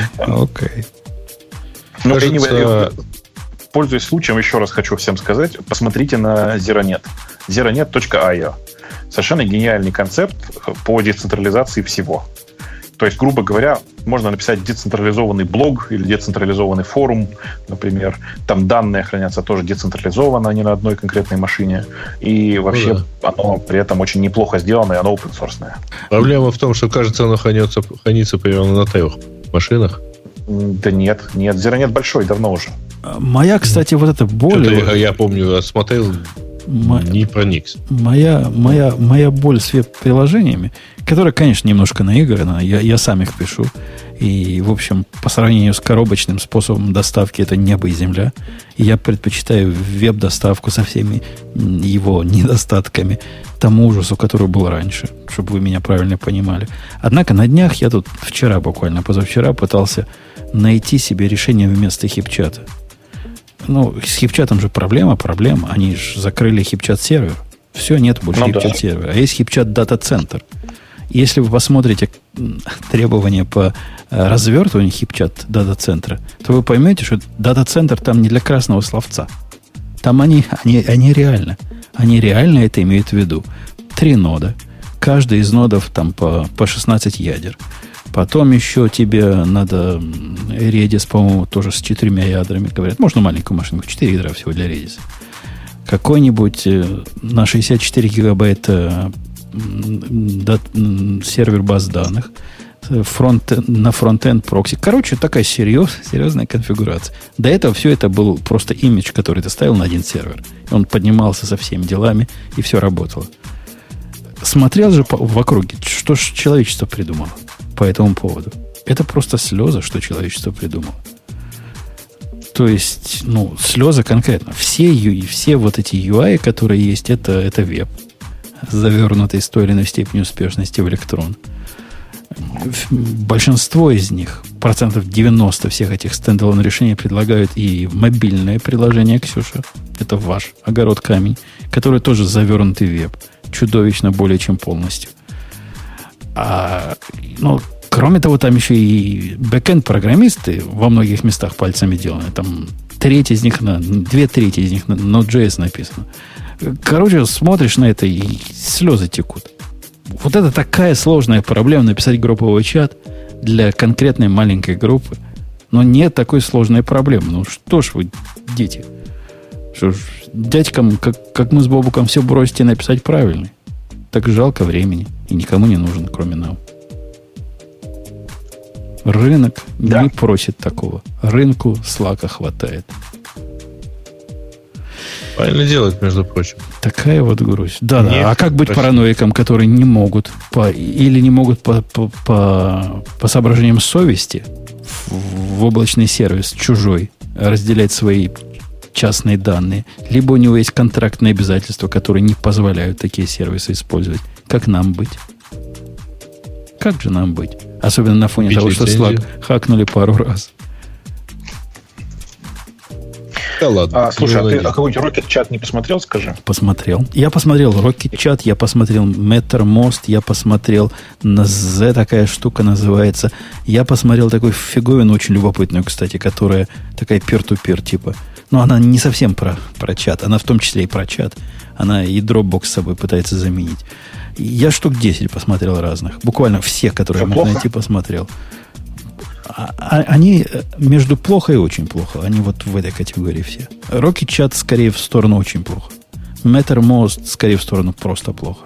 Ну, пользуясь случаем, еще раз хочу всем сказать, посмотрите на ZeroNet. ZeroNet.io. Совершенно гениальный концепт по децентрализации всего. То есть, грубо говоря, можно написать децентрализованный блог или децентрализованный форум, например. Там данные хранятся тоже децентрализованно, а не на одной конкретной машине. И вообще оно при этом очень неплохо сделано, и оно open-source. Проблема в том, что, кажется, оно хранится примерно на 3 машинах. Да нет. ZeroNet большой, давно уже. Моя, кстати, вот эта боль... Я помню, смотрел... Не проникся. Моя боль с веб-приложениями, которая, конечно, немножко наиграна, я сам их пишу, и, в общем, по сравнению с коробочным способом доставки это небо и земля, и я предпочитаю веб-доставку со всеми его недостатками тому ужасу, который был раньше, чтобы вы меня правильно понимали. Однако на днях я тут позавчера пытался найти себе решение вместо хипчата. Ну, с хипчатом же проблема. Они же закрыли хипчат-сервер. Все, нет больше хипчат-сервера. А есть хипчат-дата-центр. Если вы посмотрите требования по развертыванию хипчат-дата-центра, то вы поймете, что дата-центр там не для красного словца. Там они реально. Они реально это имеют в виду. 3 нода. Каждый из нодов там по 16 ядер. Потом еще тебе надо Redis, по-моему, тоже с 4 ядрами. Говорят, можно маленькую машинку, 4 ядра всего для Redis. Какой-нибудь на 64 гигабайта сервер баз данных. На фронт-энд прокси. Короче, такая серьезная конфигурация. До этого все это был просто имидж, который ты ставил на один сервер. Он поднимался со всеми делами, и все работало. Смотрел же в округе, что же человечество придумало по этому поводу. Это просто слезы, что человечество придумало. То есть, слезы конкретно. Все вот эти UI, которые есть, это веб, завернутый с той или иной степенью успешности в электрон. Большинство из них, 90% всех этих стендалон решений предлагают и мобильное приложение, Ксюша. Это ваш огород камень, который тоже завернутый веб. Чудовищно более чем полностью. Кроме того, там еще и бэкэнд-программисты во многих местах пальцами деланы. Там 2/3 из них на Node.js написано. Короче, смотришь на это, и слезы текут. Вот это такая сложная проблема написать групповой чат для конкретной маленькой группы. Но нет такой сложной проблемы. Что ж вы, дети? Что ж, дядькам, как мы с Бобуком, все бросите написать правильно. Так жалко времени. И никому не нужен, кроме нас. Рынок не просит такого. Рынку Slack'а хватает. Правильно делать, между прочим. Такая вот грусть. Да. А как быть параноикам, которые не могут или не могут по соображениям совести в облачный сервис чужой разделять свои частные данные, либо у него есть контрактные обязательства, которые не позволяют такие сервисы использовать. Как нам быть? Как же нам быть? Особенно на фоне того, что Slack хакнули пару раз. Да ладно. Слушай, а ты какой-нибудь Rocket Chat не посмотрел, скажи? Посмотрел. Я посмотрел Rocket Chat, я посмотрел Mattermost, я посмотрел на Z такая штука называется. Я посмотрел такую фиговину очень любопытную, кстати, которая такая peer-to-peer типа. Но она не совсем про чат, она в том числе и про чат. Она и Dropbox с собой пытается заменить. Я штук 10 посмотрел разных. Буквально все, которые я мог найти, посмотрел. Они между плохо и очень плохо. Они вот в этой категории все. Rocket Chat скорее в сторону очень плохо. Mattermost скорее в сторону просто плохо.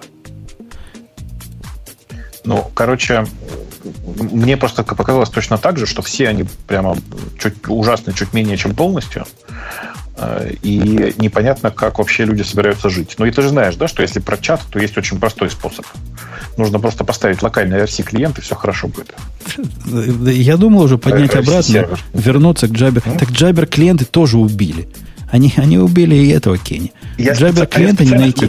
Ну, короче, мне просто показалось точно так же, что все они прямо чуть ужасны, чуть менее, чем полностью. И непонятно, как вообще люди собираются жить. Ну и ты же знаешь, да, что если про чат, то есть очень простой способ. Нужно просто поставить локальный IRC-клиент, и все хорошо будет. Я думал уже поднять обратно, вернуться к Jabber. Так Jabber клиенты тоже убили. Они убили и этого Кенни. Jabber клиенты не найти.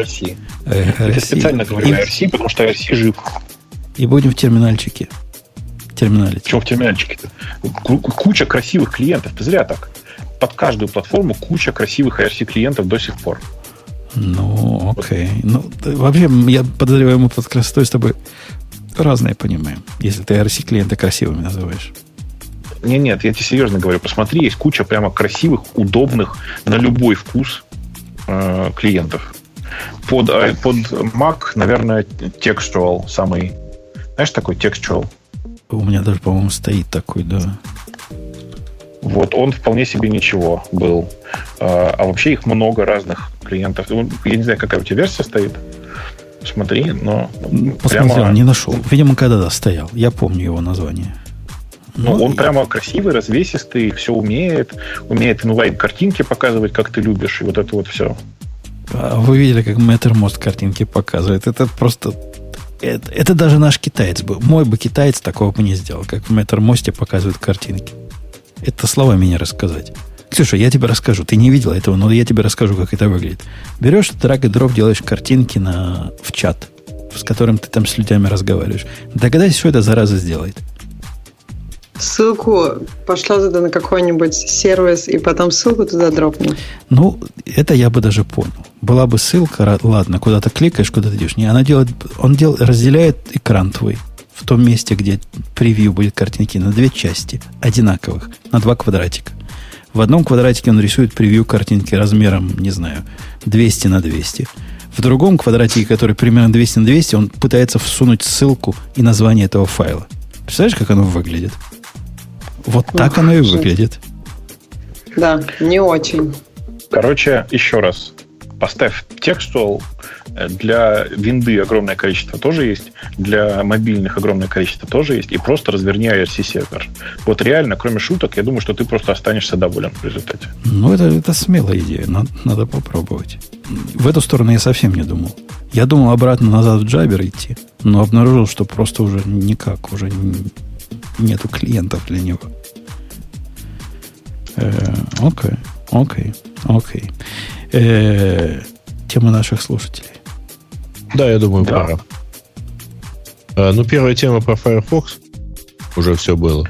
Я специально говорю IRC, потому что IRC жив. И будем в терминальчике. Чего в терминальчике-то? Куча красивых клиентов. Ты зря так. Под каждую платформу куча красивых IRC-клиентов до сих пор. Ну, окей. Ну, вообще, я подозреваю, мы под красотой с тобой разные понимаем, если ты IRC-клиенты красивыми называешь. Нет, я тебе серьезно говорю. Посмотри, есть куча прямо красивых, удобных, на любой вкус клиентов. Под Mac, наверное, Textual самый... Знаешь, такой Textual? У меня даже, по-моему, стоит такой, да. Вот, он вполне себе ничего был. А вообще их много разных клиентов. Я не знаю, какая у тебя версия стоит. Смотри, но... Посмотрел, прямо... не нашел. Видимо, когда-то стоял. Я помню его название. Ну, он прямо красивый, развесистый, все умеет инлайн-картинки показывать, как ты любишь, и вот это вот все. А вы видели, как Mattermost картинки показывает? Это просто... Это даже наш китаец был. Мой бы китаец такого бы не сделал, как в Mattermost показывают картинки. Это словами не рассказать. Ксюша, я тебе расскажу. Ты не видела этого, но я тебе расскажу, как это выглядит. Берешь, драг и дроп, делаешь картинки в чат, с которым ты там с людьми разговариваешь. Догадайся, что это зараза сделает. Ссылку пошла туда на какой-нибудь сервис, и потом ссылку туда дропнул. Ну, это я бы даже понял. Была бы ссылка, ладно, куда ты кликаешь, куда ты идешь. Не, разделяет экран твой в том месте, где превью будет картинки, на две части, одинаковых, на два квадратика. В одном квадратике он рисует превью картинки размером, не знаю, 200 на 200. В другом квадратике, который примерно 200 на 200, он пытается всунуть ссылку и название этого файла. Представляешь, как оно выглядит? Вот так оно и выглядит. Да, не очень. Короче, еще раз. Поставь Textual. Для винды огромное количество тоже есть. Для мобильных огромное количество тоже есть. И просто разверни IRC-сервер. Вот реально, кроме шуток, я думаю, что ты просто останешься доволен в результате. Ну, это смелая идея. Надо попробовать. В эту сторону я совсем не думал. Я думал обратно назад в Jabber идти, но обнаружил, что просто уже никак, уже нету клиентов для него. Окей. Тема наших слушателей. Да, я думаю, пора. Первая тема про Firefox. Уже все было.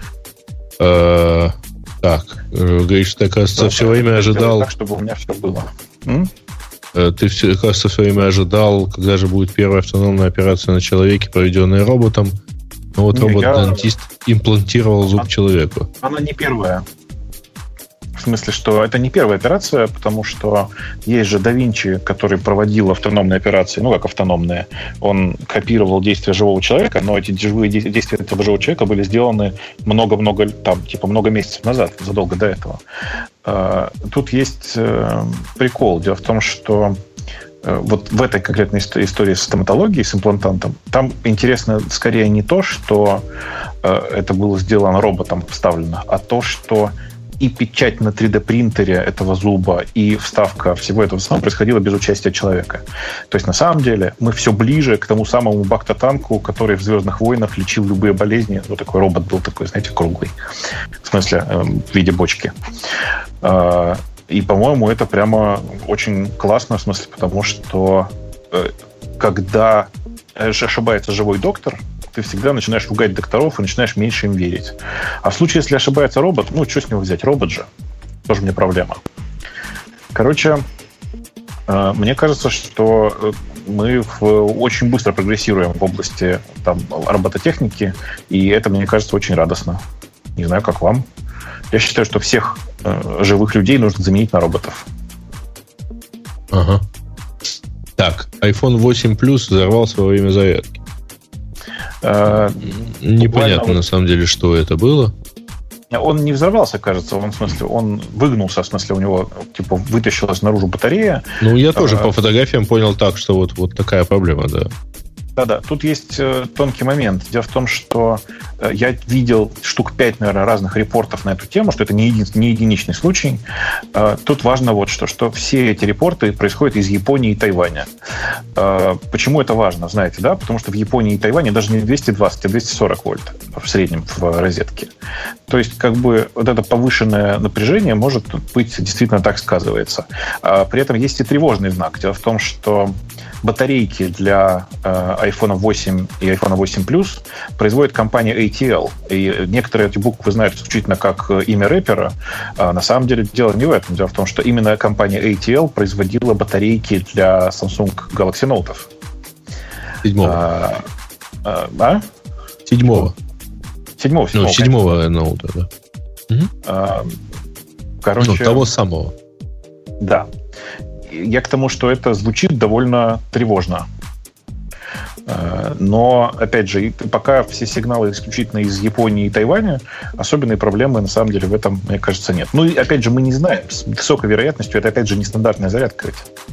Так, говоришь, ты, кажется, все время ожидал... Так, чтобы у меня все было. Ты, кажется, все время ожидал, когда же будет первая автономная операция на человеке, проведенная роботом. Но вот робот-дантист имплантировал зуб человеку. Она не первая. В смысле, что это не первая операция, потому что есть же да Винчи, который проводил автономные операции, ну, как автономные. Он копировал действия живого человека, но эти живые действия этого живого человека были сделаны много-много, много месяцев назад, задолго до этого. Тут есть прикол. Дело в том, что вот в этой конкретной истории с стоматологией, с имплантантом, там интересно скорее не то, что это было сделано роботом, вставлено, а то, что и печать на 3D-принтере этого зуба, и вставка всего этого самого происходила без участия человека. То есть, на самом деле, мы все ближе к тому самому Бакта-танку, который в «Звездных войнах» лечил любые болезни. Ну, такой робот был такой, знаете, круглый. В смысле, в виде бочки. И, по-моему, это прямо очень классно, в смысле, потому что когда ошибается живой доктор, ты всегда начинаешь ругать докторов и начинаешь меньше им верить. А в случае, если ошибается робот, что с него взять? Робот же. Тоже мне проблема. Короче, мне кажется, что мы очень быстро прогрессируем в области там, робототехники, и это, мне кажется, очень радостно. Не знаю, как вам. Я считаю, что всех живых людей нужно заменить на роботов. Ага. Так, iPhone 8 Plus взорвался во время зарядки. Непонятно, на самом деле, что это было. Он не взорвался, кажется, он выгнулся, в смысле, у него типа вытащилась наружу батарея. Ну, я тоже по фотографиям понял так, что вот такая проблема, да. Да-да, тут есть тонкий момент. Дело в том, что я видел штук 5, наверное, разных репортов на эту тему, что это не единичный случай. Тут важно вот что все эти репорты происходят из Японии и Тайваня. Почему это важно, знаете, да? Потому что в Японии и Тайване даже не 220, а 240 вольт в среднем в розетке. То есть, как бы, вот это повышенное напряжение может быть, действительно так сказывается. При этом есть и тревожный знак. Дело в том, что батарейки для iPhone 8 и iPhone 8 Plus производит компания ATL. И некоторые эти буквы знают исключительно как имя рэпера. На самом деле дело не в этом. Дело в том, что именно компания ATL производила батарейки для Samsung Galaxy Note. Седьмого. Седьмого ноута, да. Короче, того самого. Да. Я к тому, что это звучит довольно тревожно. Но, опять же, пока все сигналы исключительно из Японии и Тайваня, особенной проблемы, на самом деле, в этом, мне кажется, нет. Ну, и, опять же, мы не знаем. С высокой вероятностью это, опять же, нестандартная зарядка.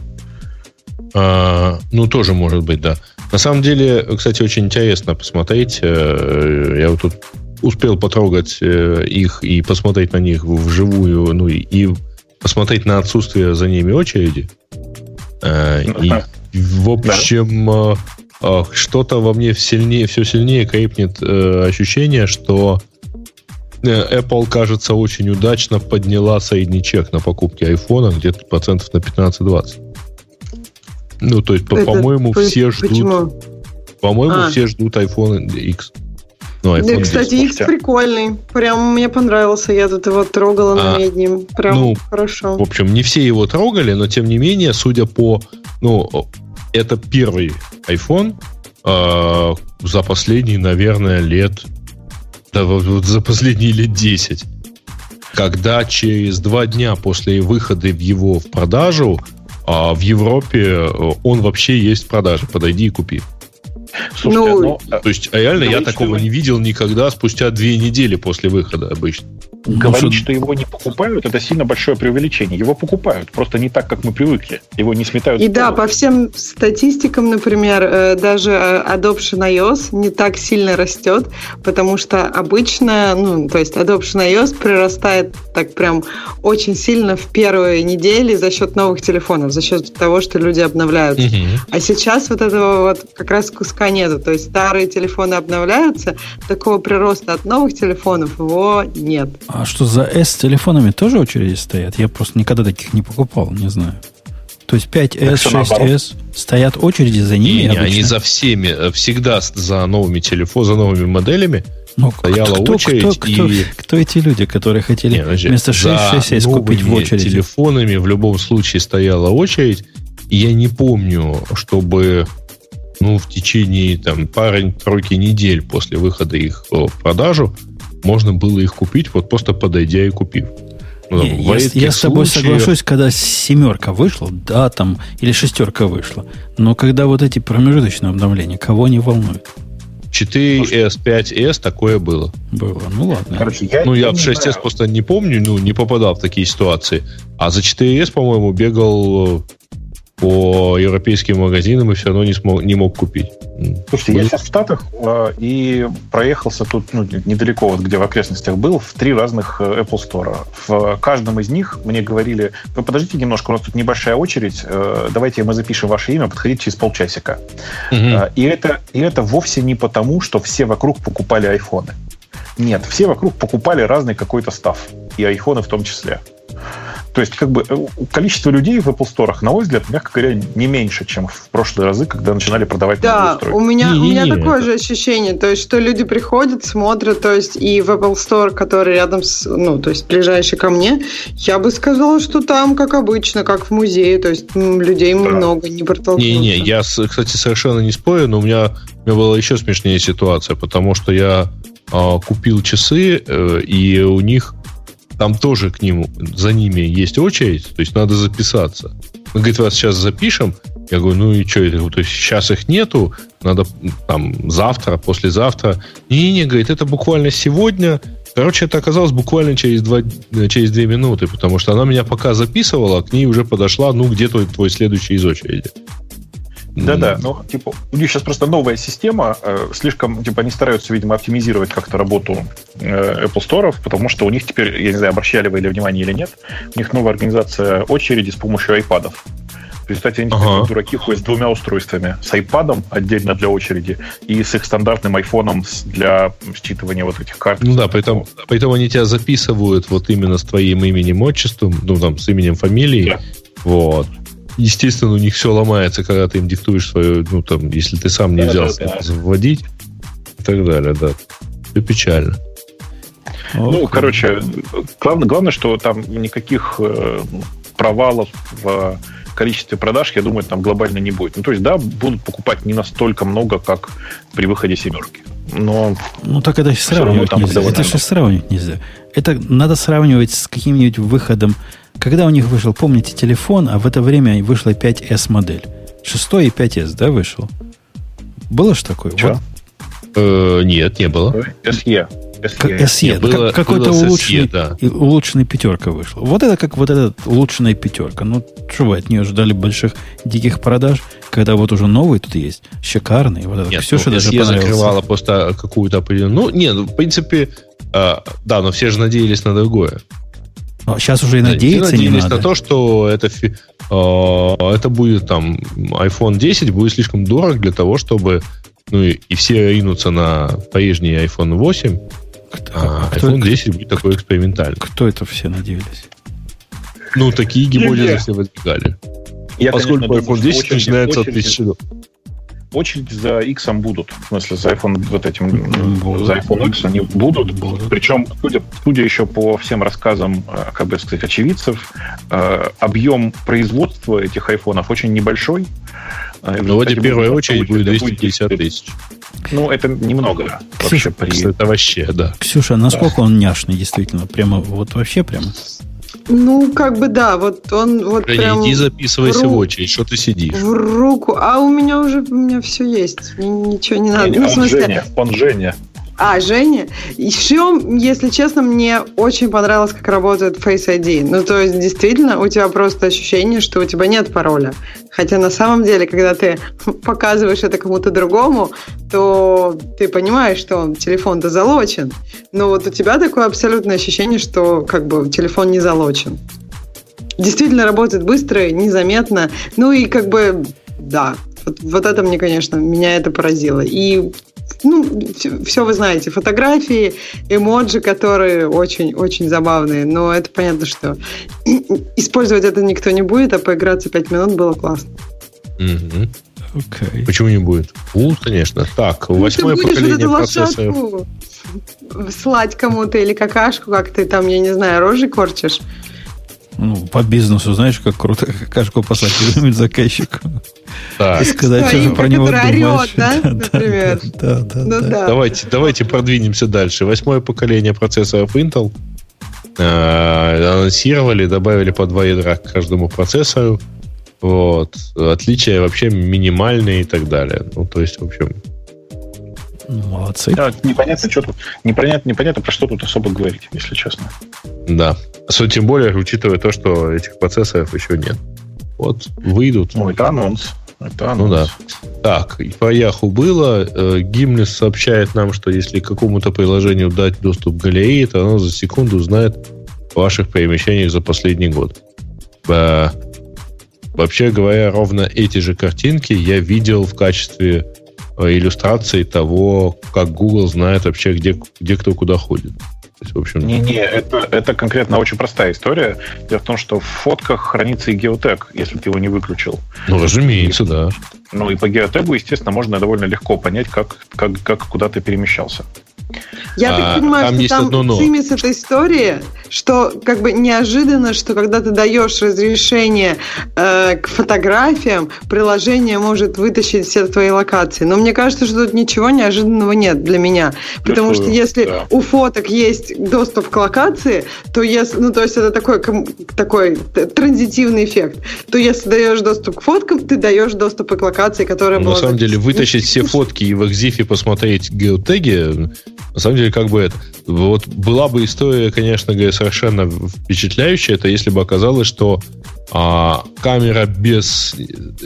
Ну, тоже может быть, да. На самом деле, кстати, очень интересно посмотреть. Я вот тут успел потрогать их и посмотреть на них вживую, ну, и посмотреть на отсутствие за ними очереди. И, в общем, что-то во мне все сильнее крепнет ощущение, что Apple, кажется, очень удачно подняла средний чек на покупки айфона где-то процентов на 15-20. Ну, то есть, по-моему, все ждут... Почему? По-моему, все ждут iPhone X. Ну, да, кстати, X прикольный. Прям мне понравился. Я тут его трогала на меднем. Прям хорошо. В общем, не все его трогали, но тем не менее, судя по... Ну, это первый iPhone за последние, наверное, за последние лет 10. Когда через 2 дня после выхода его в продажу в Европе он вообще есть в продаже. Подойди и купи. Слушайте, то есть, реально, я такого не видел никогда спустя 2 недели после выхода обычно. Говорить, что его не покупают, это сильно большое преувеличение. Его покупают, просто не так, как мы привыкли. Его не сметают. И да, по всем статистикам, например, даже adoption iOS не так сильно растет, потому что обычно, то есть adoption iOS прирастает так прям очень сильно в первые недели за счет новых телефонов, за счет того, что люди обновляются. Угу. А сейчас вот этого вот как раз куска нету. То есть старые телефоны обновляются, такого прироста от новых телефонов его нет. А что, за S телефонами тоже очереди стоят? Я просто никогда таких не покупал, не знаю. То есть 5S, 6S стоят очереди за ними? Не, они за всеми, всегда за новыми телефонами, за новыми моделями стояла очередь. Кто эти люди, которые хотели вместо 6S купить в очереди? За телефонами в любом случае стояла очередь. И я не помню, чтобы в течение пары-тройки недель после выхода их в продажу можно было их купить, вот просто подойдя и купив. Я с тобой соглашусь, когда 7 вышла, да, или 6 вышла. Но когда вот эти промежуточные обновления, кого не волнует? 4S, 5S такое было. Было, ну ладно. Короче, я в 6S просто не помню, не попадал в такие ситуации. А за 4S, по-моему, бегал по европейским магазинам и все равно не мог купить. Слушайте, я сейчас в Штатах и проехался тут недалеко, вот где в окрестностях был, в 3 разных Apple Store. В каждом из них мне говорили: вы подождите немножко, у нас тут небольшая очередь, давайте мы запишем ваше имя, подходите через полчасика. Угу. И это вовсе не потому, что все вокруг покупали айфоны. Нет, все вокруг покупали разный какой-то став, и айфоны в том числе. То есть, как бы, количество людей в Apple Store, на мой взгляд, мягко говоря, не меньше, чем в прошлые разы, когда начинали продавать новые устройства. Да, у меня такое же ощущение, то есть, что люди приходят, смотрят, то есть, и в Apple Store, который рядом с, то есть, ближайший ко мне, я бы сказала, что там, как обычно, как в музее, то есть, людей много, не протолкнуться. Не, я, кстати, совершенно не спорю, но у меня была еще смешнее ситуация, потому что я купил часы, и у них там тоже за ними есть очередь, то есть надо записаться. Он говорит, вас сейчас запишем. Я говорю, ну и что, то есть сейчас их нету, надо там завтра, послезавтра. Не, говорит, это буквально сегодня. Короче, это оказалось буквально через 2 минуты, потому что она меня пока записывала, а к ней уже подошла, где твой следующий из очереди. Да-да, у них сейчас просто новая система, слишком, они стараются, видимо, оптимизировать как-то работу Apple Store, потому что у них теперь, я не знаю, обращали вы внимание или нет, у них новая организация очереди с помощью айпадов. Представьте, они теперь дураки ходят с 2 устройствами, с айпадом отдельно для очереди и с их стандартным айфоном для считывания вот этих карт. Ну да, поэтому они тебя записывают вот именно с твоим именем, отчеством, с именем, фамилией, да. Вот. Естественно, у них все ломается, когда ты им диктуешь свою, если ты сам не взялся вводить и так далее, да. Все печально. Короче, главное, что там никаких провалов в количестве продаж, я думаю, там глобально не будет. То есть, да, будут покупать не настолько много, как при выходе 7. Но так это сравнивать нельзя. Это же сравнивать нельзя. Это надо сравнивать с каким-нибудь выходом. Когда у них вышел, помните, телефон, а в это время вышла 5S модель. 6 и 5S, да, вышел? Было же такое? Что? Нет, не было. SE. SE. Какой-то улучшенный 5 вышла. Вот это как вот эта улучшенная 5. Что вы от нее ждали больших диких продаж, когда вот уже новый тут есть, шикарный. Вот это Ксюша даже понравился. Закрывала просто какую-то определенную... в принципе, да, но все же надеялись на другое. Сейчас уже и надеяться не надо. На то, что это будет там iPhone 10 будет слишком дорог для того, чтобы и все ринутся на прежний iPhone 8, iPhone 10 будет такой экспериментальный. Кто это все надеялись? Такие гипотезы все возникали. Поскольку iPhone 10 начинается от $1000. Очередь за X будут. В смысле, за iPhone за iPhone X они будут. Причем, судя еще по всем рассказам, очевидцев, объем производства этих айфонов очень небольшой. Кстати, первая очередь будет 250 тысяч. Это немного. Ксюша, это вообще, да. Ксюша, насколько он няшный, действительно? Прямо, вообще прямо? Да, вот он вот прям... Иди записывайся в очередь, что ты сидишь? В руку. А у меня все есть. Мне ничего не надо. Он Женя. Женя. Еще, если честно, мне очень понравилось, как работает Face ID. То есть, действительно, у тебя просто ощущение, что у тебя нет пароля. Хотя, на самом деле, когда ты показываешь это кому-то другому, то ты понимаешь, что телефон-то залочен. Но вот у тебя такое абсолютное ощущение, что телефон не залочен. Действительно работает быстро, незаметно. Да. Вот это мне, конечно, меня это поразило. И все вы знаете, фотографии, эмоджи, которые очень-очень забавные, но это понятно, что использовать это никто не будет, а поиграться 5 минут было классно. Okay. Почему не будет? Конечно. Так, 8-е поколение процессоров. Слать кому-то или какашку, как ты там, я не знаю, рожи корчишь. По бизнесу, знаешь, как круто какашку послать заказчику. И сказать, что же про него думаешь. Да, например. Да. Давайте продвинемся дальше. 8-е поколение процессоров Intel анонсировали, добавили по 2 ядра к каждому процессору. Отличия вообще минимальные и так далее. То есть, в общем... Молодцы. Непонятно, что тут. Непонятно, про что тут особо говорить, если честно. Да. Тем более, учитывая то, что этих процессоров еще нет. Выйдут. Это анонс. Да. Так, по Yahoo было. Gimlet сообщает нам, что если какому-то приложению дать доступ к галерее, то оно за секунду узнает о ваших перемещениях за последний год. Вообще говоря, ровно эти же картинки я видел в качестве иллюстрации того, как Google знает вообще, где кто куда ходит. В общем, это конкретно очень простая история. Дело в том, что в фотках хранится и геотег, если ты его не выключил. Ну, разумеется, да. Ну, и по геотегу, естественно, можно довольно легко понять, как куда ты перемещался. Я так понимаю, там что есть там одно цимис этой истории, что как бы неожиданно, что когда ты даешь разрешение к фотографиям, приложение может вытащить все твои локации. Но мне кажется, что тут ничего неожиданного нет для меня. Потому что если у фоток есть доступ к локации, то если, ну, то есть это такой транзитивный эффект, то если даешь доступ к фоткам, ты даешь доступ и к локации, которая была... На самом деле, вытащить все фотки и в Экзифе посмотреть геотеги, на самом деле, как бы это... Вот была бы история, конечно, совершенно впечатляющая, это если бы оказалось, что камера без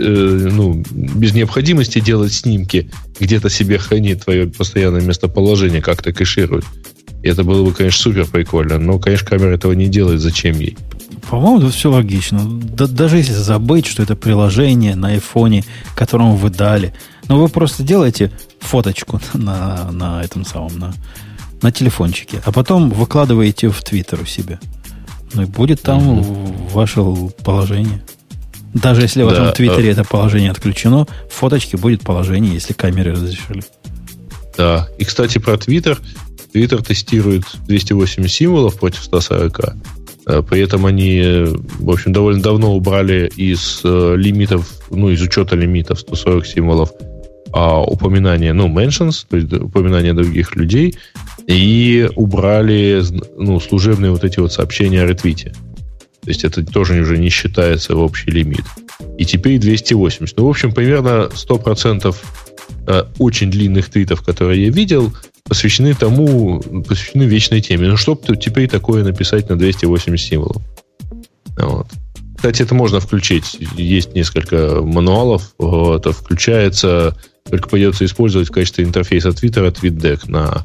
необходимости делать снимки где-то себе хранит твое постоянное местоположение, как-то кэширует. И это было бы, конечно, супер прикольно. Но, конечно, камера этого не делает. Зачем ей? По-моему, тут все логично. Даже если забыть, что это приложение на айфоне, которому вы дали, но вы просто делаете фоточку на этом самом, на телефончике, а потом выкладываете в Твиттер у себя. Ну и будет там ваше положение. Даже если в этом Твиттере это положение отключено, в фоточке будет положение, если камеры разрешили. Да. И, кстати, про Твиттер. Твиттер тестирует 208 символов против 140. При этом они, в общем, довольно давно убрали из лимитов, из учета лимитов 140 символов упоминания, mentions, то есть упоминания других людей, и убрали, служебные вот эти вот сообщения о ретвите. То есть это тоже уже не считается в общий лимит. И теперь 280. В общем, примерно 100% очень длинных твитов, которые я видел, посвящены вечной теме. Что бы тут теперь такое написать на 280 символов? Вот. Кстати, это можно включить. Есть несколько мануалов. Это включается, только придется использовать в качестве интерфейса Твиттера TweetDeck на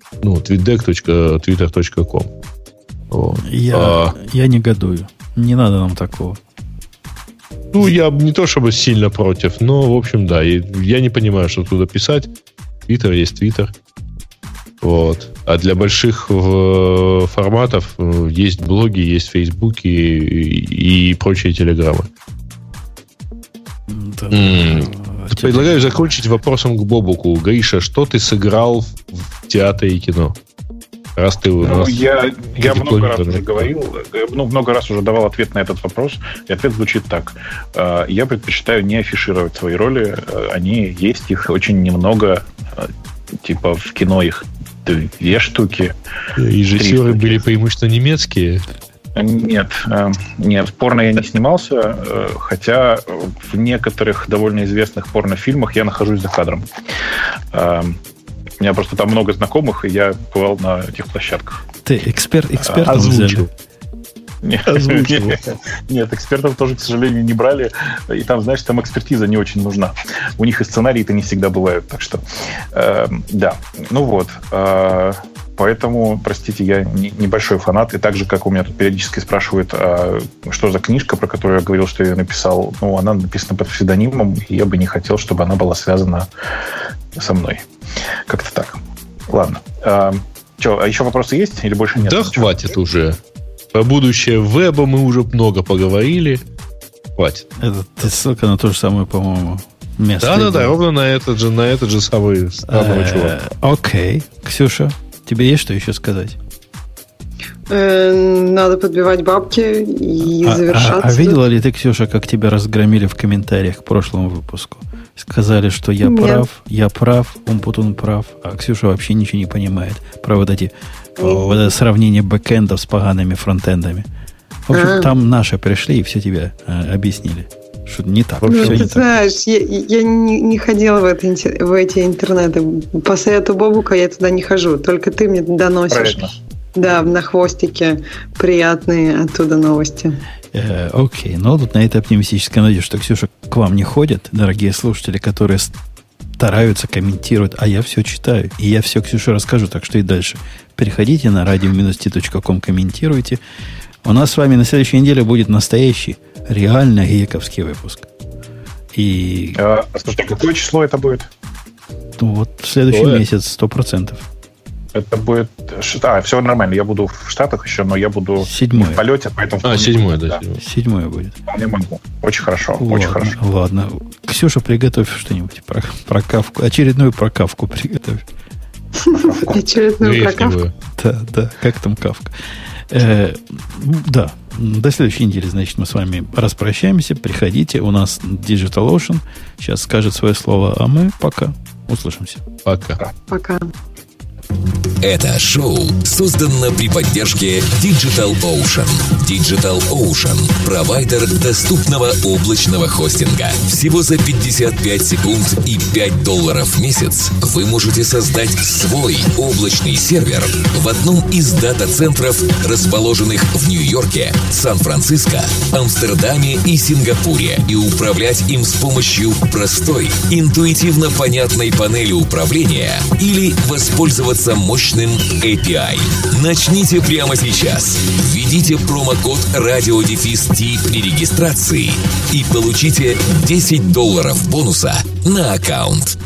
tweetdeck.twitter.com. Вот. Я негодую. Не надо нам такого. Я не то чтобы сильно против, но, в общем, да. Я не понимаю, что туда писать. Твиттер есть Твиттер. Вот. А для больших форматов есть блоги, есть фейсбуки и прочие телеграммы. Предлагаю закончить вопросом к Бобуку. Гриша, что ты сыграл в театре и кино? Раз ты у нас... Я много раз уже говорил, много раз уже давал ответ на этот вопрос, и ответ звучит так. Я предпочитаю не афишировать свои роли. Они есть, их очень немного. Типа в кино их 2 штуки. Режиссеры были преимущественно немецкие? Нет, в порно я не снимался, хотя в некоторых довольно известных порнофильмах я нахожусь за кадром. У меня просто там много знакомых, и я бывал на этих площадках. Ты экспертом взяли? Нет, экспертов тоже, к сожалению, не брали. И там, знаешь, там экспертиза не очень нужна. У них и сценарии-то не всегда бывают. Так что, да. Поэтому, простите, я небольшой фанат. И так же, как у меня тут периодически спрашивают, что за книжка, про которую я говорил, что я написал. Она написана под псевдонимом, и я бы не хотел, чтобы она была связана со мной. Как-то так. Ладно. А еще вопросы есть или больше нет? Да хватит уже. Про будущее веба мы уже много поговорили. Хватит. Это ссылка на то же самое, по-моему, место. Да, ровно на этот же самый странного чувака. Окей. Ксюша, тебе есть что еще сказать? Надо подбивать бабки и завершаться. А видела ли ты, Ксюша, как тебя разгромили в комментариях к прошлому выпуску? Сказали, что я прав, Умпутун прав, а Ксюша вообще ничего не понимает про вот это сравнение бэкэндов с погаными фронтендами. В общем, там наши пришли и все тебе объяснили, что не так. Все не знаешь, я не ходила в эти интернеты. По совету Бобука я туда не хожу, только ты мне доносишь. Правильно. Да, на хвостике приятные оттуда новости. Окей, но тут на этой оптимистической ноте, что Ксюша к вам не ходит, дорогие слушатели, которые стараются, комментируют, а я все читаю, и я все Ксюше расскажу, так что и дальше. Переходите на radio-t.com, комментируйте. У нас с вами на следующей неделе будет настоящий, реально гековский выпуск. И... Слушайте, какое число это будет? В следующий месяц 100%. Это будет... все нормально. Я буду в Штатах еще, но я буду 7-е. в полете, поэтому... 7-е, да. 7-е будет. Вполне могу. Очень хорошо, ладно, очень хорошо. Ладно. Ксюша, приготовь что-нибудь про Кавку. Очередную про Кавку приготовь. Очередную про Кавку. Да, как там Кавка. Да, до следующей недели, значит, мы с вами распрощаемся. Приходите, у нас DigitalOcean сейчас скажет свое слово, а мы пока услышимся. Пока. Это шоу создано при поддержке DigitalOcean. DigitalOcean – провайдер доступного облачного хостинга. Всего за 55 секунд и $5 в месяц вы можете создать свой облачный сервер в одном из дата-центров, расположенных в Нью-Йорке, Сан-Франциско, Амстердаме и Сингапуре, и управлять им с помощью простой, интуитивно понятной панели управления или воспользоваться мощным API. Начните прямо сейчас. Введите промокод RadioDefist при регистрации и получите $10 бонуса на аккаунт.